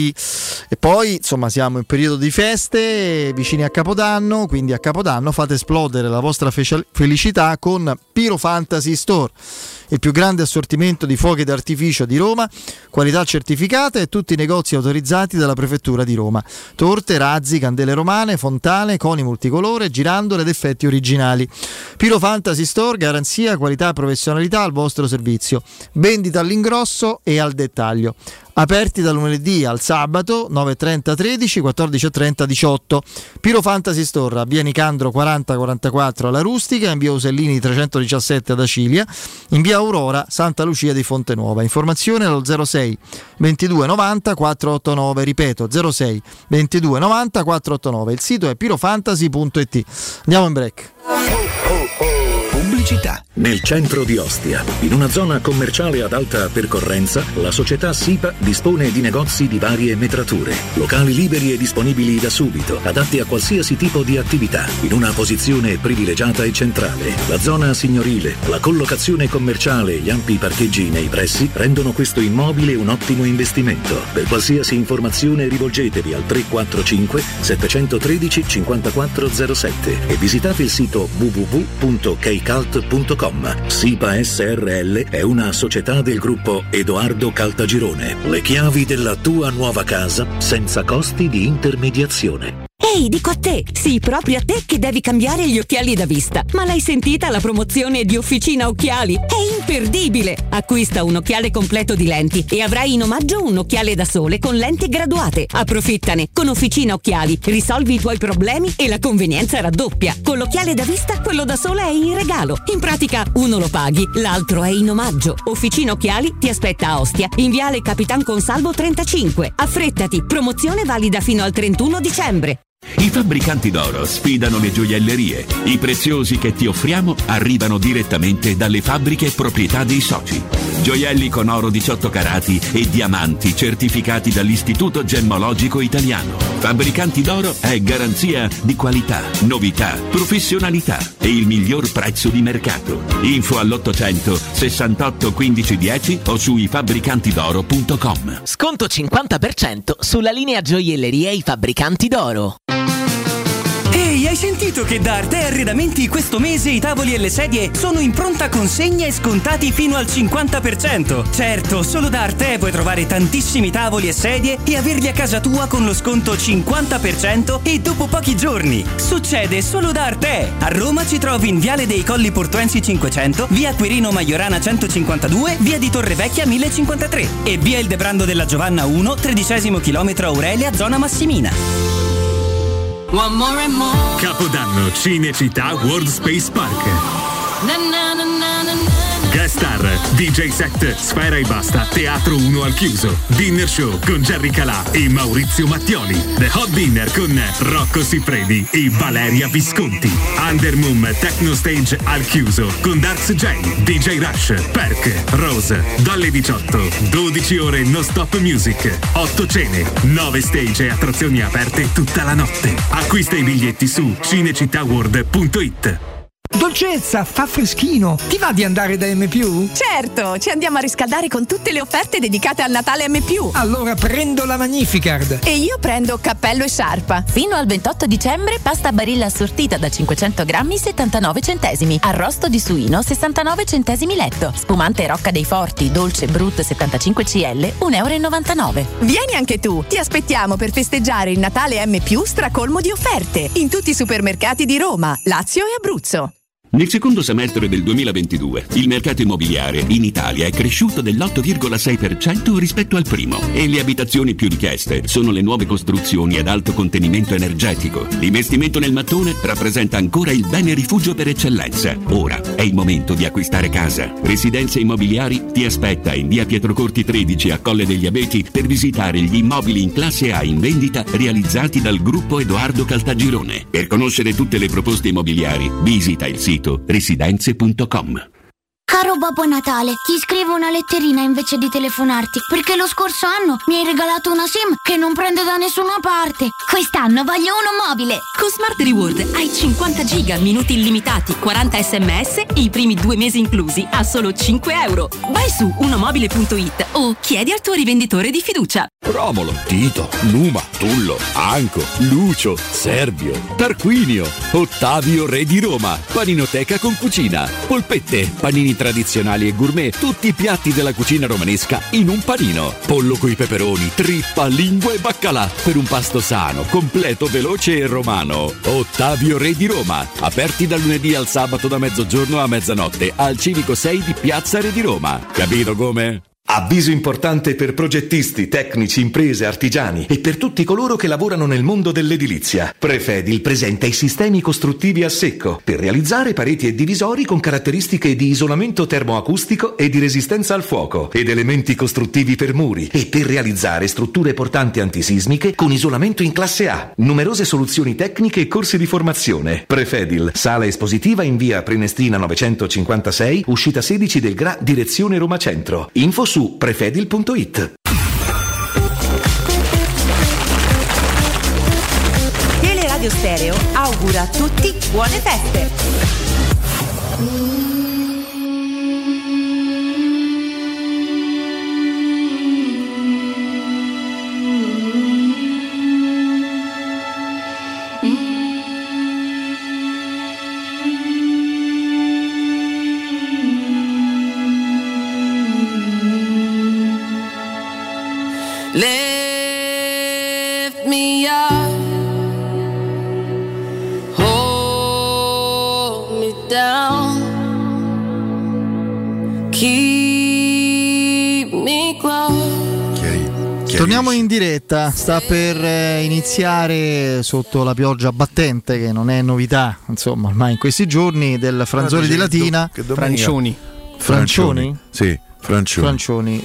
it. E poi, insomma, siamo in periodo di feste, vicini a Capodanno, quindi a Capodanno fate esplodere la vostra felicità con Pyro Fantasy Store, il più grande assortimento di fuochi d'artificio di Roma, qualità certificata e tutti i negozi autorizzati dalla Prefettura di Roma. Torte, razzi, candele romane, fontane, coni multicolore, girandole ed effetti originali. Pyro Fantasy Store, garanzia, qualità e professionalità al vostro servizio. Vendita all'ingrosso e al dettaglio. Aperti dal lunedì al sabato nove e trenta tredici, quattordici e trenta diciotto. Pyro Fantasy Store a via Nicandro quaranta quarantaquattro alla Rustica, in via Usellini trecentodiciassette ad Acilia, in via Aurora Santa Lucia di Fontenuova. Informazione allo zero sei ventidue novanta quattrocentottantanove, ripeto zero sei ventidue novanta quattrocentottantanove. Il sito è pyrofantasy punto it. Andiamo in break. Pubblicità. Nel centro di Ostia, in una zona commerciale ad alta percorrenza, la società SIPA dispone di negozi di varie metrature, locali liberi e disponibili da subito, adatti a qualsiasi tipo di attività, in una posizione privilegiata e centrale. La zona signorile, la collocazione commerciale e gli ampi parcheggi nei pressi rendono questo immobile un ottimo investimento. Per qualsiasi informazione rivolgetevi al tre quattro cinque sette uno tre cinque quattro zero sette e visitate il sito w w w punto keycult punto com. SIPA S R L è una società del gruppo Edoardo Caltagirone. Le chiavi della tua nuova casa senza costi di intermediazione. Ehi, dico a te, sì, proprio a te che devi cambiare gli occhiali da vista. Ma l'hai sentita la promozione di Officina Occhiali? È imperdibile! Acquista un occhiale completo di lenti e avrai in omaggio un occhiale da sole con lenti graduate. Approfittane! Con Officina Occhiali risolvi i tuoi problemi e la convenienza raddoppia. Con l'occhiale da vista, quello da sole è in regalo. In pratica, uno lo paghi, l'altro è in omaggio. Officina Occhiali ti aspetta a Ostia, in viale Capitan Consalvo trentacinque. Affrettati, promozione valida fino al trentuno dicembre. I fabbricanti d'oro sfidano le gioiellerie. I preziosi che ti offriamo arrivano direttamente dalle fabbriche e proprietà dei soci. Gioielli con oro diciotto carati e diamanti certificati dall'Istituto Gemmologico Italiano. Fabbricanti d'oro è garanzia di qualità, novità, professionalità e il miglior prezzo di mercato. Info all'ottocento sessantotto quindici dieci o su i fabbricanti d'oro punto com. Sconto cinquanta per cento sulla linea gioielleria I Fabbricanti d'Oro. Ehi, hai sentito che da Arte Arredamenti questo mese i tavoli e le sedie sono in pronta consegna e scontati fino al cinquanta per cento? Certo, solo da Arte puoi trovare tantissimi tavoli e sedie e averli a casa tua con lo sconto cinquanta per cento e dopo pochi giorni. Succede solo da Arte. A Roma ci trovi in Viale dei Colli Portuensi cinquecento, via Quirino Maiorana centocinquantadue, via di Torrevecchia mille cinquantatré e via Il Debrando della Giovanna uno, tredicesimo chilometro Aurelia, zona Massimina. One more and more. Capodanno Cinecittà World Space Park. Na, na, na, na, na, na. Guest star, D J set, Sfera e Basta, Teatro uno al chiuso, Dinner Show con Jerry Calà e Maurizio Mattioli, The Hot Dinner con Rocco Siffredi e Valeria Visconti, Undermoon Techno Stage al chiuso con Darks J, D J Rush, Perk, Rose, dalle diciotto, dodici ore no stop music, otto cene, nove stage e attrazioni aperte tutta la notte. Acquista i biglietti su cinecittàworld punto it. Dolcezza, fa freschino. Ti va di andare da M più? Certo, ci andiamo a riscaldare con tutte le offerte dedicate al Natale M più. Allora prendo la Magnificard. E io prendo cappello e sciarpa. Fino al ventotto dicembre pasta Barilla assortita da cinquecento grammi settantanove centesimi. Arrosto di suino sessantanove centesimi letto. Spumante Rocca dei Forti Dolce Brut settantacinque centilitri un euro e novantanove. Vieni anche tu. Ti aspettiamo per festeggiare il Natale M più stracolmo di offerte in tutti i supermercati di Roma, Lazio e Abruzzo. Nel secondo semestre del duemilaventidue il mercato immobiliare in Italia è cresciuto dell'otto virgola sei per cento rispetto al primo e le abitazioni più richieste sono le nuove costruzioni ad alto contenimento energetico. L'investimento nel mattone rappresenta ancora il bene rifugio per eccellenza. Ora è il momento di acquistare casa. Residenze Immobiliari ti aspetta in via Pietrocorti tredici a Colle degli Abeti per visitare gli immobili in classe A in vendita realizzati dal gruppo Edoardo Caltagirone. Per conoscere tutte le proposte immobiliari visita il sito residenze punto com. Caro Babbo Natale, ti scrivo una letterina invece di telefonarti, perché lo scorso anno mi hai regalato una SIM che non prende da nessuna parte. Quest'anno voglio uno mobile. Con Smart Reward hai cinquanta giga, minuti illimitati, quaranta sms e i primi due mesi inclusi a solo cinque euro. Vai su unomobile punto it o chiedi al tuo rivenditore di fiducia. Romolo, Tito, Numa, Tullo, Anco, Lucio, Servio, Tarquinio, Ottavio Re di Roma, Paninoteca con cucina, polpette, panini tradizionali e gourmet, tutti i piatti della cucina romanesca in un panino. Pollo coi peperoni, trippa, lingua e baccalà per un pasto sano, completo, veloce e romano. Ottavio Re di Roma, aperti dal lunedì al sabato da mezzogiorno a mezzanotte al Civico sei di Piazza Re di Roma. Capito come? Avviso importante per progettisti, tecnici, imprese, artigiani e per tutti coloro che lavorano nel mondo dell'edilizia. Prefedil presenta i sistemi costruttivi a secco per realizzare pareti e divisori con caratteristiche di isolamento termoacustico e di resistenza al fuoco ed elementi costruttivi per muri e per realizzare strutture portanti antisismiche con isolamento in classe A. Numerose soluzioni tecniche e corsi di formazione. Prefedil, sala espositiva in via Prenestina novecentocinquantasei, uscita sedici del Gra, direzione Roma Centro. Info su su prefedil punto it. Teleradio Stereo augura a tutti buone feste. Lift me up Torniamo in diretta, sta per eh, iniziare sotto la pioggia battente, che non è novità, insomma, ormai in questi giorni, del Franzoni di Latina. Che domenica- Francioni. Francioni? Sì, Francioni. Francioni.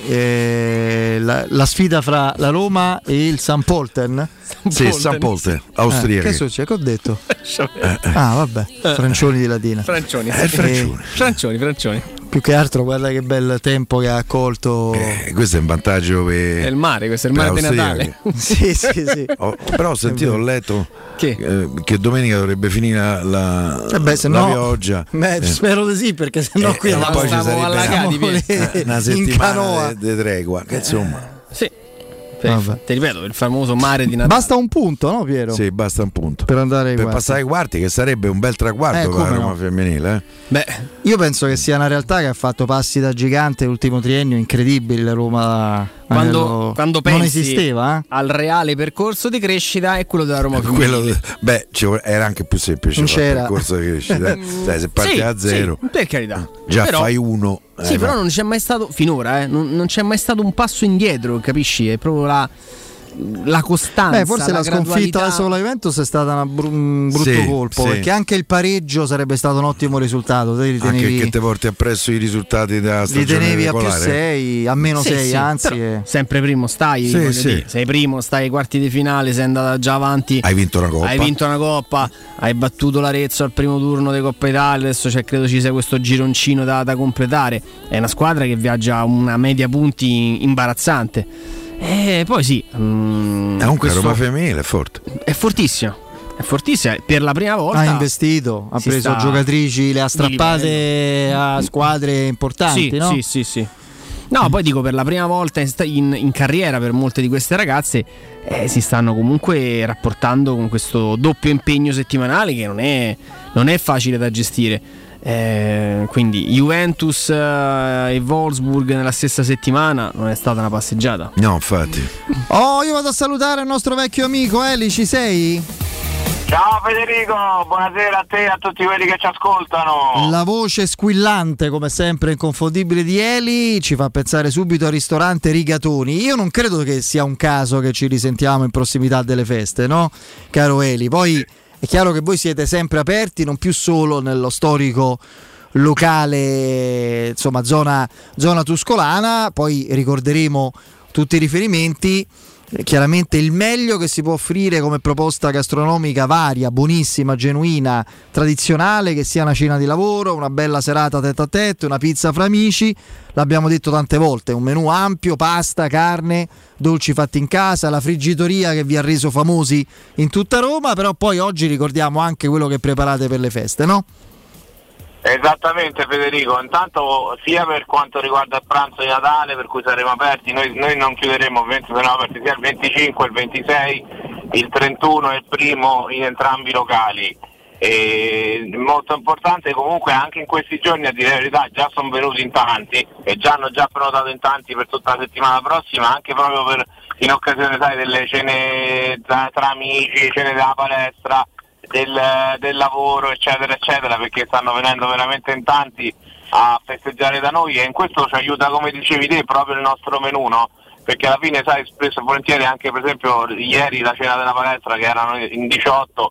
Eh, la, la sfida fra la Roma e il San Polten. Sì, San Polten, austriaco. Eh, che succede? Che ho detto? Eh, eh. Ah, vabbè, Francioni di Latina. Francioni. Eh, Francioni. Francioni, Francioni. Più che altro, guarda che bel tempo che ha accolto. Eh, questo è un vantaggio per È il mare, questo è il mare di Natale. Sì, sì, sì. Oh, però ho sentito, ho letto che, eh, che domenica dovrebbe finire la, la, Eh beh, se la no- pioggia. Beh, Eh. spero di sì, perché sennò Eh, qui eh, no, poi ci stiamo sarebbe allagati, una- via. una in settimana canoa. di tregua. Che insomma, Sì. Per, ti ripeto, il famoso mare di Natale. Basta un punto, no, Piero? sì, basta un punto Per andare ai per quarti. passare ai quarti, che sarebbe un bel traguardo Eh, per come la Roma no. femminile. Eh. Beh, Io penso che sia una realtà che ha fatto passi da gigante l'ultimo triennio incredibili. La Roma quando, anello- quando non pensi esisteva, eh? al reale percorso di crescita è quello della Roma femminile. Quello, beh, ci vor- era anche più semplice Non fare il c'era. percorso di crescita. eh. Sai, se parti Sì, da zero, sì, per carità. già Però- fai uno. Sì, eh, però va. non c'è mai stato finora, eh, non, non c'è mai stato un passo indietro, capisci? È proprio la, la costanza. Beh, forse la, sconfitta gradualità. adesso con la Juventus è stata una bru- un brutto Sì, colpo, sì. perché anche il pareggio sarebbe stato un ottimo risultato. Te li Anche tenevi, che ti porti appresso i risultati della li stagione tenevi a più regolare. sei, a meno Sì, sei, sì, anzi. però eh. sempre primo stai, Sì, voglio sì. dire, sei primo, stai ai quarti di finale, sei andata già avanti. Hai vinto una coppa. Hai vinto una coppa, hai battuto l'Arezzo al primo turno di Coppa Italia, adesso c'è, credo ci sia questo gironcino da, da completare. È una squadra che viaggia a una media punti imbarazzante. E poi sì, mm, È un questo Roma femminile, è forte. è fortissimo. È fortissima, per la prima volta Ha investito, ha si preso sta giocatrici, le ha di strappate a squadre importanti, sì, no? sì, sì, sì. No, poi dico, per la prima volta in, sta- in- in carriera per molte di queste ragazze eh, si stanno comunque rapportando con questo doppio impegno settimanale che non è, non è facile da gestire. Eh, quindi Juventus eh, e Wolfsburg nella stessa settimana non è stata una passeggiata. No, infatti. Oh, io vado a salutare il nostro vecchio amico Eli, ci sei? Ciao Federico, buonasera a te e a tutti quelli che ci ascoltano. La voce squillante, come sempre inconfondibile, di Eli ci fa pensare subito al ristorante Rigatoni. Io non credo che sia un caso che ci risentiamo in prossimità delle feste, no? Caro Eli, poi è chiaro che voi siete sempre aperti, non più solo nello storico locale, insomma, zona, zona tuscolana, poi ricorderemo tutti i riferimenti. Chiaramente il meglio che si può offrire come proposta gastronomica varia, buonissima, genuina, tradizionale, che sia una cena di lavoro, una bella serata tête à tête, una pizza fra amici, l'abbiamo detto tante volte, un menù ampio, pasta, carne, dolci fatti in casa, la friggitoria che vi ha reso famosi in tutta Roma, però poi oggi ricordiamo anche quello che preparate per le feste, no? Esattamente Federico, intanto sia per quanto riguarda il pranzo di Natale, per cui saremo aperti, noi, noi non chiuderemo, ovviamente saremo aperti sia il venticinque, il ventisei, il trentuno e il primo in entrambi i locali. E molto importante comunque anche in questi giorni, a dire la verità, già sono venuti in tanti e già hanno già prenotato in tanti per tutta la settimana prossima, anche proprio per, in occasione, sai, delle cene tra, tra amici, cene della palestra, del, del lavoro, eccetera eccetera, perché stanno venendo veramente in tanti a festeggiare da noi e in questo ci aiuta, come dicevi te, proprio il nostro menù, no? Perché alla fine, sai, spesso e volentieri, anche per esempio ieri la cena della palestra, che erano in diciotto,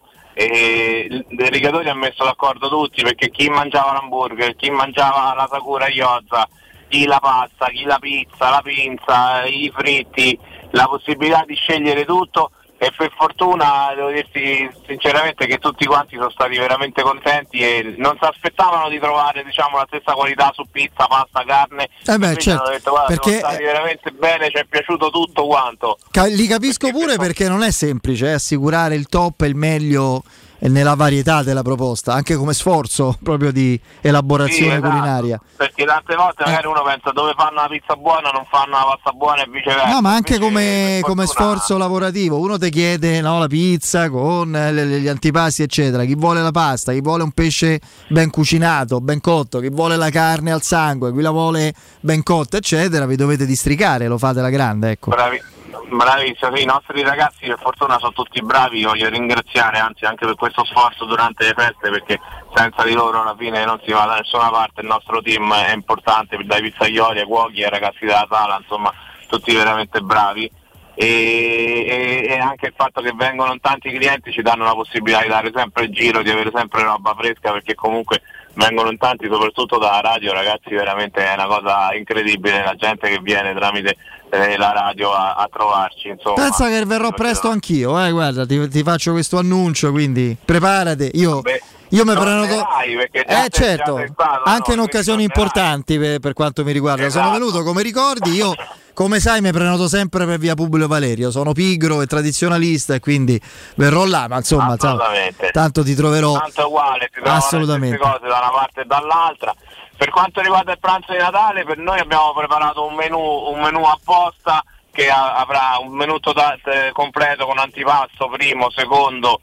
e il Rigatoni ha messo d'accordo tutti, perché chi mangiava l'hamburger, chi mangiava la Sakura Gyoza, chi la pasta, chi la pizza, la pinza, i fritti, la possibilità di scegliere tutto. E per fortuna devo dirti sinceramente che tutti quanti sono stati veramente contenti e non si aspettavano di trovare, diciamo, la stessa qualità su pizza, pasta, carne. Eh beh, Invece certo, hanno detto, guarda, perché sono stati veramente bene, ci è piaciuto tutto quanto. Ca- li capisco perché pure perché non è semplice eh, assicurare il top e il meglio nella varietà della proposta, anche come sforzo proprio di elaborazione Sì, esatto, culinaria. Perché tante volte magari uno pensa dove fanno la pizza buona non fanno la pasta buona e viceversa. No, ma anche come, per come fortuna- sforzo lavorativo, uno ti chiede, no, la pizza con le- le- gli antipasti eccetera, chi vuole la pasta, chi vuole un pesce ben cucinato, ben cotto, chi vuole la carne al sangue, chi la vuole ben cotta eccetera, vi dovete districare, lo fate alla grande, ecco. Bravi. Bravissimo, sì, i nostri ragazzi per fortuna sono tutti bravi, voglio ringraziare anzi anche per questo sforzo durante le feste, perché senza di loro alla fine non si va da nessuna parte, il nostro team è importante, dai pizzaioli ai cuochi ai ragazzi della sala, insomma tutti veramente bravi e, e, e anche il fatto che vengono tanti clienti ci danno la possibilità di dare sempre il giro, di avere sempre roba fresca, perché comunque vengono in tanti, soprattutto dalla radio, ragazzi, veramente è una cosa incredibile la gente che viene tramite eh, la radio a, a trovarci, insomma. Pensa che verrò presto anch'io, eh, guarda, ti, ti faccio questo annuncio, quindi preparati. Io, Beh, io mi prenoto. Eh certo, stato, anche no, in occasioni importanti per, per quanto mi riguarda. Esatto. Sono venuto, come ricordi, io come sai mi prenoto sempre per via Publio Valerio, sono pigro e tradizionalista e quindi verrò là, ma insomma tanto ti troverò. Tanto uguale, si trovano assolutamente le stesse cose da una parte e dall'altra. Per quanto riguarda il pranzo di Natale, per noi abbiamo preparato un menù, un menù apposta che a, avrà un menù totale, completo con antipasto, primo, secondo,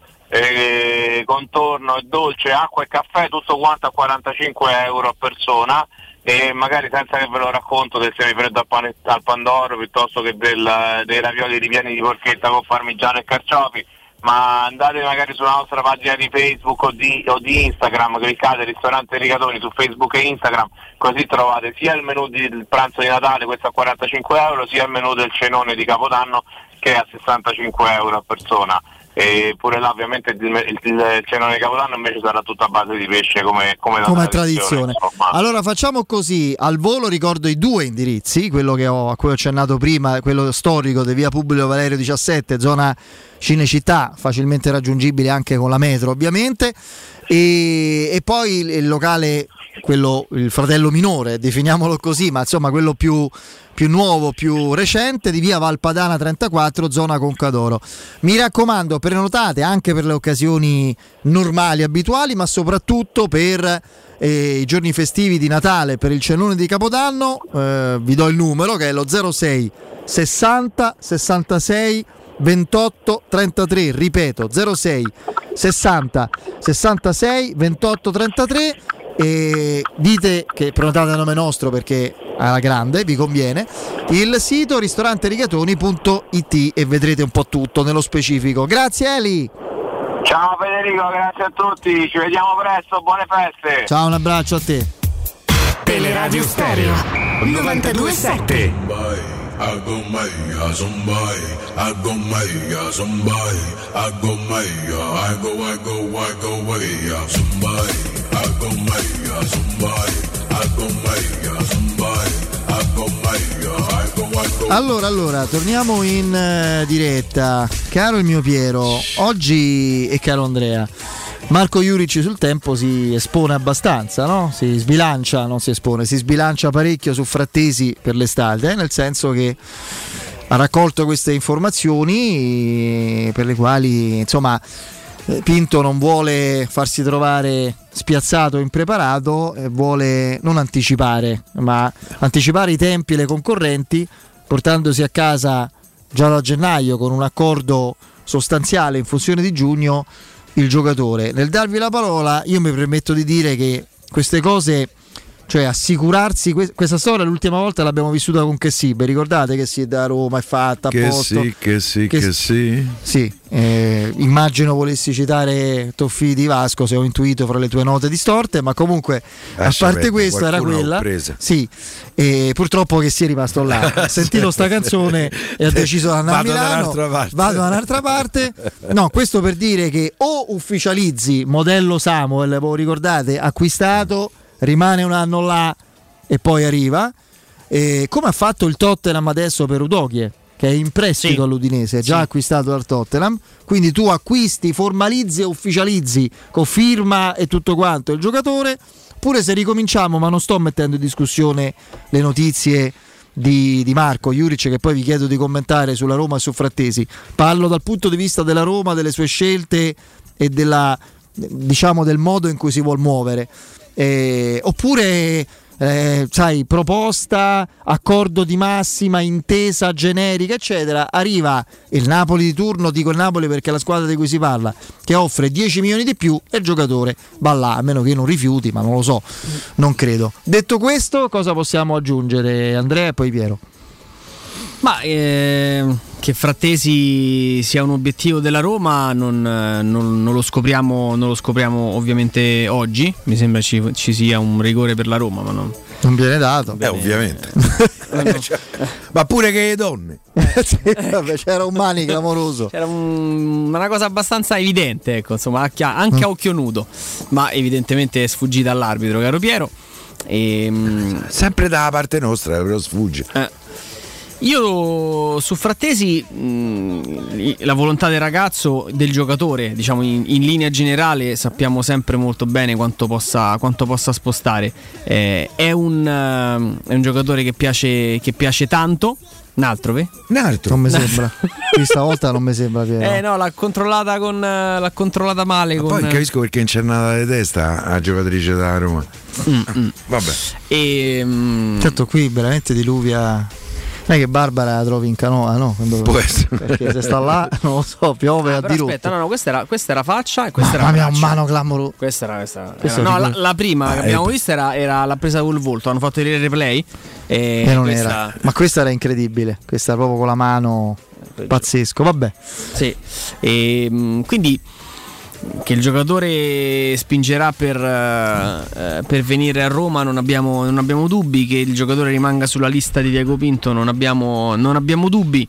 eh, contorno e dolce, acqua e caffè, tutto quanto a quarantacinque euro a persona, e magari senza che ve lo racconto del semifreddo al, pane, al pandoro piuttosto che del, dei ravioli ripieni di porchetta con parmigiano e carciofi. Ma andate magari sulla nostra pagina di Facebook o di, o di Instagram, cliccate ristorante Rigatoni su Facebook e Instagram, così trovate sia il menù del pranzo di Natale, questo a quarantacinque euro, sia il menù del cenone di Capodanno che è a sessantacinque euro a persona. E pure là ovviamente il, il, il cenone di Capodanno invece sarà tutto a base di pesce come, come, come tradizione, tradizione. Allora facciamo così, al volo ricordo i due indirizzi, quello che ho, a cui ho accennato prima, quello storico di via Publio Valerio diciassette, zona Cinecittà, facilmente raggiungibile anche con la metro ovviamente, e, e poi il, il locale, quello, il fratello minore, definiamolo così, ma insomma quello più, più nuovo, più recente, di via Valpadana trentaquattro, zona Concadoro. Mi raccomando, prenotate anche per le occasioni normali, abituali, ma soprattutto per eh, i giorni festivi di Natale, per il cenone di Capodanno. Eh, vi do il numero che è lo zero sei sessanta sessantasei ventotto trentatré, ripeto zero sei sessanta sessantasei ventotto trentatré, e dite che prenotate a nome nostro perché alla grande vi conviene. Il sito ristorante rigatoni punto it e vedrete un po' tutto nello specifico. Grazie Eli. Ciao Federico, grazie a tutti, ci vediamo presto, buone feste. Ciao, un abbraccio a te. Teleradio Stereo novantadue sette. I go maya somebody, I go maya somebody, I go maya, I go, I go, I go maya somebody, I go maya somebody, I go maya somebody, I go maya, I go, I go. Allora, allora, torniamo in uh, diretta. Caro il mio Piero, oggi, e caro Andrea, Marco Juric sul Tempo si espone abbastanza, no? Si sbilancia, non si espone, si sbilancia parecchio su Frattesi per l'estate, nel senso che ha raccolto queste informazioni per le quali, insomma, Pinto non vuole farsi trovare spiazzato, impreparato, e vuole non anticipare, ma anticipare i tempi e le concorrenti, portandosi a casa già da gennaio con un accordo sostanziale in funzione di giugno il giocatore. Nel darvi la parola io mi permetto di dire che queste cose, cioè assicurarsi, que- questa storia l'ultima volta l'abbiamo vissuta con Chessy, ricordate che sì, da Roma è fatta a che posto, sì, che sì, che, che sì sì, eh, immagino volessi citare Toffi di Vasco, se ho intuito fra le tue note distorte, ma comunque Lascia a parte perdere, questo era quella sì, e purtroppo che si è rimasto là, ha sentito sta canzone e ha deciso di andare a Milano, vado da un'altra parte. No, questo per dire che o ufficializzi modello Samuel, voi ricordate, acquistato, rimane un anno là e poi arriva, e come ha fatto il Tottenham adesso per Udogie, che è in prestito sì. all'Udinese, già sì. acquistato dal Tottenham, quindi tu acquisti, formalizzi e ufficializzi con firma e tutto quanto il giocatore. Pure se ricominciamo, ma non sto mettendo in discussione le notizie di, di Marco Juric, che poi vi chiedo di commentare sulla Roma e su Frattesi, parlo dal punto di vista della Roma, delle sue scelte e della, diciamo, del modo in cui si vuol muovere. Eh, oppure eh, sai, proposta, accordo di massima, intesa generica eccetera, arriva il Napoli di turno, dico il Napoli perché è la squadra di cui si parla, che offre dieci milioni di più e il giocatore va là, a meno che non rifiuti, ma non lo so, non credo. Detto questo, cosa possiamo aggiungere, Andrea e poi Piero? Ma eh, che Frattesi sia un obiettivo della Roma non, non, non lo scopriamo non lo scopriamo ovviamente oggi. Mi sembra ci, ci sia un rigore per la Roma, ma non, non viene dato. Eh, ovviamente. Cioè, ma pure che le donne. Sì, vabbè, c'era un mani clamoroso. C'era un, una cosa abbastanza evidente, ecco, insomma, anche a, anche a occhio nudo, ma evidentemente è sfuggita all'arbitro, caro Piero. E, sempre dalla parte nostra, però sfugge. Eh. Io su Frattesi mh, la volontà del ragazzo, del giocatore, diciamo in, in linea generale sappiamo sempre molto bene quanto possa, quanto possa spostare. Eh, è, un, uh, è un giocatore che piace, che piace tanto. Un altro, ve? Un altro. Non mi sembra. Questa volta non mi sembra Piero. Eh no, l'ha controllata con l'ha controllata male. Ma con... poi non capisco perché non c'è nata di testa a giocatrice da Roma. Mm, mm. Vabbè. E, mm... certo, qui veramente diluvia. Non è che Barbara la trovi in canoa, no? Quando... Può essere. Perché se sta là, non lo so, piove ah, a però dirotto. aspetta, no, no, questa era, questa era faccia e questa Ma era un mano clamoroso. Questa era, questa era, Questa era, no, figura... la, la prima ah, che abbiamo eh, visto era, era la presa col volto, hanno fatto vedere il replay e, e non questa... era. Ma questa era incredibile, questa proprio con la mano, pazzesco, vabbè. Sì. E, quindi che il giocatore spingerà per, uh, per venire a Roma non abbiamo, non abbiamo dubbi, che il giocatore rimanga sulla lista di Diego Pinto non abbiamo, non abbiamo dubbi.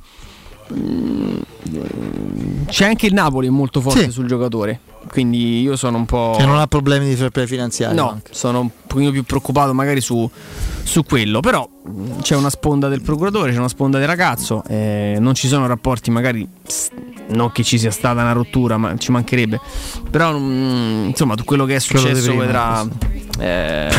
C'è anche il Napoli molto forte sì. sul giocatore, quindi io sono un po'... che non ha problemi di fair play finanziari. No, anche. Sono un pochino più preoccupato magari su, su quello, però c'è una sponda del procuratore, c'è una sponda del ragazzo, eh, non ci sono rapporti, magari non che ci sia stata una rottura, ma ci mancherebbe, però mh, insomma tu quello che è successo vedrà eh,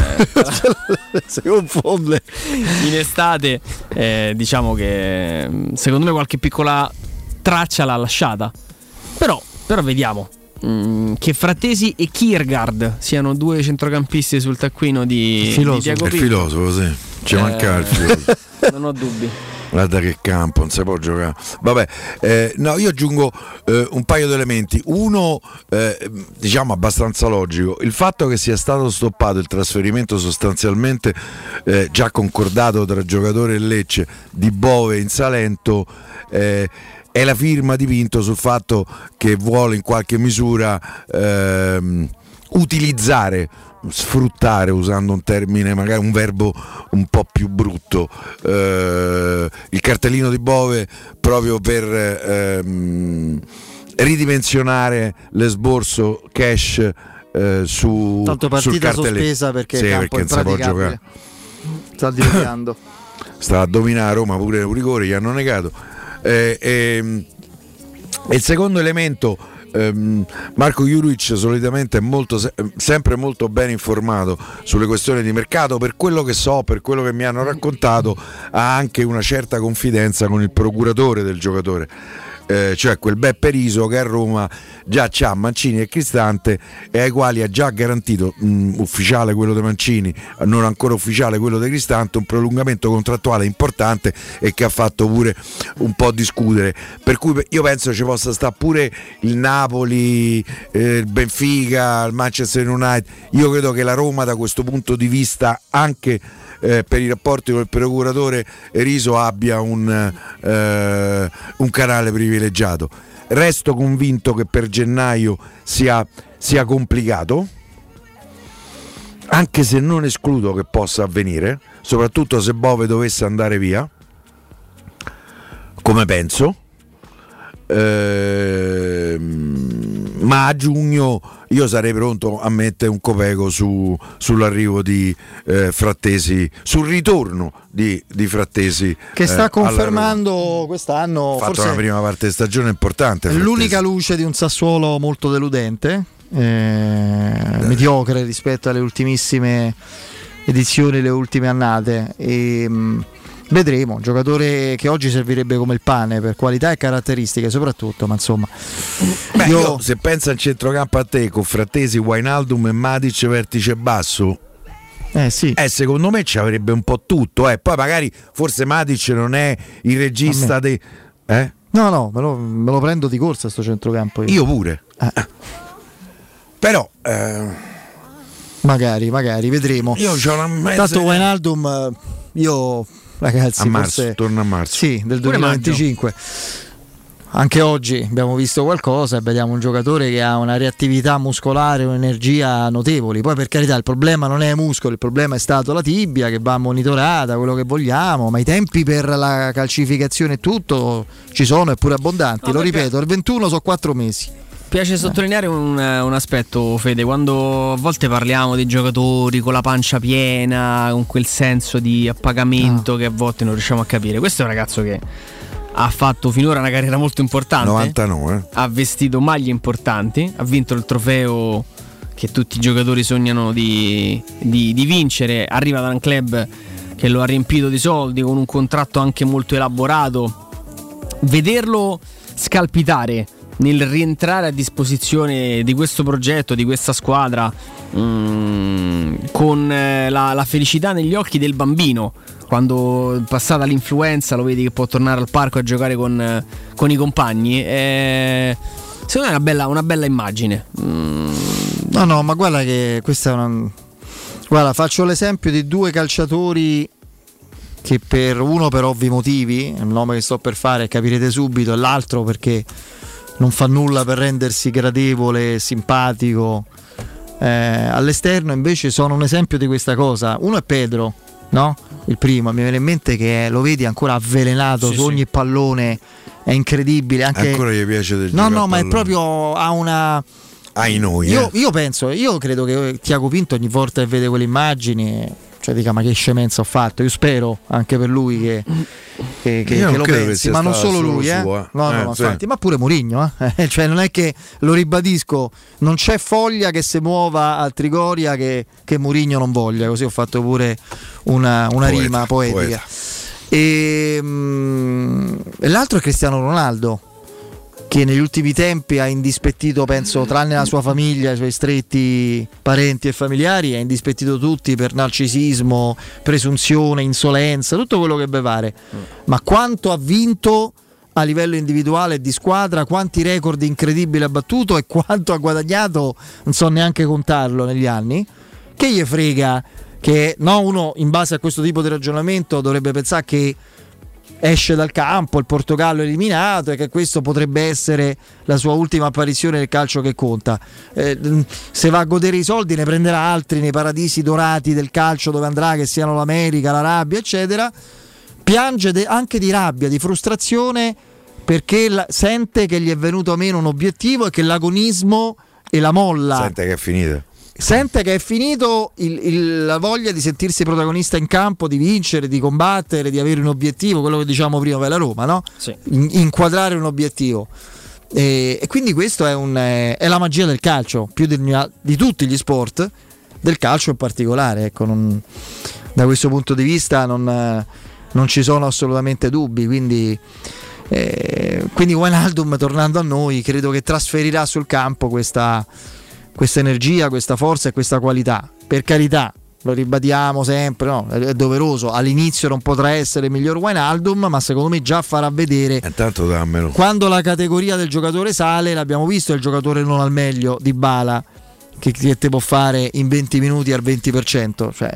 si confonde in estate, eh, diciamo che secondo me qualche piccola traccia l'ha lasciata, però, però vediamo mh, che Frattesi e Kiergaard siano due centrocampisti sul taccuino di, filosofo. di Diego Pinto. È filosofo, sì, ci eh, manca il filosofo. Non ho dubbi. Guarda che campo, non si può giocare. Vabbè, eh, no, io aggiungo eh, un paio di elementi. Uno, eh, diciamo abbastanza logico, il fatto che sia stato stoppato il trasferimento sostanzialmente eh, già concordato tra giocatore e Lecce di Bove in Salento. Eh, è la firma di Pinto sul fatto che vuole in qualche misura ehm, utilizzare, sfruttare, usando un termine, magari un verbo un po' più brutto, eh, il cartellino di Bove proprio per ehm, ridimensionare l'esborso cash eh, su tanto partita sospesa perché sì, il campo perché è impraticabile, sta dilagando. Sta a dominare Roma, pure un rigore gli hanno negato. Eh, eh, e il secondo elemento, ehm, Marco Juric solitamente è molto, sempre molto ben informato sulle questioni di mercato, per quello che so, per quello che mi hanno raccontato, ha anche una certa confidenza con il procuratore del giocatore. Eh, cioè quel Beppe Riso che a Roma già c'ha Mancini e Cristante e ai quali ha già garantito mh, ufficiale quello di Mancini, non ancora ufficiale quello di Cristante, un prolungamento contrattuale importante e che ha fatto pure un po' discutere, per cui io penso ci possa stare pure il Napoli, eh, il Benfica, il Manchester United. Io credo che la Roma da questo punto di vista, anche Eh, per i rapporti con il procuratore Riso, abbia un, eh, un canale privilegiato. Resto convinto che per gennaio sia, sia complicato, anche se non escludo che possa avvenire, soprattutto se Bove dovesse andare via, come penso. Eh, ma a giugno io sarei pronto a mettere un copeco su, sull'arrivo di eh, Frattesi, sul ritorno di, di Frattesi, che sta eh, confermando quest'anno. Ha fatto forse una prima parte di stagione importante. È l'unica luce di un Sassuolo molto deludente, eh, mediocre rispetto alle ultimissime edizioni, le ultime annate. E, mh, vedremo, un giocatore che oggi servirebbe come il pane per qualità e caratteristiche soprattutto, ma insomma. Beh, io... io se penso al centrocampo a te con Frattesi, Wijnaldum e Matic vertice basso, eh sì, eh, secondo me ci avrebbe un po' tutto, eh. Poi magari forse Matic non è il regista dei eh? No, no, me lo, me lo prendo di corsa sto centrocampo io. Io pure. Eh. Però eh... magari, magari vedremo. Io c'ho una mezza... Tanto Wijnaldum io ragazzi, a marzo, forse torna a marzo. Sì, del duemilaventicinque. anche oggi abbiamo visto qualcosa e vediamo un giocatore che ha una reattività muscolare, un'energia notevoli. Poi per carità il problema non è i muscoli, il problema è stato la tibia che va monitorata, quello che vogliamo, ma i tempi per la calcificazione e tutto ci sono, eppure abbondanti. No, lo ripeto, il ventuno sono quattro mesi. Piace sottolineare un, un aspetto, Fede, quando a volte parliamo dei giocatori con la pancia piena, con quel senso di appagamento no. che a volte non riusciamo a capire. Questo è un ragazzo che ha fatto finora una carriera molto importante, novantanove ha vestito maglie importanti, ha vinto il trofeo che tutti i giocatori sognano di, di, di vincere, arriva da un club che lo ha riempito di soldi con un contratto anche molto elaborato. Vederlo scalpitare nel rientrare a disposizione di questo progetto, di questa squadra, mh, con la, la felicità negli occhi del bambino, quando passata l'influenza lo vedi che può tornare al parco a giocare con, con i compagni, eh, secondo me è una bella, una bella immagine. Mm. No, no, ma guarda che questa è una... Guarda, faccio l'esempio di due calciatori che per uno per ovvi motivi, il nome che sto per fare capirete subito, e l'altro perché non fa nulla per rendersi gradevole, simpatico eh, all'esterno, invece sono un esempio di questa cosa. Uno è Pedro, no? Il primo, mi viene in mente che lo vedi ancora avvelenato sì, su ogni sì. pallone, è incredibile. Anche... Ancora gli piace del No, no, ma è proprio ha una... Ai noi, io, eh. io penso, io credo che Tiago Pinto ogni volta che vede quelle immagini, cioè dica ma che scemenza ho fatto, io spero anche per lui che, che, che, che lo pensi, ma non solo lui, eh. Sua. no, no, eh, no, sì. infatti, ma pure Mourinho, eh. cioè non è che, lo ribadisco, non c'è foglia che si muova a Trigoria che, che Mourinho non voglia, così ho fatto pure una, una poeta, rima poetica. Poeta. E, mm, e l'altro è Cristiano Ronaldo, che negli ultimi tempi ha indispettito, penso, tranne la sua famiglia, i suoi stretti parenti e familiari, ha indispettito tutti per narcisismo, presunzione, insolenza, tutto quello che vi pare. Mm. Ma quanto ha vinto a livello individuale e di squadra, quanti record incredibili ha battuto e quanto ha guadagnato, non so neanche contarlo negli anni. Che gli frega che no, uno in base a questo tipo di ragionamento dovrebbe pensare che esce dal campo, il Portogallo è eliminato e che questo potrebbe essere la sua ultima apparizione nel calcio che conta. Eh, se va a godere i soldi ne prenderà altri nei paradisi dorati del calcio dove andrà, che siano l'America, l'Arabia eccetera. Piange de- anche di rabbia, di frustrazione, perché la- sente che gli è venuto meno un obiettivo e che l'agonismo e la molla sente che è finita. Sente che è finito il, il, la voglia di sentirsi protagonista in campo, di vincere, di combattere, di avere un obiettivo, quello che diciamo prima per la Roma, no? Sì. In, inquadrare un obiettivo. E, e quindi questo è, un, è la magia del calcio, più di, di tutti gli sport, del calcio in particolare. Ecco, non, da questo punto di vista non, non ci sono assolutamente dubbi. Quindi, eh, quindi Wijnaldum, tornando a noi, credo che trasferirà sul campo questa... questa energia, questa forza e questa qualità. Per carità, lo ribadiamo sempre, no? È doveroso, all'inizio non potrà essere il miglior Wijnaldum, ma secondo me già farà vedere intanto dammelo. Quando la categoria del giocatore sale, l'abbiamo visto, il giocatore non al meglio, Dybala, che, che te può fare in venti minuti al venti per cento, cioè,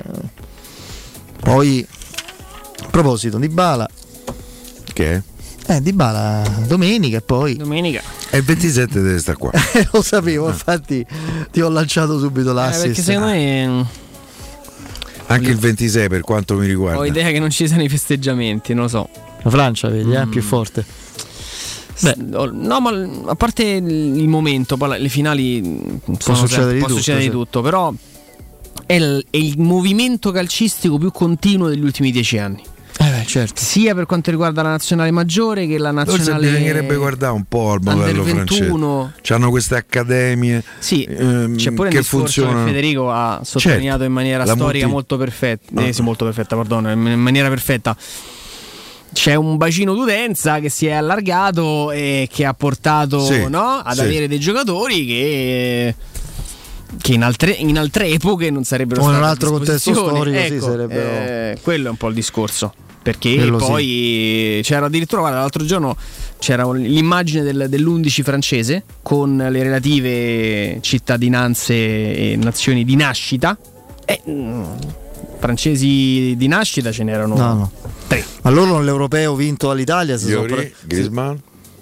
poi a proposito Dybala, che è? Eh, Dybala domenica e poi domenica e il ventisette deve stare qua. Lo sapevo, infatti ti ho lanciato subito l'assist. Eh, perché secondo me anche il ventisei per quanto mi riguarda. Ho idea che non ci siano i festeggiamenti, non lo so. La Francia, vedi, mm. eh, più forte. Beh, no, ma a parte il momento, poi le finali può succedere, di, può tutto, succedere sì. di tutto, però è il, è il movimento calcistico più continuo degli ultimi dieci anni. Eh beh, certo. Sia per quanto riguarda la nazionale maggiore che la nazionale. Forse bisognerebbe guardare un po' al modello francese. C'hanno queste accademie, sì, ehm, c'è pure che il discorso funzionano. che Federico ha sottolineato, certo, in maniera la storica multi... molto perfetta, eh, sì, molto perfetta, perdono, in maniera perfetta. C'è un bacino d'utenza che si è allargato e che ha portato, sì, no, ad, sì, avere dei giocatori che che in altre, in altre epoche non sarebbero stati in un altro contesto storico, ecco, sì, sarebbero... eh, quello è un po' il discorso, perché quello poi, sì, c'era addirittura, guarda, l'altro giorno c'era l'immagine del, dell'undici francese con le relative cittadinanze e nazioni di nascita e mm, francesi di nascita ce n'erano no, no. tre. Ma loro nell'europeo vinto all'Italia si Giori, sono pre- Griezmann.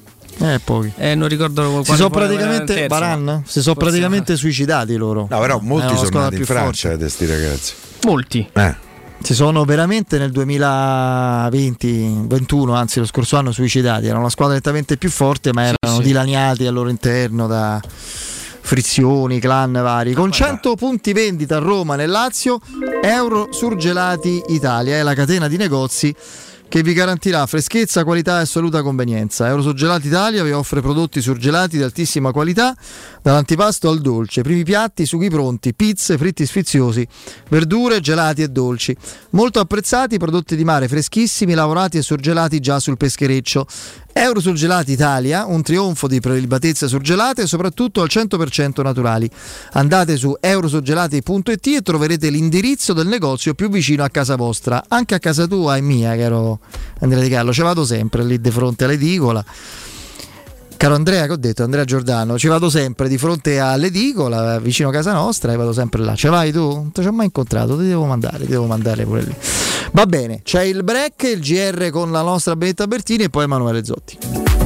Eh, pochi. Eh, non ricordo si sono praticamente Baran, si sono praticamente suicidati loro. No, però molti sono nati in Francia forte. questi ragazzi. Molti. Eh. Si sono veramente nel duemilaventi ventuno, anzi lo scorso anno, suicidati. Erano la squadra nettamente più forte, ma erano sì, sì. dilaniati al loro interno da frizioni, clan vari. Con cento punti vendita a Roma, nel Lazio, Euro Surgelati Italia è la catena di negozi che vi garantirà freschezza, qualità e assoluta convenienza. Eurosurgelati Italia vi offre prodotti surgelati di altissima qualità, dall'antipasto al dolce, primi piatti, sughi pronti, pizze, fritti sfiziosi, verdure, gelati e dolci. Molto apprezzati prodotti di mare freschissimi, lavorati e surgelati già sul peschereccio. Eurosurgelati Italia, un trionfo di prelibatezze surgelate e soprattutto al cento per cento naturali. Andate su eurosurgelati punto it e troverete l'indirizzo del negozio più vicino a casa vostra, anche a casa tua e mia, caro Andrea Di Carlo. Ci vado sempre lì di fronte all'edicola. Caro Andrea, che ho detto, Andrea Giordano, ci vado sempre di fronte all'edicola, vicino a casa nostra, e vado sempre là. Ce vai tu? Non ti ho mai incontrato, ti devo mandare, ti devo mandare pure lì. Va bene, c'è il break, il G R con la nostra Benetta Bertini e poi Emanuele Zotti.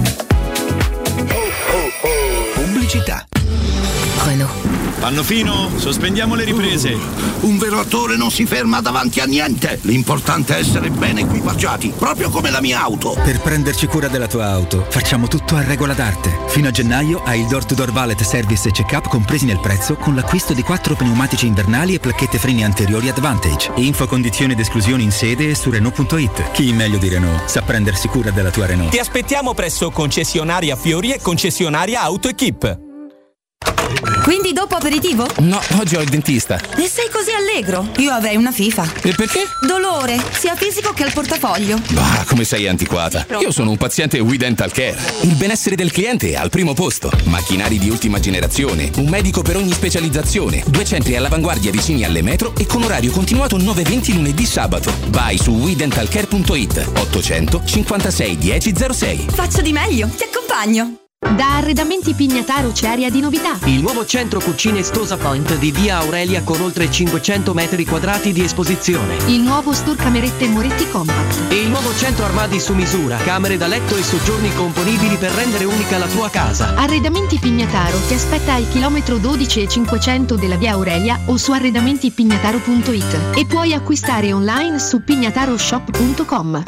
Pubblicità. Renault. Fanno fino, sospendiamo le riprese. Uh, un vero attore non si ferma davanti a niente. L'importante è essere ben equipaggiati, proprio come la mia auto. Per prenderci cura della tua auto, facciamo tutto a regola d'arte. Fino a gennaio hai il door-to-door valet service e check-up compresi nel prezzo con l'acquisto di quattro pneumatici invernali e placchette freni anteriori Advantage. Info, condizioni ed esclusioni in sede e su Renault punto it. Chi meglio di Renault sa prendersi cura della tua Renault. Ti aspettiamo presso concessionaria Fiori e concessionaria Auto Equip. Quindi dopo aperitivo? No, oggi ho il dentista. E sei così allegro? Io avrei una FIFA. E perché? Dolore, sia fisico che al portafoglio. Bah, come sei antiquata. Io sono un paziente We Dental Care. Il benessere del cliente è al primo posto. Macchinari di ultima generazione, un medico per ogni specializzazione, due centri all'avanguardia vicini alle metro e con orario continuato nove venti lunedì sabato. Vai su we dental care punto it. ottocento cinquantasei dieci zero sei. Faccio di meglio, ti accompagno. Da Arredamenti Pignataro c'è aria di novità. Il nuovo centro cucine Stosa Point di via Aurelia con oltre cinquecento metri quadrati di esposizione. Il nuovo store camerette Moretti Compact. E il nuovo centro armadi su misura, camere da letto e soggiorni componibili per rendere unica la tua casa. Arredamenti Pignataro ti aspetta al chilometro dodici e cinquecento della via Aurelia o su arredamenti pignataro punto it e puoi acquistare online su pignataroshop punto com.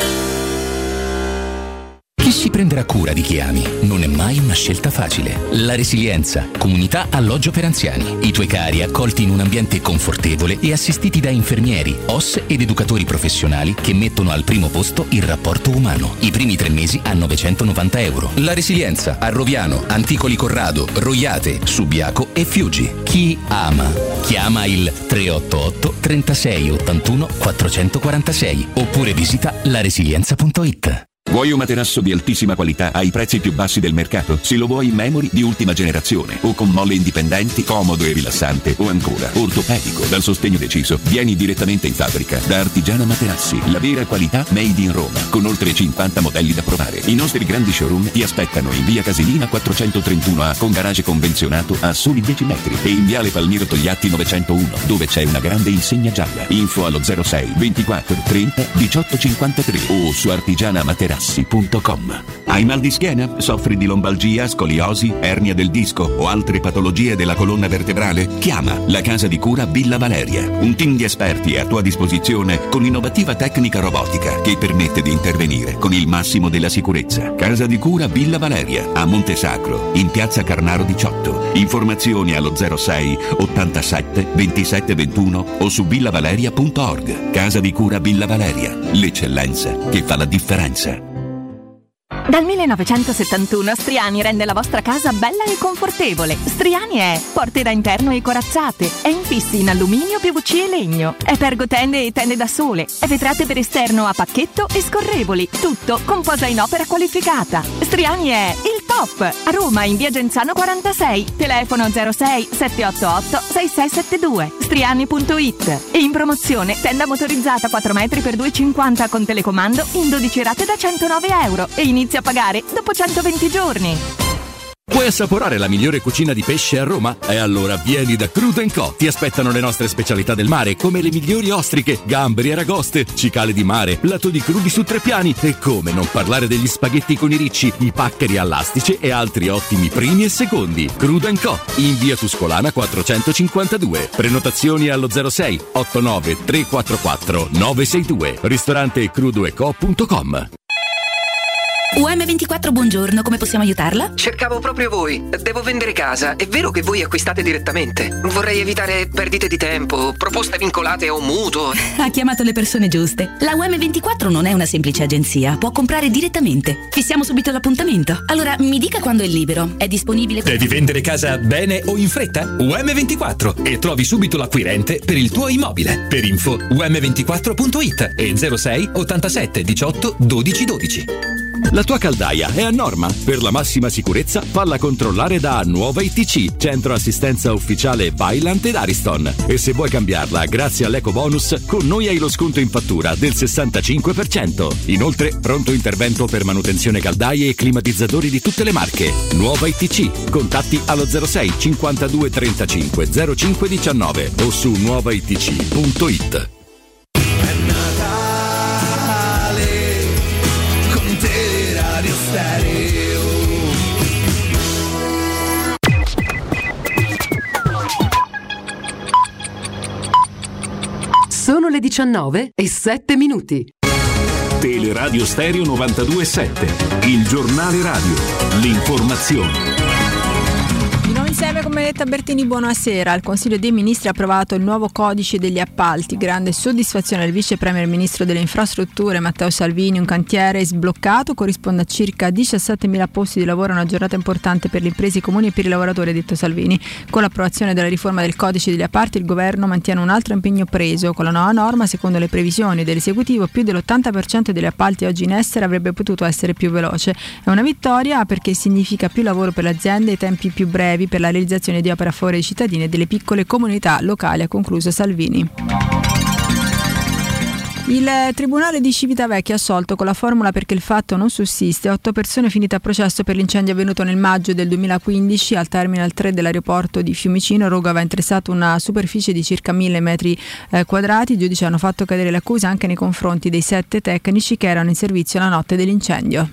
Chi si prenderà cura di chi ami non è mai una scelta facile. La Resilienza, comunità alloggio per anziani. I tuoi cari accolti in un ambiente confortevole e assistiti da infermieri, O S ed educatori professionali che mettono al primo posto il rapporto umano. I primi tre mesi a novecentonovanta euro. La Resilienza a Roviano, Anticoli Corrado, Roiate, Subiaco e Fiuggi. Chi ama? Chiama il tre otto otto trentasei ottantuno quattrocentoquarantasei oppure visita la resilienza punto it. Vuoi un materasso di altissima qualità ai prezzi più bassi del mercato? Se lo vuoi in memory di ultima generazione o con molle indipendenti, comodo e rilassante o ancora ortopedico dal sostegno deciso, vieni direttamente in fabbrica da Artigiana Materassi, la vera qualità made in Roma, con oltre cinquanta modelli da provare. I nostri grandi showroom ti aspettano in via Casilina quattrocentotrentuno A con garage convenzionato a soli dieci metri e in viale Palmiro Togliatti novecentouno dove c'è una grande insegna gialla. Info allo zero sei ventiquattro trenta diciotto cinquantatré o su artigiana materassi punto com. Hai mal di schiena? Soffri di lombalgia, scoliosi, ernia del disco o altre patologie della colonna vertebrale? Chiama la Casa di Cura Villa Valeria. Un team di esperti è a tua disposizione con innovativa tecnica robotica che permette di intervenire con il massimo della sicurezza. Casa di Cura Villa Valeria a Montesacro, in piazza Carnaro diciotto. Informazioni allo zero sei ottantasette ventisette ventuno o su villavaleria punto org. Casa di Cura Villa Valeria, l'eccellenza che fa la differenza. Dal millenovecentosettantuno Striani rende la vostra casa bella e confortevole. Striani è porte da interno e corazzate, è infissi in alluminio, P V C e legno, è pergotende e tende da sole, è vetrate per esterno a pacchetto e scorrevoli, tutto con posa in opera qualificata. Striani è il top! A Roma in via Genzano quarantasei, telefono zero sei sette otto otto sei sei sette due, striani punto it. E in promozione tenda motorizzata quattro metri per due e cinquanta con telecomando in dodici rate da centonove euro e inizia a pagare dopo centoventi giorni. Vuoi assaporare la migliore cucina di pesce a Roma? E allora vieni da Crudo and Co. Ti aspettano le nostre specialità del mare, come le migliori ostriche, gamberi, aragoste, cicale di mare, platoni crudi su tre piani e come non parlare degli spaghetti con i ricci, i paccheri all'astice e altri ottimi primi e secondi. Crudo and Co. in via Tuscolana quattrocentocinquantadue. Prenotazioni allo zero sei otto nove tre quattro quattro nove sei due. Ristorante crudo e co punto com. U M ventiquattro, buongiorno, come possiamo aiutarla? Cercavo proprio voi. Devo vendere casa. È vero che voi acquistate direttamente? Vorrei evitare perdite di tempo, proposte vincolate a un mutuo. Ha chiamato le persone giuste. La U M ventiquattro non è una semplice agenzia, può comprare direttamente. Fissiamo subito l'appuntamento. Allora, mi dica quando è libero. È disponibile... Devi vendere casa bene o in fretta? U M ventiquattro e trovi subito l'acquirente per il tuo immobile. Per info u m ventiquattro punto it e zero sei ottantasette diciotto dodici dodici. La tua caldaia è a norma? Per la massima sicurezza falla controllare da Nuova I T C, centro assistenza ufficiale Vaillant ed Ariston. E se vuoi cambiarla grazie all'eco bonus, con noi hai lo sconto in fattura del sessantacinque per cento. Inoltre pronto intervento per manutenzione caldaie e climatizzatori di tutte le marche. Nuova I T C, contatti allo zero sei cinquantadue trentacinque zero cinque diciannove o su nuova i t c punto it. Sono le diciannove e sette minuti. Teleradio Stereo novantadue virgola sette, il giornale radio, l'informazione. Di nuovo insieme con Benedetta Bertini, buonasera. Il Consiglio dei Ministri ha approvato il nuovo codice degli appalti. Grande soddisfazione del Vice Premier Ministro delle Infrastrutture Matteo Salvini. Un cantiere sbloccato corrisponde a circa diciassettemila posti di lavoro, una giornata importante per le imprese, i comuni e per i lavoratori, ha detto Salvini. Con l'approvazione della riforma del codice degli appalti il governo mantiene un altro impegno preso. Con la nuova norma, secondo le previsioni dell'esecutivo, più dell'ottanta per cento degli appalti oggi in essere avrebbe potuto essere più veloce. È una vittoria perché significa più lavoro per le aziende e tempi più brevi per la realizzazione di opere a favore dei cittadini e delle piccole comunità locali, ha concluso Salvini. Il Tribunale di Civitavecchia ha assolto con la formula perché il fatto non sussiste otto persone finite a processo per l'incendio avvenuto nel maggio del duemilaquindici al Terminal tre dell'aeroporto di Fiumicino. Il rogo aveva interessato una superficie di circa mille metri eh, quadrati. I giudici hanno fatto cadere l'accusa anche nei confronti dei sette tecnici che erano in servizio la notte dell'incendio.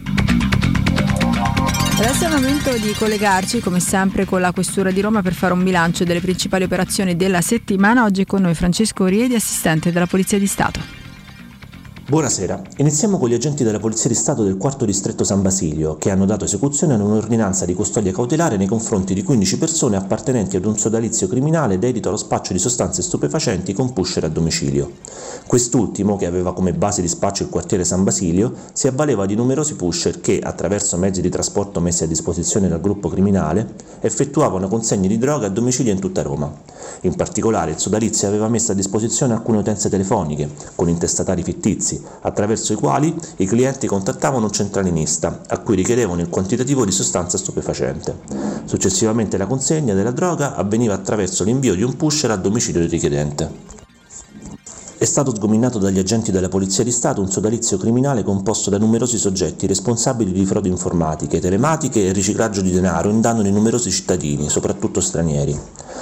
Adesso è il momento di collegarci come sempre con la Questura di Roma per fare un bilancio delle principali operazioni della settimana. Oggi è con noi Francesco Riedi, assistente della Polizia di Stato. Buonasera, iniziamo con gli agenti della Polizia di Stato del quarto distretto San Basilio che hanno dato esecuzione ad un'ordinanza di custodia cautelare nei confronti di quindici persone appartenenti ad un sodalizio criminale dedito allo spaccio di sostanze stupefacenti con pusher a domicilio. Quest'ultimo, che aveva come base di spaccio il quartiere San Basilio, si avvaleva di numerosi pusher che, attraverso mezzi di trasporto messi a disposizione dal gruppo criminale, effettuavano consegne di droga a domicilio in tutta Roma. In particolare il sodalizio aveva messo a disposizione alcune utenze telefoniche con intestatari fittizi, attraverso i quali i clienti contattavano un centralinista a cui richiedevano il quantitativo di sostanza stupefacente. Successivamente la consegna della droga avveniva attraverso l'invio di un pusher a domicilio del richiedente. È stato sgominato dagli agenti della Polizia di Stato un sodalizio criminale composto da numerosi soggetti responsabili di frodi informatiche, telematiche e riciclaggio di denaro in danno di numerosi cittadini, soprattutto stranieri.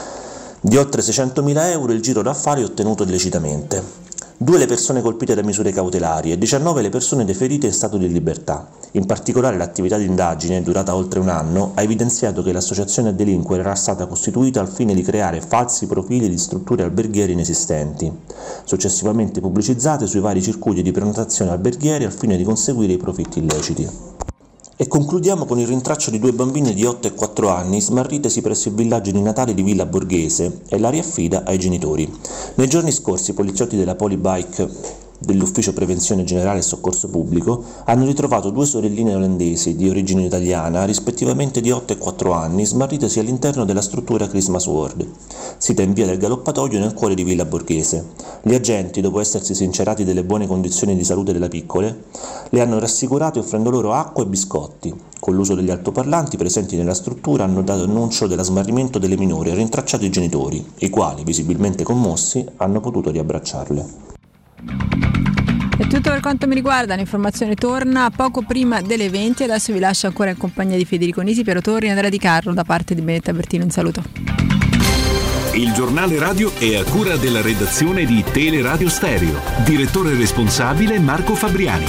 Di oltre seicentomila euro il giro d'affari ottenuto illecitamente. Due le persone colpite da misure cautelari e diciannove le persone deferite in stato di libertà. In particolare l'attività di indagine, durata oltre un anno, ha evidenziato che l'associazione a delinquere era stata costituita al fine di creare falsi profili di strutture alberghiere inesistenti, successivamente pubblicizzate sui vari circuiti di prenotazione alberghieri al fine di conseguire i profitti illeciti. E concludiamo con il rintraccio di due bambine di otto e quattro anni smarritesi presso il villaggio di Natale di Villa Borghese e la riaffida ai genitori. Nei giorni scorsi i poliziotti della Polibike dell'Ufficio Prevenzione Generale e Soccorso Pubblico hanno ritrovato due sorelline olandesi di origine italiana, rispettivamente di otto e quattro anni, smarritesi all'interno della struttura Christmas World, sita in via del Galoppatoio nel cuore di Villa Borghese. Gli agenti, dopo essersi sincerati delle buone condizioni di salute delle piccole, le hanno rassicurate offrendo loro acqua e biscotti. Con l'uso degli altoparlanti presenti nella struttura hanno dato annuncio dello smarrimento delle minori e rintracciato i genitori, i quali, visibilmente commossi, hanno potuto riabbracciarle. È Tutto per quanto mi riguarda, l'informazione torna poco prima delle venti. Adesso vi lascio ancora in compagnia di Federico Nisi, Piero Torri e Andrea Di Carlo da parte di Benetta Bertino. Un saluto. Il giornale radio è a cura della redazione di Teleradio Stereo. Direttore responsabile Marco Fabriani.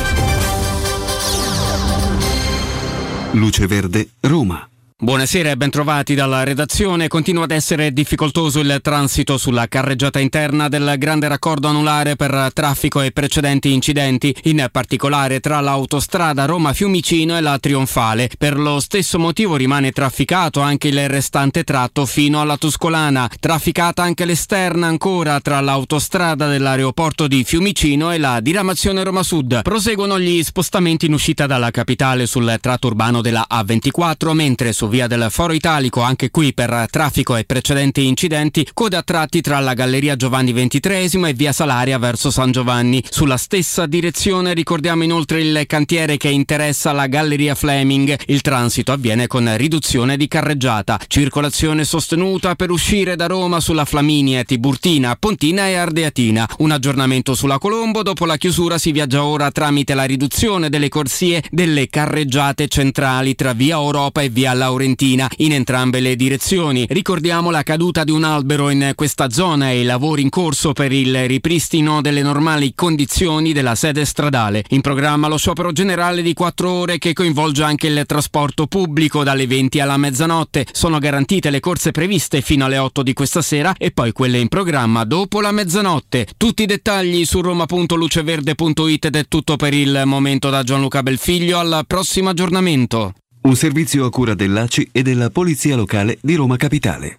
Luce Verde, Roma. Buonasera e bentrovati dalla redazione. Continua ad essere difficoltoso il transito sulla carreggiata interna del grande raccordo anulare per traffico e precedenti incidenti, in particolare tra l'autostrada Roma-Fiumicino e la Trionfale. Per lo stesso motivo rimane trafficato anche il restante tratto fino alla Tuscolana. Trafficata anche l'esterna ancora tra l'autostrada dell'aeroporto di Fiumicino e la diramazione Roma Sud. Proseguono gli spostamenti in uscita dalla capitale sul tratto urbano della A ventiquattro, mentre su via del Foro Italico, anche qui per traffico e precedenti incidenti, coda a tratti tra la Galleria Giovanni ventitreesimo e via Salaria verso San Giovanni. Sulla stessa direzione ricordiamo inoltre il cantiere che interessa la Galleria Fleming. Il transito avviene con riduzione di carreggiata. Circolazione sostenuta per uscire da Roma sulla Flaminia, Tiburtina, Pontina e Ardeatina. Un aggiornamento sulla Colombo: dopo la chiusura si viaggia ora tramite la riduzione delle corsie delle carreggiate centrali tra via Europa e via Laurentina in entrambe le direzioni. Ricordiamo la caduta di un albero in questa zona e i lavori in corso per il ripristino delle normali condizioni della sede stradale. In programma lo sciopero generale di quattro ore che coinvolge anche il trasporto pubblico dalle venti alla mezzanotte. Sono garantite le corse previste fino alle otto di questa sera e poi quelle in programma dopo la mezzanotte. Tutti i dettagli su roma punto luceverde punto it ed è tutto per il momento da Gianluca Belfiglio. Al prossimo aggiornamento. Un servizio a cura dell'A C I e della Polizia Locale di Roma Capitale.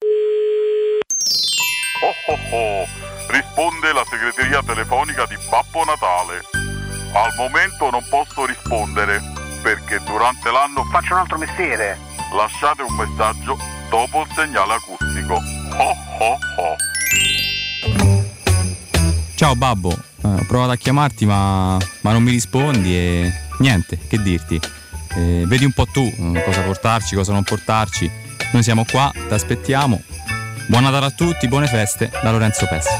Oh oh oh, risponde la segreteria telefonica di Babbo Natale. Al momento non posso rispondere perché durante l'anno faccio un altro mestiere. Lasciate un messaggio dopo il segnale acustico. Oh oh oh. Ciao Babbo, eh, ho provato a chiamarti ma, ma non mi rispondi e niente, che dirti. Eh, vedi un po' tu cosa portarci, cosa non portarci. Noi siamo qua, ti aspettiamo. Buon Natale a tutti, buone feste da Lorenzo Pessi.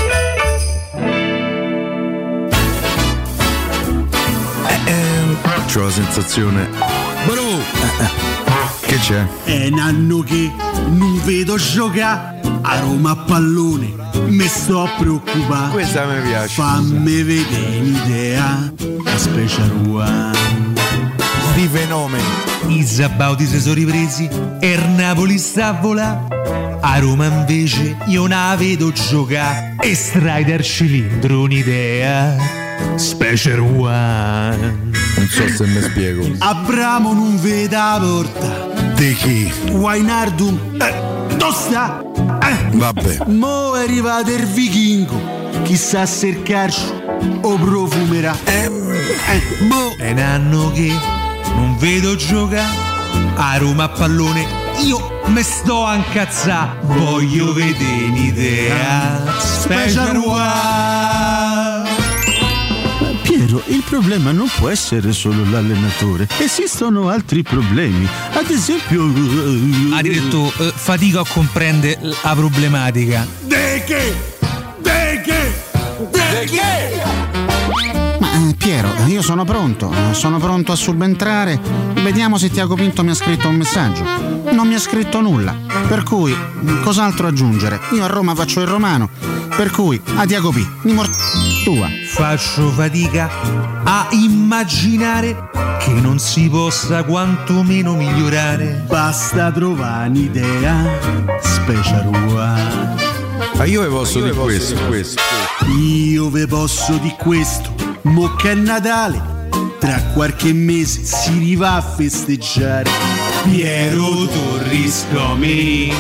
Eh, eh, c'ho la sensazione. Bro! Eh, eh. Che c'è? È un anno che non vedo giocare a Roma a pallone. Mi sto preoccupando. Questa mi piace. Fammi vedere un'idea. La Special One di fenomeni. I sabauti si sono ripresi e il Napoli sta a volare. A Roma invece io non la vedo giocare. E Strider cilindro un'idea. Special One. Non so se mi spiego. Abramo non vede la porta. Di chi? Wijnaldum. Eh, dove sta? Eh. Vabbè. Mo è arrivato il vichingo. Chissà se il calcio o profumerà. Eh, eh, boh. È un anno che non vedo giocare a Roma a pallone. Io me sto a incazzare. Voglio vedere un'idea. Special One. Piero, il problema non può essere solo l'allenatore. Esistono altri problemi. Ad esempio ha detto uh, fatica a comprendere la problematica. De che? De che? De che? Ma eh, Piero, io sono pronto, sono pronto a subentrare. Vediamo se Tiago Pinto mi ha scritto un messaggio. Non mi ha scritto nulla, per cui cos'altro aggiungere? Io a Roma faccio il romano, per cui a Tiago P, mi mor... tua. Faccio fatica a immaginare che non si possa quantomeno migliorare. Basta trovare un'idea. Special One. Ma io ve posso di questo, questo. Io ve posso di questo. Mo che è Natale, tra qualche mese si riva a festeggiare. Piero Torris coming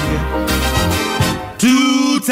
to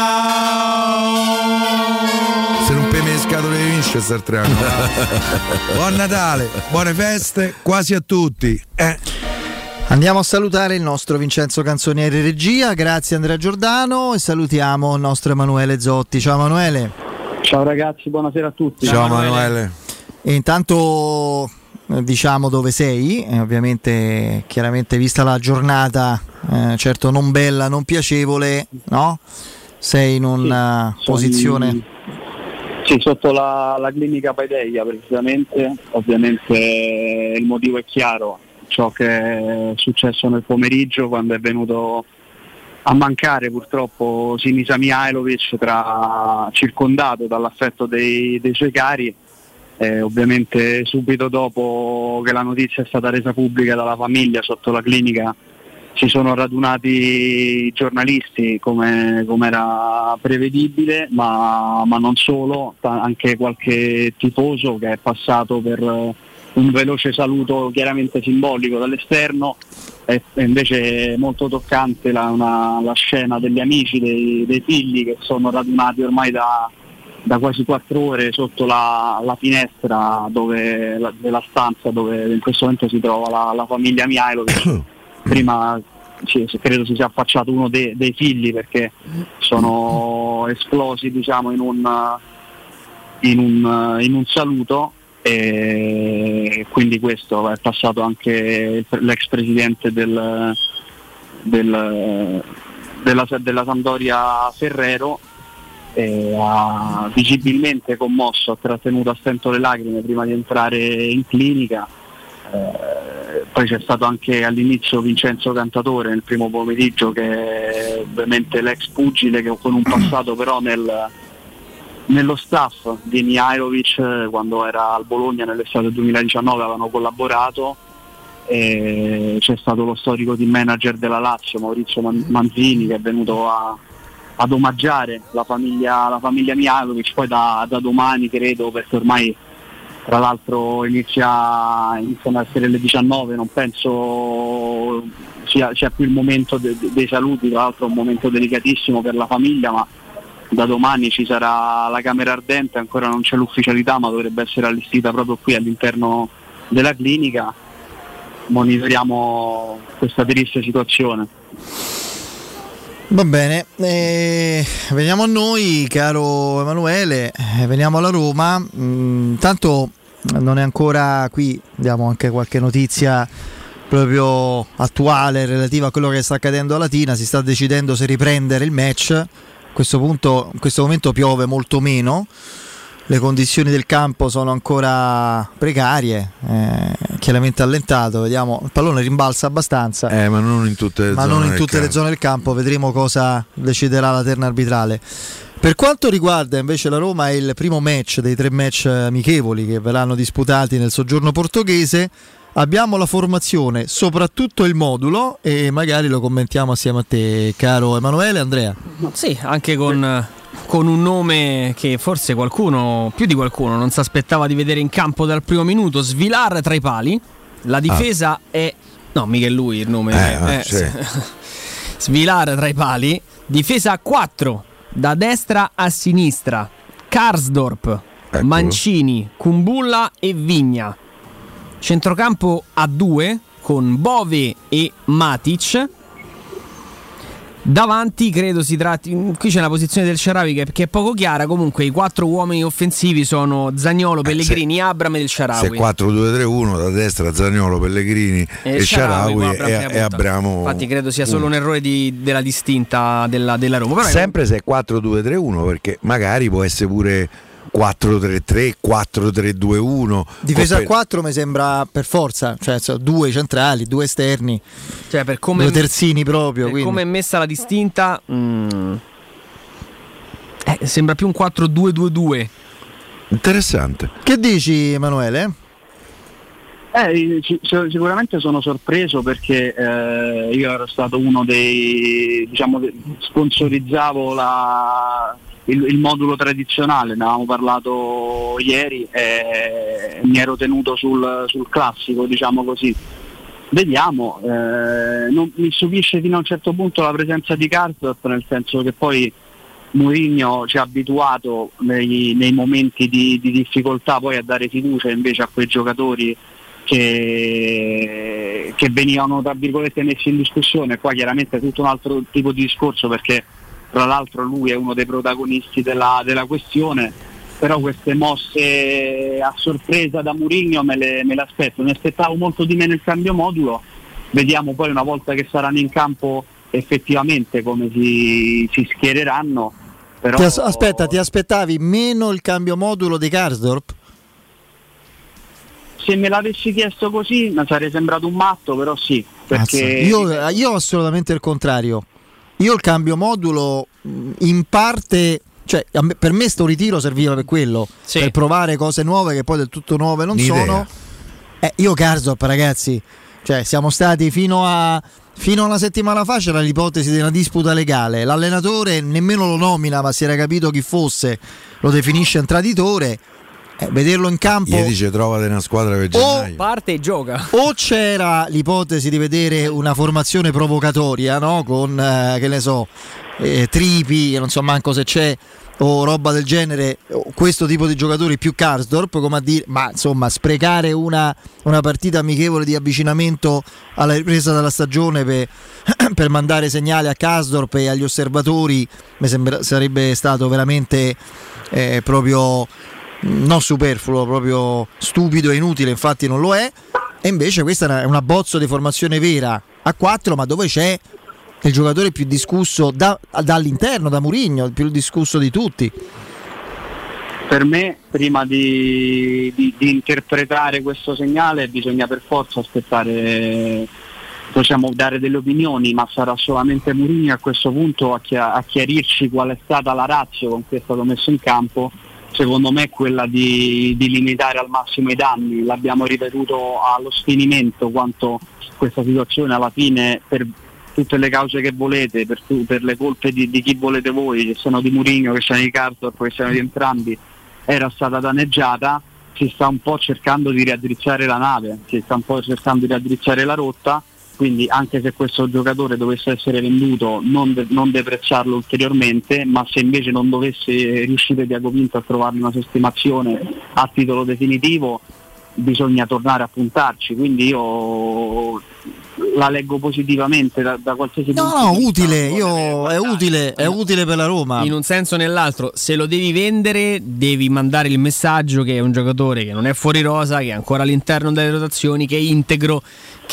town. Se non pemi le scatole di Winchester tre anni. Buon Natale, buone feste quasi a tutti. Eh. Andiamo a salutare il nostro Vincenzo Canzonieri regia, grazie Andrea Giordano, e salutiamo il nostro Emanuele Zotti. Ciao Emanuele. Ciao ragazzi, buonasera a tutti. Ciao Emanuele. E intanto diciamo dove sei, e ovviamente chiaramente vista la giornata, eh, certo non bella, non piacevole, no? Sei in una sì, posizione... In... Sì, sotto la, la clinica Paideia precisamente, ovviamente il motivo è chiaro, ciò che è successo nel pomeriggio quando è venuto a mancare purtroppo Sinisa Mihajlovic, tra, circondato dall'affetto dei, dei suoi cari. Eh, ovviamente subito dopo che la notizia è stata resa pubblica dalla famiglia sotto la clinica si sono radunati i giornalisti come, come era prevedibile, ma, ma non solo, anche qualche tifoso che è passato per un veloce saluto chiaramente simbolico dall'esterno. È, è invece molto toccante la, una, la scena degli amici, dei, dei figli che sono radunati ormai da, da quasi quattro ore sotto la, la finestra dove, la, della stanza dove in questo momento si trova la, la famiglia Mihajlovic. Prima sì, credo si sia affacciato uno dei, dei figli perché sono esplosi diciamo in un, in un, in un saluto, e quindi questo è passato anche l'ex presidente del, del, della, della Sampdoria Ferrero, e ha visibilmente commosso, ha trattenuto a stento le lacrime prima di entrare in clinica. Eh, poi c'è stato anche all'inizio Vincenzo Cantatore nel primo pomeriggio, che è ovviamente l'ex pugile che con un passato però nel, nello staff di Mihajlovic quando era al Bologna nell'estate duemiladiciannove avevano collaborato. E c'è stato lo storico team manager della Lazio Maurizio Manzini che è venuto a, ad omaggiare la famiglia, la famiglia Mihajlovic. Poi da, da domani credo, perché ormai tra l'altro inizia, iniziano a essere le diciannove, non penso sia, sia più il momento de, de, dei saluti, tra l'altro è un momento delicatissimo per la famiglia, ma da domani ci sarà la camera ardente, ancora non c'è l'ufficialità ma dovrebbe essere allestita proprio qui all'interno della clinica. Monitoriamo questa triste situazione. Va bene, eh, veniamo a noi, caro Emanuele, eh, veniamo alla Roma. Mm, tanto non è ancora qui, diamo anche qualche notizia proprio attuale relativa a quello che sta accadendo a Latina. Si sta decidendo se riprendere il match. A questo punto, in questo momento piove molto meno, le condizioni del campo sono ancora precarie, eh, chiaramente allentato, vediamo, il pallone rimbalza abbastanza, eh, ma non in tutte, le, ma zone non in tutte del le zone del campo, vedremo cosa deciderà la terna arbitrale. Per quanto riguarda invece la Roma, è il primo match dei tre match amichevoli che verranno disputati nel soggiorno portoghese. Abbiamo la formazione, soprattutto il modulo, e magari lo commentiamo assieme a te, caro Emanuele. Andrea? Sì, anche con, con un nome che forse qualcuno, più di qualcuno, non si aspettava di vedere in campo dal primo minuto. Svilar tra i pali, la difesa ah. è... no, mica è lui il nome. Eh, eh, sì. Svilar tra i pali, difesa a quattro, da destra a sinistra, Karsdorp, Eccolo. Mancini, Kumbulla e Vigna. Centrocampo a due con Bove e Matic. Davanti credo si tratti, qui c'è una posizione del Shaarawy che, che è poco chiara. Comunque i quattro uomini offensivi sono Zaniolo, Pellegrini, eh, Abram e il Shaarawy. Se quattro due tre uno, da destra Zaniolo, Pellegrini e, e Shaarawy e, e Abramo. Infatti credo sia solo un errore di, della distinta della, della Roma. Però sempre è... se è quattro due tre uno, perché magari può essere pure quattro tre tre, quattro tre due uno. Difesa per... a quattro mi sembra per forza, cioè so, due centrali, due esterni, cioè per come due terzini proprio. Per come è messa la distinta, mm, eh, sembra più un quattro due due due. Interessante. Che dici, Emanuele? Eh, sicuramente sono sorpreso perché eh, io ero stato uno dei, diciamo, sponsorizzavo la Il, il modulo tradizionale, ne avevamo parlato ieri e mi ero tenuto sul, sul classico, diciamo così. Vediamo, eh, non, mi stupisce fino a un certo punto la presenza di Karsdorp, nel senso che poi Mourinho ci ha abituato nei, nei momenti di, di difficoltà poi a dare fiducia invece a quei giocatori che, che venivano tra virgolette messi in discussione. Qua chiaramente è tutto un altro tipo di discorso, perché tra l'altro lui è uno dei protagonisti della, della questione, però queste mosse a sorpresa da Mourinho me le, me le aspetto. Ne aspettavo molto di meno il cambio modulo, vediamo poi una volta che saranno in campo effettivamente come si, si schiereranno. Però... Ti as- aspetta, ti aspettavi meno il cambio modulo di Karsdorp? Se me l'avessi chiesto così mi sarei sembrato un matto, però sì, perché io, io assolutamente il contrario. Io il cambio modulo in parte, cioè a me, per me sto ritiro serviva per quello, sì. per provare cose nuove che poi del tutto nuove non L'idea. sono. Eh, io Karsdorp, ragazzi, cioè siamo stati fino a fino a una settimana fa c'era l'ipotesi di una disputa legale. L'allenatore nemmeno lo nomina, ma si era capito chi fosse, lo definisce un traditore. Eh, vederlo in campo, gli dice trovate una squadra per gennaio, o parte e gioca, o c'era l'ipotesi di vedere una formazione provocatoria, no? Con eh, che ne so eh, Tripi, non so manco se c'è, o roba del genere, questo tipo di giocatori più Karsdorp, come a dire, ma insomma sprecare una, una partita amichevole di avvicinamento alla ripresa della stagione per, per mandare segnali a Karsdorp e agli osservatori mi sembra, sarebbe stato veramente eh, proprio non superfluo, proprio stupido e inutile, infatti non lo è. E invece questa è una bozza di formazione vera a quattro, ma dove c'è il giocatore più discusso da, dall'interno, da Mourinho, il più discusso di tutti. Per me, prima di, di, di interpretare questo segnale bisogna per forza aspettare, possiamo dare delle opinioni, ma sarà solamente Mourinho a questo punto a, chia- a chiarirci qual è stata la ratio con cui è stato messo in campo. Secondo me è quella di, di limitare al massimo i danni. L'abbiamo ripetuto allo sfinimento quanto questa situazione alla fine, per tutte le cause che volete, per, tu, per le colpe di, di chi volete voi, che sono di Mourinho, che sono di Karsdorp, che sono di entrambi, era stata danneggiata. Si sta un po' cercando di raddrizzare la nave, si sta un po' cercando di raddrizzare la rotta, quindi anche se questo giocatore dovesse essere venduto non, de- non deprezzarlo ulteriormente, ma se invece non dovesse riuscire Tiago Pinto a trovargli una sistemazione a titolo definitivo bisogna tornare a puntarci, quindi io la leggo positivamente da, da qualsiasi no, punto no, di vista. utile, io, è utile, è utile per la Roma. In un senso o nell'altro, se lo devi vendere, devi mandare il messaggio che è un giocatore che non è fuori rosa, che è ancora all'interno delle rotazioni, che è integro,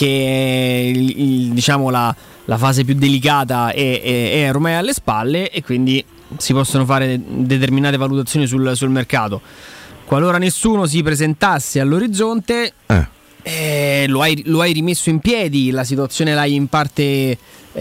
che il, il, diciamo la, la fase più delicata è, è, è ormai alle spalle e quindi si possono fare determinate valutazioni sul, sul mercato. Qualora nessuno si presentasse all'orizzonte, eh. Eh, lo, hai, lo hai rimesso in piedi, la situazione l'hai in parte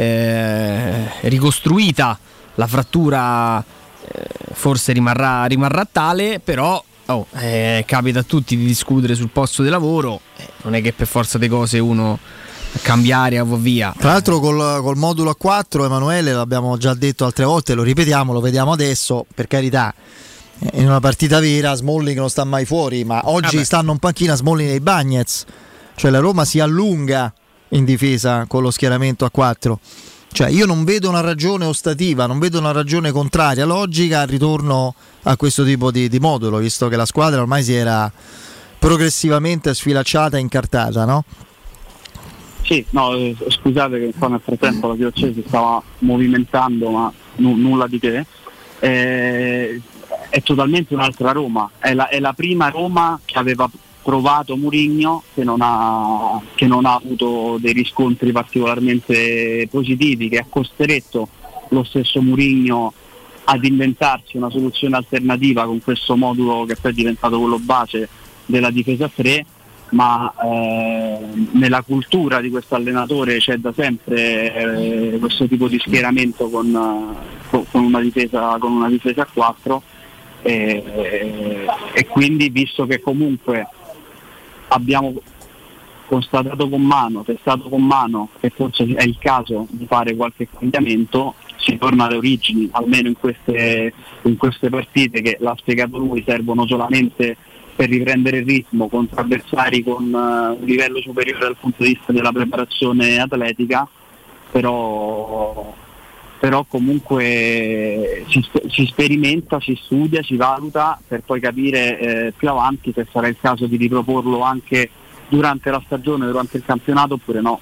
eh, ricostruita, la frattura eh, forse rimarrà, rimarrà tale, però oh, eh, capita a tutti di discutere sul posto di lavoro, eh, non è che per forza di cose uno cambiare o via. Tra l'altro col, col modulo a quattro, Emanuele, l'abbiamo già detto altre volte, lo ripetiamo, lo vediamo adesso, per carità. In una partita vera Smalling non sta mai fuori, ma oggi Vabbè. stanno in panchina Smalling e Bagnez, cioè la Roma si allunga in difesa con lo schieramento a quattro. Cioè io non vedo una ragione ostativa, non vedo una ragione contraria, logica al ritorno a questo tipo di, di modulo, visto che la squadra ormai si era progressivamente sfilacciata e incartata, no? Sì, no, eh, scusate che qua nel frattempo la situazione si stava movimentando, ma n- nulla di che. Eh, è totalmente un'altra Roma, è la, è la prima Roma che aveva provato Mourinho, che non ha, che non ha avuto dei riscontri particolarmente positivi, che ha costretto lo stesso Mourinho ad inventarsi una soluzione alternativa con questo modulo che poi è diventato quello base della difesa a tre, ma eh, nella cultura di questo allenatore c'è da sempre eh, questo tipo di schieramento con, con, con una difesa con una difesa a quattro. E, e quindi, visto che comunque abbiamo constatato con mano, testato con mano che forse è il caso di fare qualche cambiamento, si torna alle origini, almeno in queste, in queste partite che l'ha spiegato lui, servono solamente per riprendere il ritmo contro avversari con uh, un livello superiore dal punto di vista della preparazione atletica, però però comunque si, si sperimenta, si studia, si valuta per poi capire eh, più avanti se sarà il caso di riproporlo anche durante la stagione, durante il campionato oppure no.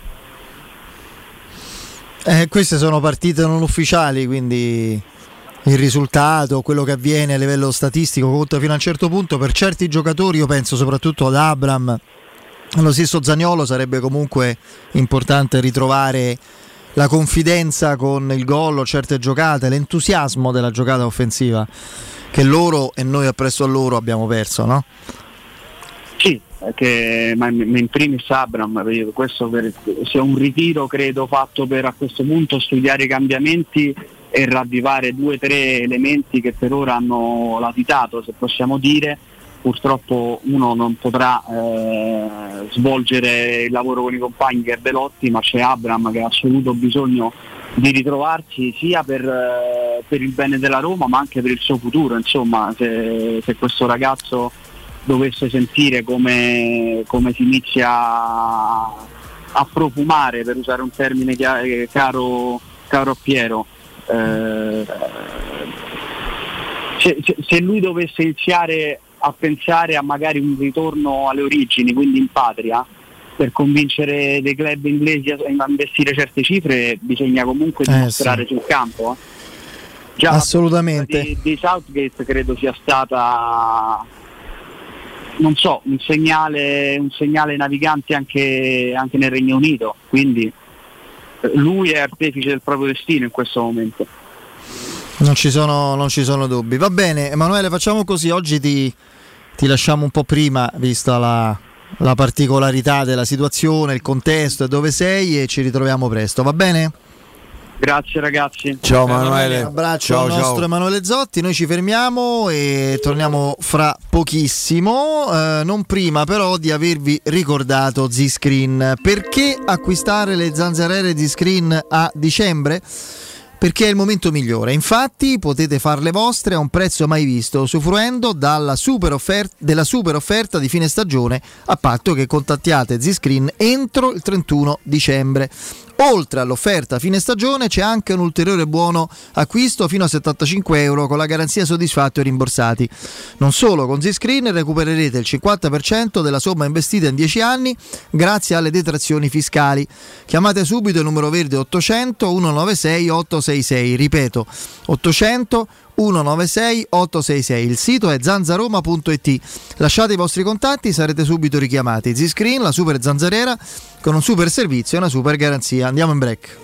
Eh, queste sono partite non ufficiali, quindi il risultato, quello che avviene a livello statistico conta fino a un certo punto. Per certi giocatori, io penso soprattutto ad Abraham, allo stesso Zaniolo, sarebbe comunque importante ritrovare la confidenza con il gol o certe giocate, l'entusiasmo della giocata offensiva che loro e noi appresso a loro abbiamo perso, no? Sì, che, ma in primis Abram, questo per, sia un ritiro credo fatto per a questo punto studiare i cambiamenti e ravvivare due o tre elementi che per ora hanno latitato, se possiamo dire. Purtroppo uno non potrà eh, svolgere il lavoro con i compagni che è Belotti, ma c'è Abram che ha assoluto bisogno di ritrovarsi sia per, eh, per il bene della Roma ma anche per il suo futuro. Insomma, se, se questo ragazzo dovesse sentire come, come si inizia a profumare, per usare un termine chiaro, caro, caro a Piero, eh, se, se lui dovesse iniziare a pensare a magari un ritorno alle origini, quindi in patria, per convincere dei club inglesi a investire certe cifre bisogna comunque dimostrare eh, sì. sul campo. Eh. Già assolutamente di, di Southgate credo sia stata, non so, un segnale, un segnale navigante anche, anche nel Regno Unito, quindi lui è artefice del proprio destino in questo momento. Non ci sono, non ci sono dubbi. Va bene, Emanuele, facciamo così, oggi ti, ti lasciamo un po' prima, vista la, la particolarità della situazione, il contesto e dove sei, e ci ritroviamo presto, va bene? Grazie ragazzi. Ciao Emanuele. Un abbraccio ciao, al nostro ciao. Emanuele Zotti, noi ci fermiamo e torniamo fra pochissimo, eh, non prima però di avervi ricordato Zscreen. Perché acquistare le zanzariere Zscreen a dicembre? Perché è il momento migliore, infatti potete farle vostre a un prezzo mai visto, usufruendo dalla super offerta, della super offerta di fine stagione, a patto che contattiate Zscreen entro il trentuno dicembre. Oltre all'offerta fine stagione c'è anche un ulteriore buono acquisto fino a settantacinque euro con la garanzia soddisfatto e rimborsati. Non solo, con Zscreen recupererete il cinquanta per cento della somma investita in dieci anni grazie alle detrazioni fiscali. Chiamate subito il numero verde ottocento centonovantasei ottocentosessantasei, ripeto ottocento centonovantasei ottocentosessantasei. Il sito è zanzaroma punto it. Lasciate i vostri contatti, sarete subito richiamati. Zscreen, la super zanzariera con un super servizio e una super garanzia. Andiamo in break.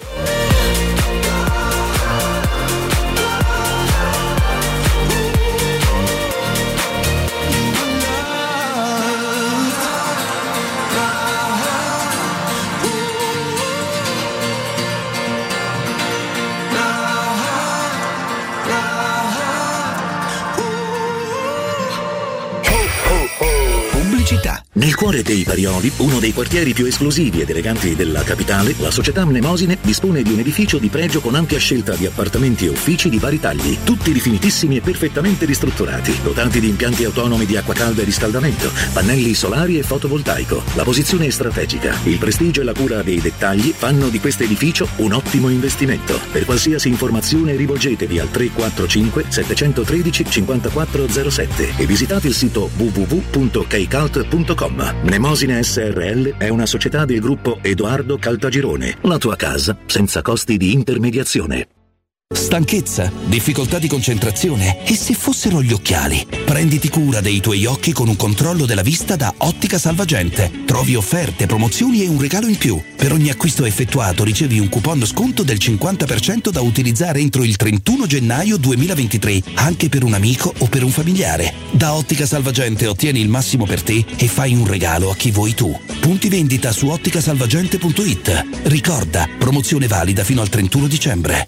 Nel cuore dei Parioli, uno dei quartieri più esclusivi ed eleganti della capitale, la società Mnemosine dispone di un edificio di pregio con ampia scelta di appartamenti e uffici di vari tagli, tutti rifinitissimi e perfettamente ristrutturati, dotati di impianti autonomi di acqua calda e riscaldamento, pannelli solari e fotovoltaico. La posizione è strategica, il prestigio e la cura dei dettagli fanno di questo edificio un ottimo investimento. Per qualsiasi informazione rivolgetevi al tre quattro cinque sette uno tre cinque zero sette e visitate il sito w w w punto kcalt punto com. Mnemosine S R L è una società del gruppo Edoardo Caltagirone. La tua casa senza costi di intermediazione. Stanchezza, difficoltà di concentrazione e se fossero gli occhiali? Prenditi cura dei tuoi occhi con un controllo della vista da Ottica Salvagente. Trovi offerte, promozioni e un regalo in più. Per ogni acquisto effettuato ricevi un coupon sconto del cinquanta per cento da utilizzare entro il trentuno gennaio duemilaventitré, anche per un amico o per un familiare. Da Ottica Salvagente ottieni il massimo per te e fai un regalo a chi vuoi tu. Punti vendita su ottica salvagente punto it. Ricorda, promozione valida fino al trentuno dicembre.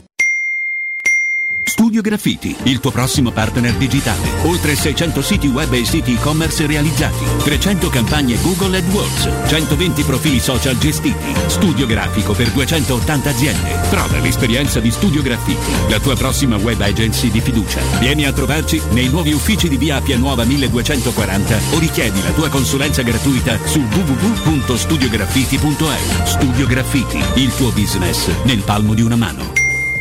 Studio Graffiti, il tuo prossimo partner digitale. Oltre seicento siti web e siti e-commerce realizzati, trecento campagne Google AdWords, centoventi profili social gestiti. Studio grafico per duecentottanta aziende. Prova l'esperienza di Studio Graffiti, la tua prossima web agency di fiducia. Vieni a trovarci nei nuovi uffici di via Appia Nuova milleduecentoquaranta o richiedi la tua consulenza gratuita su w w w punto studio graffiti punto e u. Studio Graffiti, il tuo business nel palmo di una mano.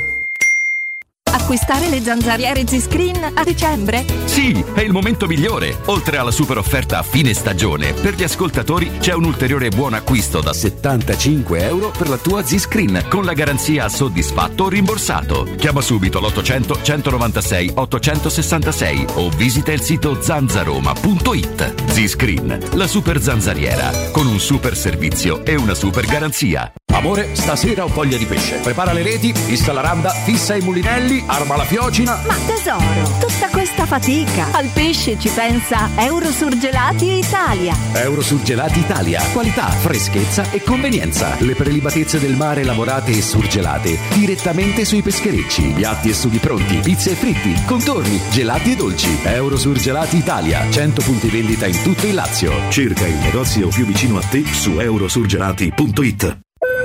Acquistare le zanzariere Zscreen a dicembre? Sì, è il momento migliore. Oltre alla super offerta a fine stagione, per gli ascoltatori c'è un ulteriore buon acquisto da settantacinque euro per la tua Zscreen con la garanzia soddisfatto o rimborsato. Chiama subito l'ottocento centonovantasei ottocentosessantasei o visita il sito zanzaroma punto it. Zscreen, la super zanzariera con un super servizio e una super garanzia. Amore, stasera ho voglia di pesce. Prepara le reti, fissa la randa, fissa i mulinelli, arma la fiocina. Ma tesoro, tutta questa fatica. Al pesce ci pensa Eurosurgelati Italia. Eurosurgelati Italia. Qualità, freschezza e convenienza. Le prelibatezze del mare lavorate e surgelate direttamente sui pescherecci. Piatti e sughi pronti, pizze e fritti, contorni, gelati e dolci. Eurosurgelati Italia. cento punti vendita in tutto il Lazio. Cerca il negozio più vicino a te su eurosurgelati punto it.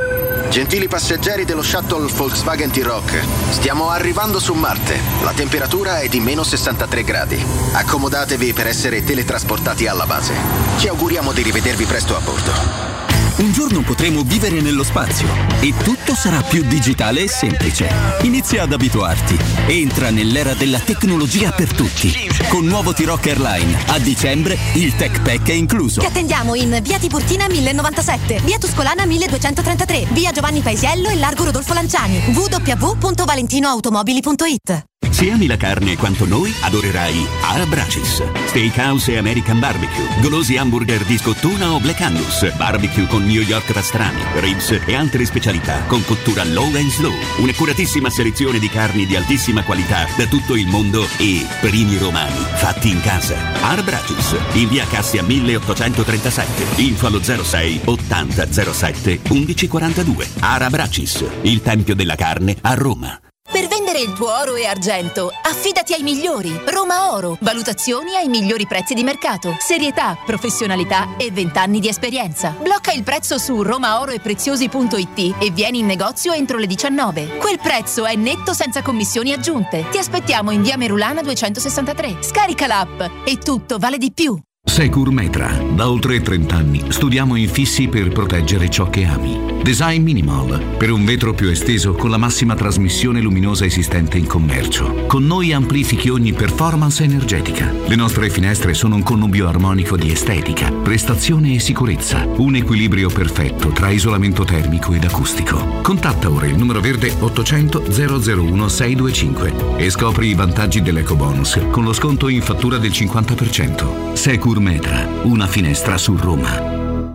Gentili passeggeri dello shuttle Volkswagen T-Roc, stiamo arrivando su Marte. La temperatura è di meno sessantatré gradi. Accomodatevi per essere teletrasportati alla base. Ci auguriamo di rivedervi presto a bordo. Un giorno potremo vivere nello spazio e tutto sarà più digitale e semplice. Inizia ad abituarti. Entra nell'era della tecnologia per tutti. Con nuovo T-Roc Airline, a dicembre il Tech Pack è incluso. Ti attendiamo in via Tiburtina mille novantasette, via Tuscolana milleduecentotrentatré, via Giovanni Paesiello e largo Rodolfo Lanciani. w w w punto valentinoautomobili punto it. Se ami la carne quanto noi, adorerai Arabracis. Steakhouse e American Barbecue, golosi hamburger di scottuna o Black Angus, barbecue con New York pastrami, ribs e altre specialità con cottura low and slow. Un'accuratissima selezione di carni di altissima qualità da tutto il mondo e primi romani fatti in casa. Arabracis, in via Cassia milleottocentotrentasette, info allo zero sei ottanta zero sette undici quarantadue. Arabracis, il tempio della carne a Roma. Per vendere il tuo oro e argento, affidati ai migliori. Roma Oro. Valutazioni ai migliori prezzi di mercato. Serietà, professionalità e vent'anni di esperienza. Blocca il prezzo su romaoroepreziosi punto it e vieni in negozio entro le diciannove. Quel prezzo è netto senza commissioni aggiunte. Ti aspettiamo in via Merulana duecentosessantatré. Scarica l'app e tutto vale di più. Securmetra. Da oltre trenta anni studiamo infissi per proteggere ciò che ami. Design minimal, per un vetro più esteso con la massima trasmissione luminosa esistente in commercio. Con noi amplifichi ogni performance energetica. Le nostre finestre sono un connubio armonico di estetica, prestazione e sicurezza. Un equilibrio perfetto tra isolamento termico ed acustico. Contatta ora il numero verde ottocento zero zero uno sei due cinque e scopri i vantaggi dell'ecobonus con lo sconto in fattura del cinquanta per cento. Securmetra, una finestra su Roma.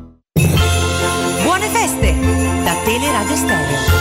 Buone feste da Teleradio Stereo.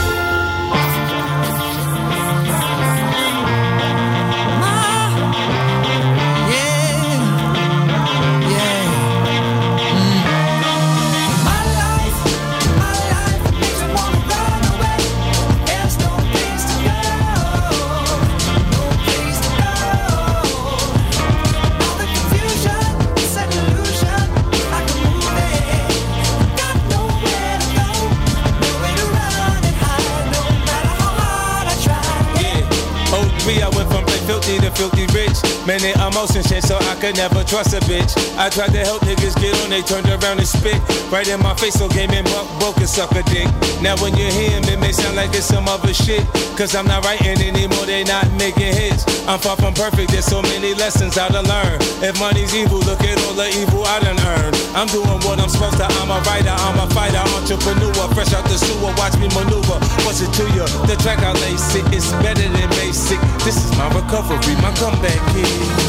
Filthy rich, many emotion shit, so I could never trust a bitch. I tried to help niggas get on, they turned around and spit right in my face, so game and buck, broke and suck a dick. Now when you hear him, it may sound like it's some other shit, cause I'm not writing anymore, they not making hits. I'm far from perfect, there's so many lessons I done learn. If money's evil, look at all the evil I done earned. I'm doing what I'm supposed to, I'm a writer, I'm a fighter, entrepreneur, fresh out the sewer, watch me maneuver. What's it to you? The track I lace it, it's better than basic. This is my recovery, my comeback kid.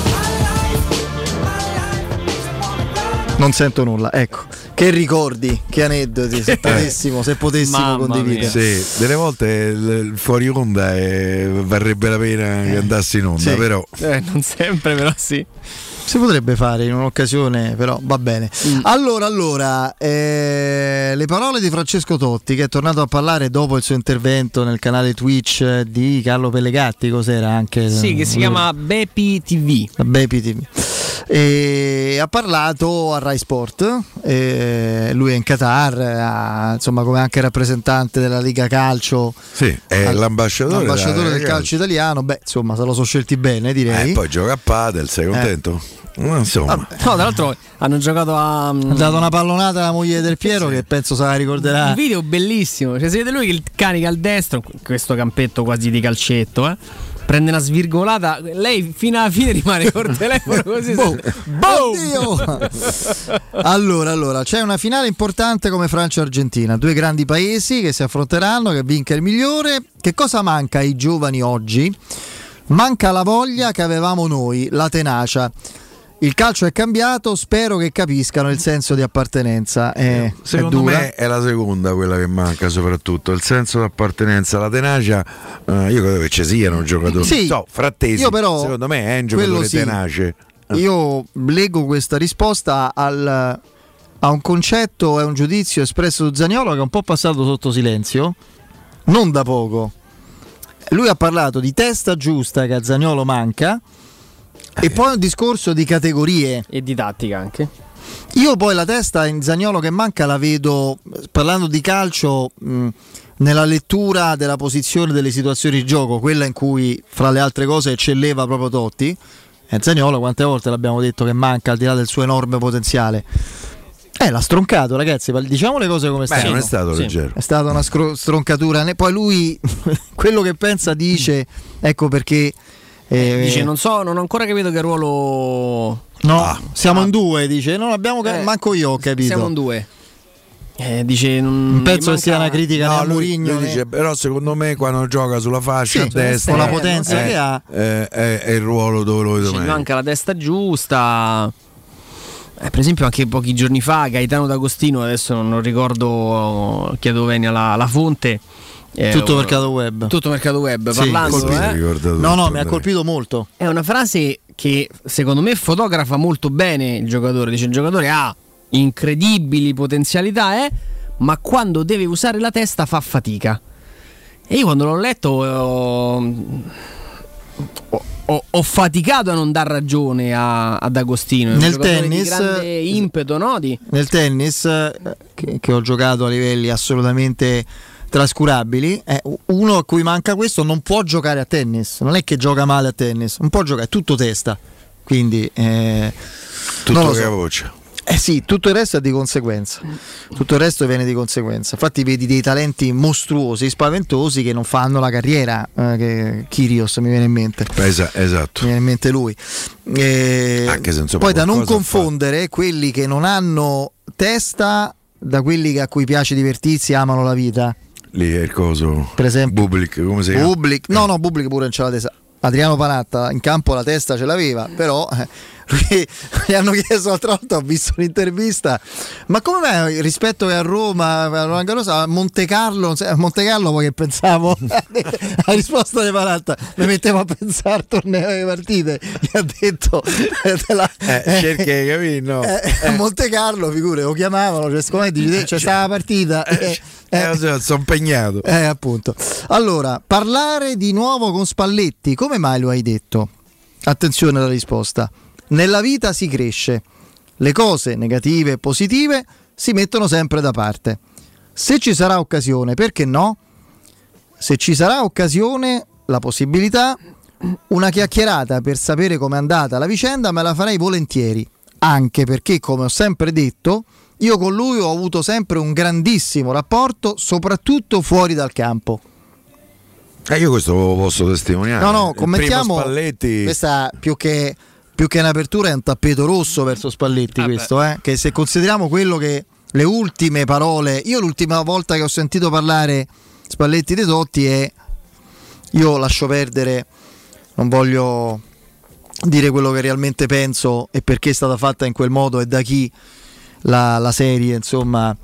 Non sento nulla, ecco. Che ricordi, che aneddoti, se potessimo, se potessimo condividere. Sì, delle volte il fuori onda è, varrebbe la pena che andassi in onda, sì. però. Eh, non sempre, però sì. Si potrebbe fare in un'occasione, però va bene. Mm. Allora, allora eh, le parole di Francesco Totti, che è tornato a parlare dopo il suo intervento nel canale Twitch di Carlo Pellegatti, cos'era anche? Sì, che si chiama Bepi T V. Bepi T V. E ha parlato a Rai Sport, e lui è in Qatar, ha, insomma, come anche rappresentante della Liga Calcio. Sì, è al, l'ambasciatore, l'ambasciatore del calcio, calcio italiano. Beh, insomma, se lo sono scelti bene, direi. E eh, poi gioca a padel, sei contento? Eh. Insomma. No, tra l'altro hanno giocato a. Ha dato una pallonata alla moglie del Piero, sì, che penso se la ricorderà. Un video bellissimo. Cioè, si vede lui che carica al destro, questo campetto quasi di calcetto, eh. Prende una svirgolata, lei fino alla fine rimane col telefono così. Boom. Boom. allora, allora, c'è una finale importante come Francia e Argentina, due grandi paesi che si affronteranno, che vinca il migliore. Che cosa manca ai giovani oggi? Manca la voglia che avevamo noi, la tenacia. il calcio è cambiato, spero che capiscano il senso di appartenenza. È, Secondo è dura. me è la seconda quella che manca, soprattutto il senso di appartenenza, la tenacia. Eh, io credo che ci siano giocatori. Sì, so, Frattesi, io però, secondo me è un giocatore sì, tenace. Io leggo questa risposta al, a un concetto e un giudizio espresso da Zaniolo che è un po' passato sotto silenzio, non da poco. Lui ha parlato di testa giusta che a Zaniolo manca. E poi un discorso di categorie e di tattica anche. Io poi la testa in Zaniolo che manca la vedo, parlando di calcio, mh, nella lettura della posizione delle situazioni di gioco, quella in cui fra le altre cose eccelleva proprio Totti. E Zaniolo quante volte l'abbiamo detto che manca, al di là del suo enorme potenziale. Eh, l'ha stroncato, ragazzi, diciamo le cose come Beh, stanno. non è stato Sì. leggero. È stata una scro- stroncatura. Poi lui quello che pensa dice, ecco perché Eh, dice non so, non ho ancora capito che ruolo. No, ah, siamo ah. in due, dice, non abbiamo cap- eh, manco io ho capito. Siamo in due. Eh, dice non non penso manca... che sia una critica no, a lui, Mourinho. lui dice, però secondo me quando gioca sulla fascia Sì, a destra con la potenza è, che ha è, è, è il ruolo dove lo vedo Ci meglio. manca la testa giusta. Eh, per esempio anche pochi giorni fa Gaetano D'Agostino, adesso non ricordo, chiedo bene la, la fonte. Eh, tutto mercato web. Tutto mercato web, Sì, parlando, colpito, eh? No, no, mi ha colpito molto. È una frase che secondo me fotografa molto bene il giocatore. Dice il giocatore ha incredibili potenzialità, eh, ma quando deve usare la testa fa fatica. E io quando l'ho letto eh, ho, ho, ho faticato a non dar ragione a, ad Agostino. È un Nel giocatore tennis, di grande impeto, no? Di... Nel tennis, eh, che, che ho giocato a livelli assolutamente trascurabili, è uno a cui manca questo non può giocare a tennis. Non è che gioca male a tennis, non può giocare, è tutto testa. Quindi eh, tutto non lo che so. voce. Eh sì, tutto il resto è di conseguenza. Tutto il resto viene di conseguenza. Infatti vedi dei talenti mostruosi, spaventosi che non fanno la carriera. Eh, che Kyrgios mi viene in mente. Esa- esatto. Mi viene in mente lui. E Anche se, insomma, poi da non qualcosa confondere quelli che non hanno testa da quelli che a cui piace divertirsi e amano la vita. Lì è il coso. Per esempio Bublik, come si chiama? Bublik, no, no, Bublik pure non c'ha la testa. Adriano Panatta in campo la testa ce l'aveva, però eh, lui, gli hanno chiesto l'altra volta, ho visto un'intervista, ma come mai rispetto che a Roma, a Roland Garros, a Monte Carlo, a Monte Carlo poi che pensavo, la risposta di Panatta, mi mettevo a pensare al torneo delle partite, gli ha detto, eh, la, eh, eh, cerchi di capire, no? Eh, a Monte Carlo, figure, lo chiamavano, cioè, siccome dici, c'è stata la partita. Eh, Eh, eh, sono impegnato. Eh, appunto. Allora, parlare di nuovo con Spalletti, come mai lo hai detto? Attenzione alla risposta. Nella vita si cresce. Le cose negative e positive si mettono sempre da parte. Se ci sarà occasione, perché no? Se ci sarà occasione, la possibilità, una chiacchierata per sapere com'è andata la vicenda me la farei volentieri. Anche perché, come ho sempre detto, io con lui ho avuto sempre un grandissimo rapporto, soprattutto fuori dal campo. Eh, io questo lo posso testimoniare. No, no, Il commentiamo. primo Spalletti. Questa più che, più che un'apertura è un tappeto rosso verso Spalletti, ah questo, eh, che se consideriamo quello che le ultime parole, io l'ultima volta che ho sentito parlare Spalletti dei Totti è, io lascio perdere, non voglio dire quello che realmente penso e perché è stata fatta in quel modo e da chi. La, la serie insomma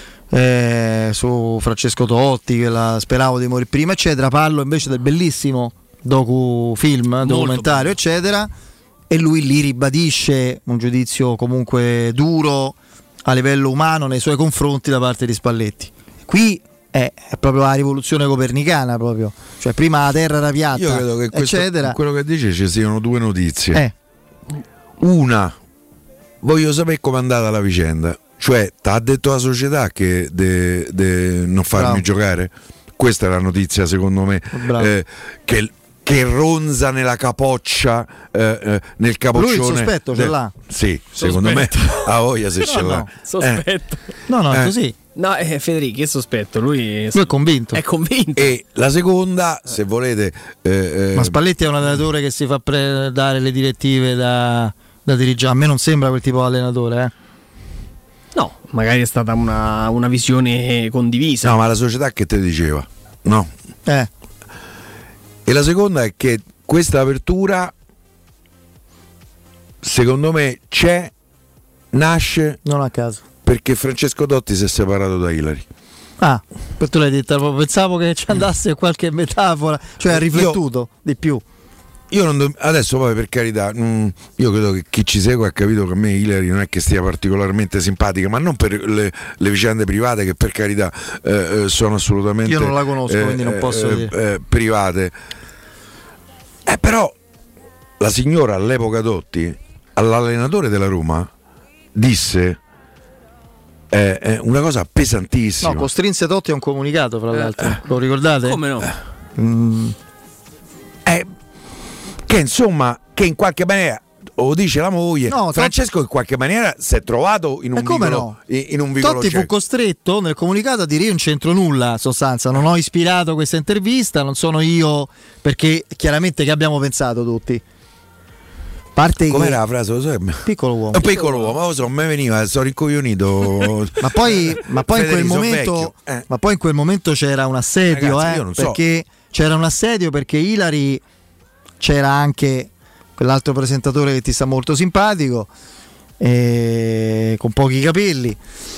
eh, su Francesco Totti, che la speravo di morire prima eccetera, parlo invece del bellissimo docufilm, Molto documentario bello. Eccetera, e lui lì ribadisce un giudizio comunque duro a livello umano nei suoi confronti da parte di Spalletti. Qui è, è proprio la rivoluzione copernicana, proprio, cioè prima la terra era piatta. Io credo che questo, eccetera. quello che dice ci siano due notizie. eh. Una, voglio sapere com'è andata la vicenda. Cioè, ti ha detto la società che de, de non farmi Bravo. giocare? Questa è la notizia, secondo me. Eh, che, che ronza nella capoccia, eh, eh, nel capoccione. Lui il sospetto ce de- l'ha. Sì, secondo me ha voglia se No, ce l'ha. no, sospetto. Eh. No, no, è Eh. così. No, eh, Federico, che sospetto? Lui, Lui è convinto. È convinto. E la seconda, se volete. eh, eh, Ma Spalletti è un allenatore che si fa pre- dare le direttive da, da dirigere. A me non sembra quel tipo di allenatore, eh. No, magari è stata una, una visione condivisa. No, ma la società che te diceva? No. Eh. E la seconda è che questa apertura secondo me c'è, nasce non a caso perché Francesco Dotti si è separato da Ilari. Ah, per tu l'hai detta, pensavo che ci andasse qualche metafora, cioè ha riflettuto io, di più. Io non do, adesso poi per carità, mh, io credo che chi ci segue ha capito che a me Ilari non è che stia particolarmente simpatica, ma non per le, le vicende private che per carità eh, sono assolutamente io non la conosco, eh, quindi non posso eh, dire eh, private. Eh, però la signora all'epoca Dotti all'allenatore della Roma disse eh, eh, una cosa pesantissima. No, costrinse Totti a un comunicato, fra l'altro, eh, lo ricordate? Come no? Mm. Eh, che insomma, che in qualche maniera lo dice la moglie, no, Francesco Totti in qualche maniera si è trovato in un vicolo, no? in, in un vicolo Totti cieco. Fu costretto nel comunicato a dire io non c'entro nulla, sostanza, non ho ispirato questa intervista, non sono io, perché chiaramente che abbiamo pensato tutti. Parte com'era che... la frase? Lo so, piccolo uomo. Un piccolo uomo, lo so, non mi veniva, sono rincoglionito. ma poi, ma poi in quel momento, eh. ma poi in quel momento c'era un assedio, Ragazzi, eh, io non so. perché c'era un assedio perché Ilari, c'era anche quell'altro presentatore che ti sta molto simpatico, eh, con pochi capelli,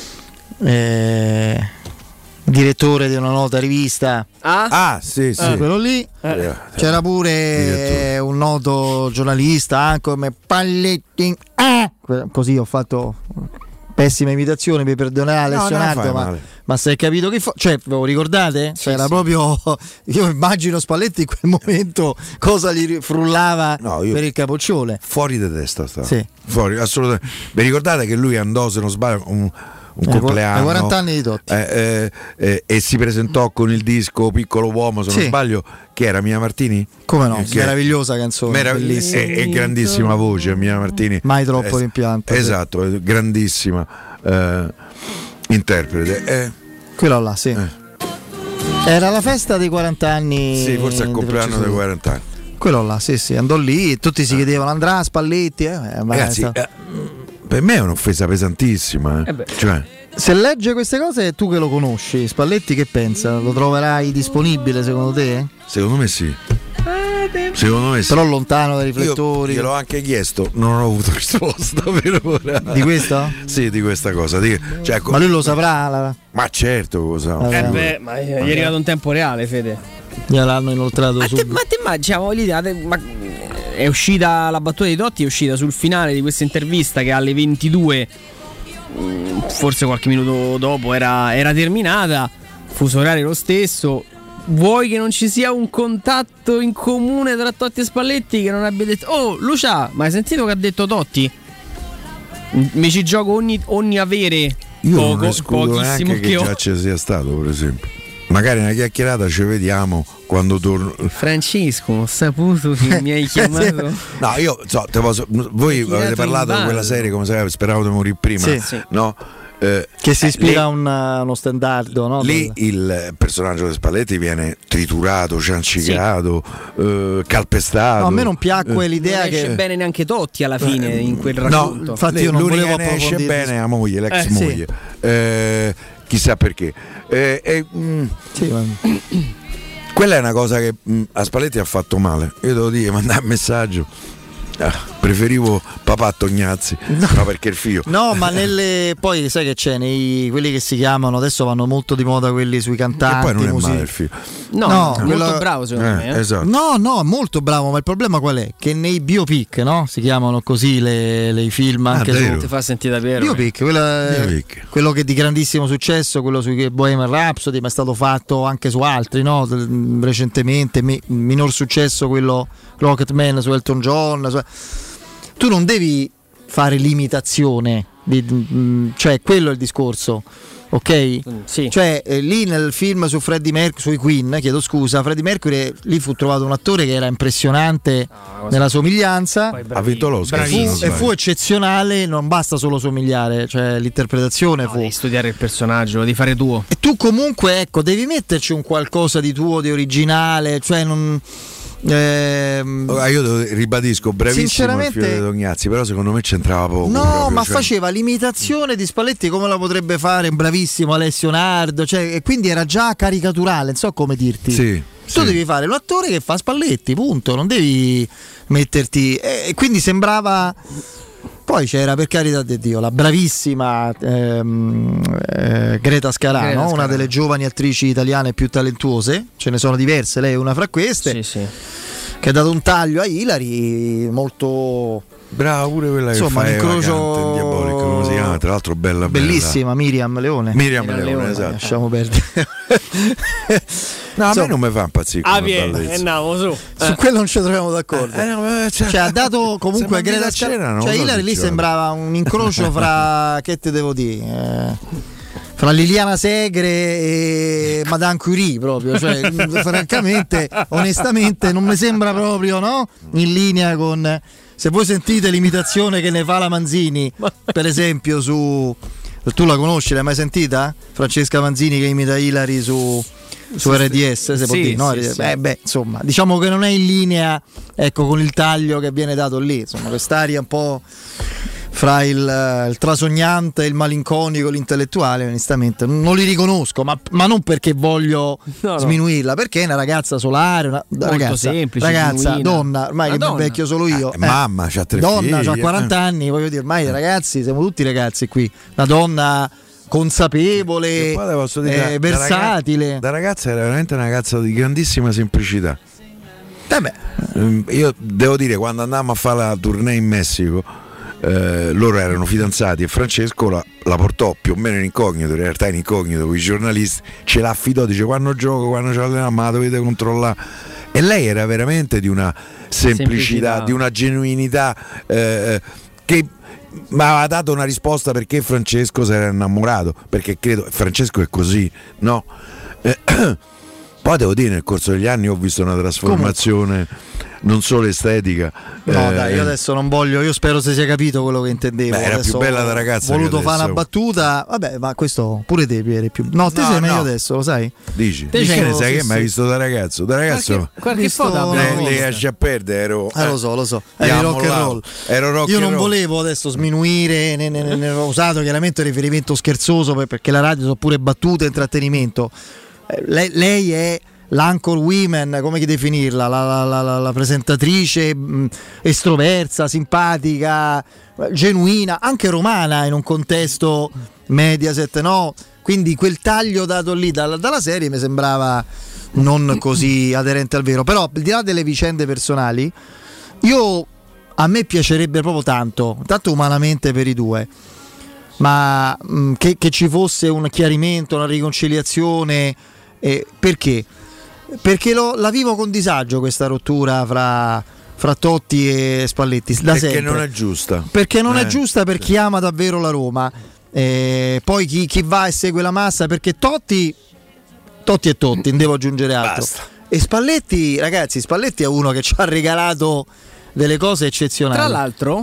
eh, direttore di una nota rivista. Ah, ah sì, sì. Eh, quello lì. Eh. C'era pure eh, un noto giornalista anche come Palletti. Eh. Così ho fatto pessime imitazioni, mi perdonerà Alessio no, Nardo, ma, ma se hai capito che fa... cioè ve lo ricordate? Sì, cioè, era sì. proprio, io immagino Spalletti in quel momento cosa gli frullava no, io... per il capoccione. Fuori di testa sta. Sì. Fuori, assolutamente. Vi ricordate che lui andò, se non sbaglio, un, un eh, compleanno ai quaranta anni di Totti eh, eh, eh, e si presentò con il disco Piccolo Uomo, se non sì. sbaglio, che era Mia Martini? Come no, che meravigliosa canzone, merav- bellissima e, e grandissima voce Mia Martini, mai troppo eh, rimpianto. Esatto, sì. grandissima eh, interprete. Eh. Quello là, sì. Eh. Era la festa dei quaranta anni. Sì, forse il compleanno dei quaranta anni. Quello là, sì, sì, andò lì e tutti si chiedevano andrà Spalletti, eh? Ragazzi, eh, per me è un'offesa pesantissima, eh. Eh cioè se legge queste cose, tu che lo conosci, Spalletti che pensa? Lo troverai disponibile secondo te? Secondo me sì. Secondo me sì. Però lontano dai riflettori. Io gliel'ho anche chiesto, non ho avuto risposta per ora. Di questo? Sì, di questa cosa. Di, cioè, ma lui lo saprà? La... Ma certo lo sa. Eh beh, ma gli è arrivato in tempo reale, Fede. Gliel'hanno inoltrato ma subito. Te, ma te immaginiamo l'idea, ma è uscita la battuta di Totti, è uscita sul finale di questa intervista che alle ventidue, forse qualche minuto dopo, era, era terminata, fuso orario lo stesso. Vuoi che non ci sia un contatto in comune tra Totti e Spalletti, che non abbia detto oh Lucia, ma hai sentito che ha detto Totti? Mi ci gioco ogni, ogni avere. Io poco, non escludo pochissimo neanche che, che già ci sia stato, per esempio. Magari una chiacchierata ci vediamo quando torno. Francesco, ho saputo che mi hai chiamato. No, io so, te posso, voi avete parlato di quella serie come se speravo di morire prima, sì, sì. no? Eh, che si ispira lì, a un, uno standardo, no? Lì il personaggio di Spalletti viene triturato, ciancicato, sì. eh, calpestato. No, a me non piacque eh, l'idea non che esce bene neanche Totti alla fine eh, in quel racconto. No, infatti io non volevo approfondire. Esce bene la moglie, l'ex eh, moglie. Sì. Eh, chissà perché. Eh, eh, mm, sì, ma... quella è una cosa che mh, a Spalletti ha fatto male. Io devo dire, mandare un messaggio. Ah, preferivo papà Tognazzi, no. no perché il figlio. No, ma nelle poi sai che c'è nei quelli che si chiamano adesso vanno molto di moda quelli sui cantanti. E poi non è music- male il figlio. No, no, no quello... molto bravo secondo eh, me. Eh. Esatto. No, no, molto bravo, ma il problema qual è? Che nei biopic, no? Si chiamano così le, le film anche ah, su. Ti fa sentire davvero. Biopic, quella, biopic. quello che è di grandissimo successo, quello su Bohemian Rhapsody, ma è stato fatto anche su altri, no? Recentemente, mi, minor successo quello Rocketman su Elton John. Su... Tu non devi fare l'imitazione, di, mh, cioè quello è il discorso, ok? Mm, sì. Cioè eh, lì nel film su Freddie Mercury, sui Queen, chiedo scusa, Freddie Mercury lì fu trovato un attore che era impressionante ah, nella somiglianza, ha vinto l'Oscar fu, e fu eccezionale, non basta solo somigliare, cioè l'interpretazione no, fu devi studiare il personaggio, di fare tuo. E tu comunque ecco devi metterci un qualcosa di tuo, di originale, cioè non... Eh, io ribadisco, bravissimo il fiore di Tognazzi, però secondo me c'entrava poco. No, proprio, ma cioè... faceva l'imitazione di Spalletti come la potrebbe fare un bravissimo Alessio Nardo, cioè, e quindi era già caricaturale, non so come dirti. Sì, Tu devi fare l'attore che fa Spalletti, punto, non devi metterti. E quindi sembrava. Poi c'era, per carità di Dio, la bravissima ehm, eh, Greta Scalà, Greta no? Scalà, una delle giovani attrici italiane più talentuose, ce ne sono diverse, lei è una fra queste, sì, sì. che ha dato un taglio a Hilary molto... Brava pure quella insomma, che fa l'incrocio in Diabolico, come si chiama? Tra l'altro bella, bellissima, bella. Miriam Leone. Miriam Leone, Leone, esatto. Lasciamo perdere. No, a insomma, me non mi fa impazzire. Ah, viene, andiamo su. Su eh. quello non ci troviamo d'accordo. Eh, no, cioè, cioè, ha dato comunque Greta Scalà. Cioè, Hilary lì sembrava un incrocio fra, che te devo dire, eh, fra Liliana Segre e Madame Curie proprio, cioè, francamente, onestamente non mi sembra proprio, no? In linea con, se voi sentite l'imitazione che ne fa la Manzini, per esempio su, tu la conosci, l'hai mai sentita? Francesca Manzini che imita Hilary su su R D S, se sì, può dire, no? Sì, sì. Eh, beh, insomma, diciamo che non è in linea, ecco, con il taglio che viene dato lì, insomma, quest'aria un po' fra il, il trasognante, il malinconico, l'intellettuale, onestamente non li riconosco, ma, ma non perché voglio no, no. sminuirla, perché è una ragazza solare, una ragazza, semplice, ragazza genuina. donna, ormai una che donna. mi vecchio solo io, eh, mamma, c'ha tre donna, figli, c'ha quaranta eh. anni, voglio dire, ormai ragazzi, siamo tutti ragazzi qui, una donna consapevole, dire, eh, versatile. Da ragazza era veramente una ragazza di grandissima semplicità. Eh beh. Io devo dire, quando andavamo a fare la tournée in Messico, eh, loro erano fidanzati e Francesco la, la portò più o meno in incognito, in realtà in incognito con i giornalisti, ce l'ha affidò, dice quando gioco, quando c'è l'allenamento, ma la dovete controllare. E lei era veramente di una semplicità, semplicità. di una genuinità eh, che mi aveva dato una risposta perché Francesco si era innamorato, perché credo Francesco è così, no? Eh, poi devo dire, nel corso degli anni ho visto una trasformazione Comunque. non solo estetica. No, eh, dai, io adesso non voglio, io spero se sia capito quello che intendevo. Beh, era adesso più bella da ragazza. Ho voluto che fare una battuta, vabbè, ma questo pure te, Pieri, più. No, te no, sei meglio no. adesso, lo sai? Dici, te Dici che ne sai sì, che mi hai visto da ragazzo? Da ragazzo qualche, qualche visto... foto le, le lasci a perdere, ero. Eh, lo so, lo so. Eri rock and roll. Ero rock io and non roll. volevo adesso sminuire, ne, ne, ne, ne ho usato chiaramente un riferimento scherzoso perché la radio sono pure battute, intrattenimento. Eh, lei, lei è l'anchor women, come che definirla, la, la, la, la, la presentatrice mh, estroversa, simpatica, genuina, anche romana in un contesto Mediaset, no? Quindi quel taglio dato lì dalla, dalla serie mi sembrava non così aderente al vero. Però al di là delle vicende personali, io a me piacerebbe proprio tanto, tanto umanamente per i due, ma mh, che, che ci fosse un chiarimento, una riconciliazione, eh, perché? Perché lo, la vivo con disagio questa rottura fra, fra Totti e Spalletti da perché sempre. non è giusta, perché non eh, è giusta per chi ama davvero la Roma, eh, poi chi, chi va e segue la massa, perché Totti Totti e Totti, non devo aggiungere altro. Basta. E Spalletti, ragazzi, Spalletti è uno che ci ha regalato delle cose eccezionali. Tra l'altro,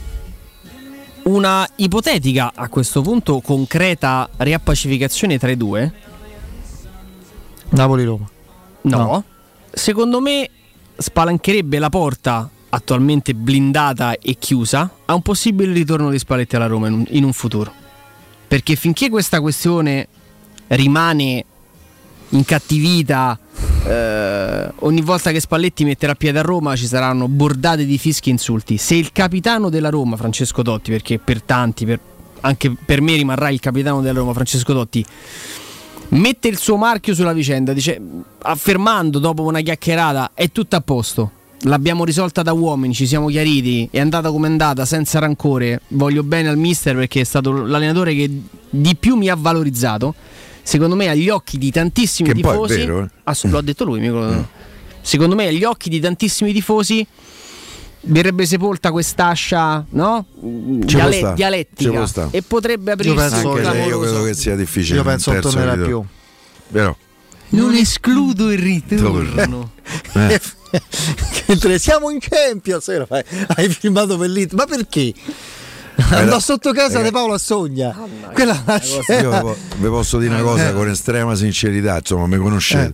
una ipotetica a questo punto concreta riappacificazione tra i due, Napoli-Roma. No. No, secondo me spalancherebbe la porta attualmente blindata e chiusa a un possibile ritorno di Spalletti alla Roma in un, in un futuro. Perché finché questa questione rimane incattivita, eh, ogni volta che Spalletti metterà piede a Roma ci saranno bordate di fischi e insulti. Se il capitano della Roma, Francesco Totti, perché per tanti, per, anche per me rimarrà il capitano della Roma, Francesco Totti, mette il suo marchio sulla vicenda, dice, affermando dopo una chiacchierata è tutto a posto, l'abbiamo risolta da uomini, ci siamo chiariti, è andata come è andata, senza rancore, voglio bene al mister perché è stato l'allenatore che di più mi ha valorizzato, secondo me agli occhi di tantissimi che tifosi, poi è vero, eh? ass- l'ho detto lui, mm. secondo me agli occhi di tantissimi tifosi verrebbe sepolta quest'ascia, no? Diale- dialettica, e potrebbe aprirsi. Io penso, che io credo che sia difficile. Io penso non tornerà più. Però non escludo il ritorno. Eh. Mentre siamo in Champions, hai filmato per l'Inter, ma perché? Andò sotto casa di Paolo a Sogna. Oh, quella io vi posso dire una cosa con estrema sincerità, insomma, mi conoscete. Eh.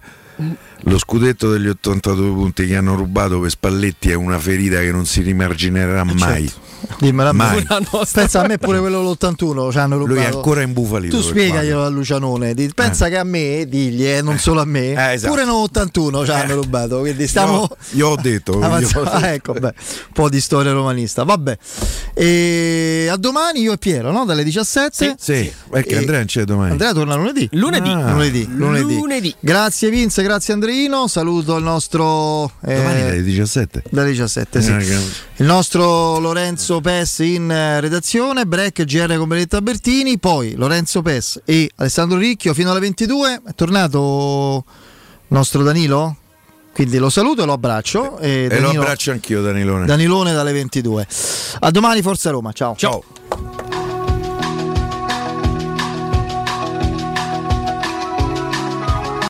lo scudetto degli ottantadue punti che hanno rubato per Spalletti è una ferita che non si rimarginerà mai. Certo. Dimmela mai. Pensa a me pure quello dell'ottantuno ci hanno rubato. Lui è ancora imbufalito. Tu spiegaglielo a Lucianone. Pensa eh. che a me, digli, eh, non solo a me, eh, esatto. pure nell'ottantuno ci hanno rubato. Quindi stiamo. Io, io ho detto. io... Ah, ecco, beh, un po' di storia romanista. Vabbè. E a domani io e Piero, no? Dalle diciassette. Sì, sì. Perché e... Andrea non c'è domani. Andrea torna lunedì. Lunedì. Ah. lunedì. lunedì. Lunedì. Grazie Vince, grazie Andreino. Saluto il nostro. Eh, domani dalle diciassette. Dalle diciassette, sì. Eh, il nostro Lorenzo Pes in redazione, break G R con Benedetta Bertini, poi Lorenzo Pes e Alessandro Ricchio fino alle ventidue. È tornato il nostro Danilo? Quindi lo saluto e lo abbraccio. E, e Danilo, lo abbraccio anch'io, Danilone. Danilone dalle ventidue. A domani, Forza Roma. Ciao. Ciao.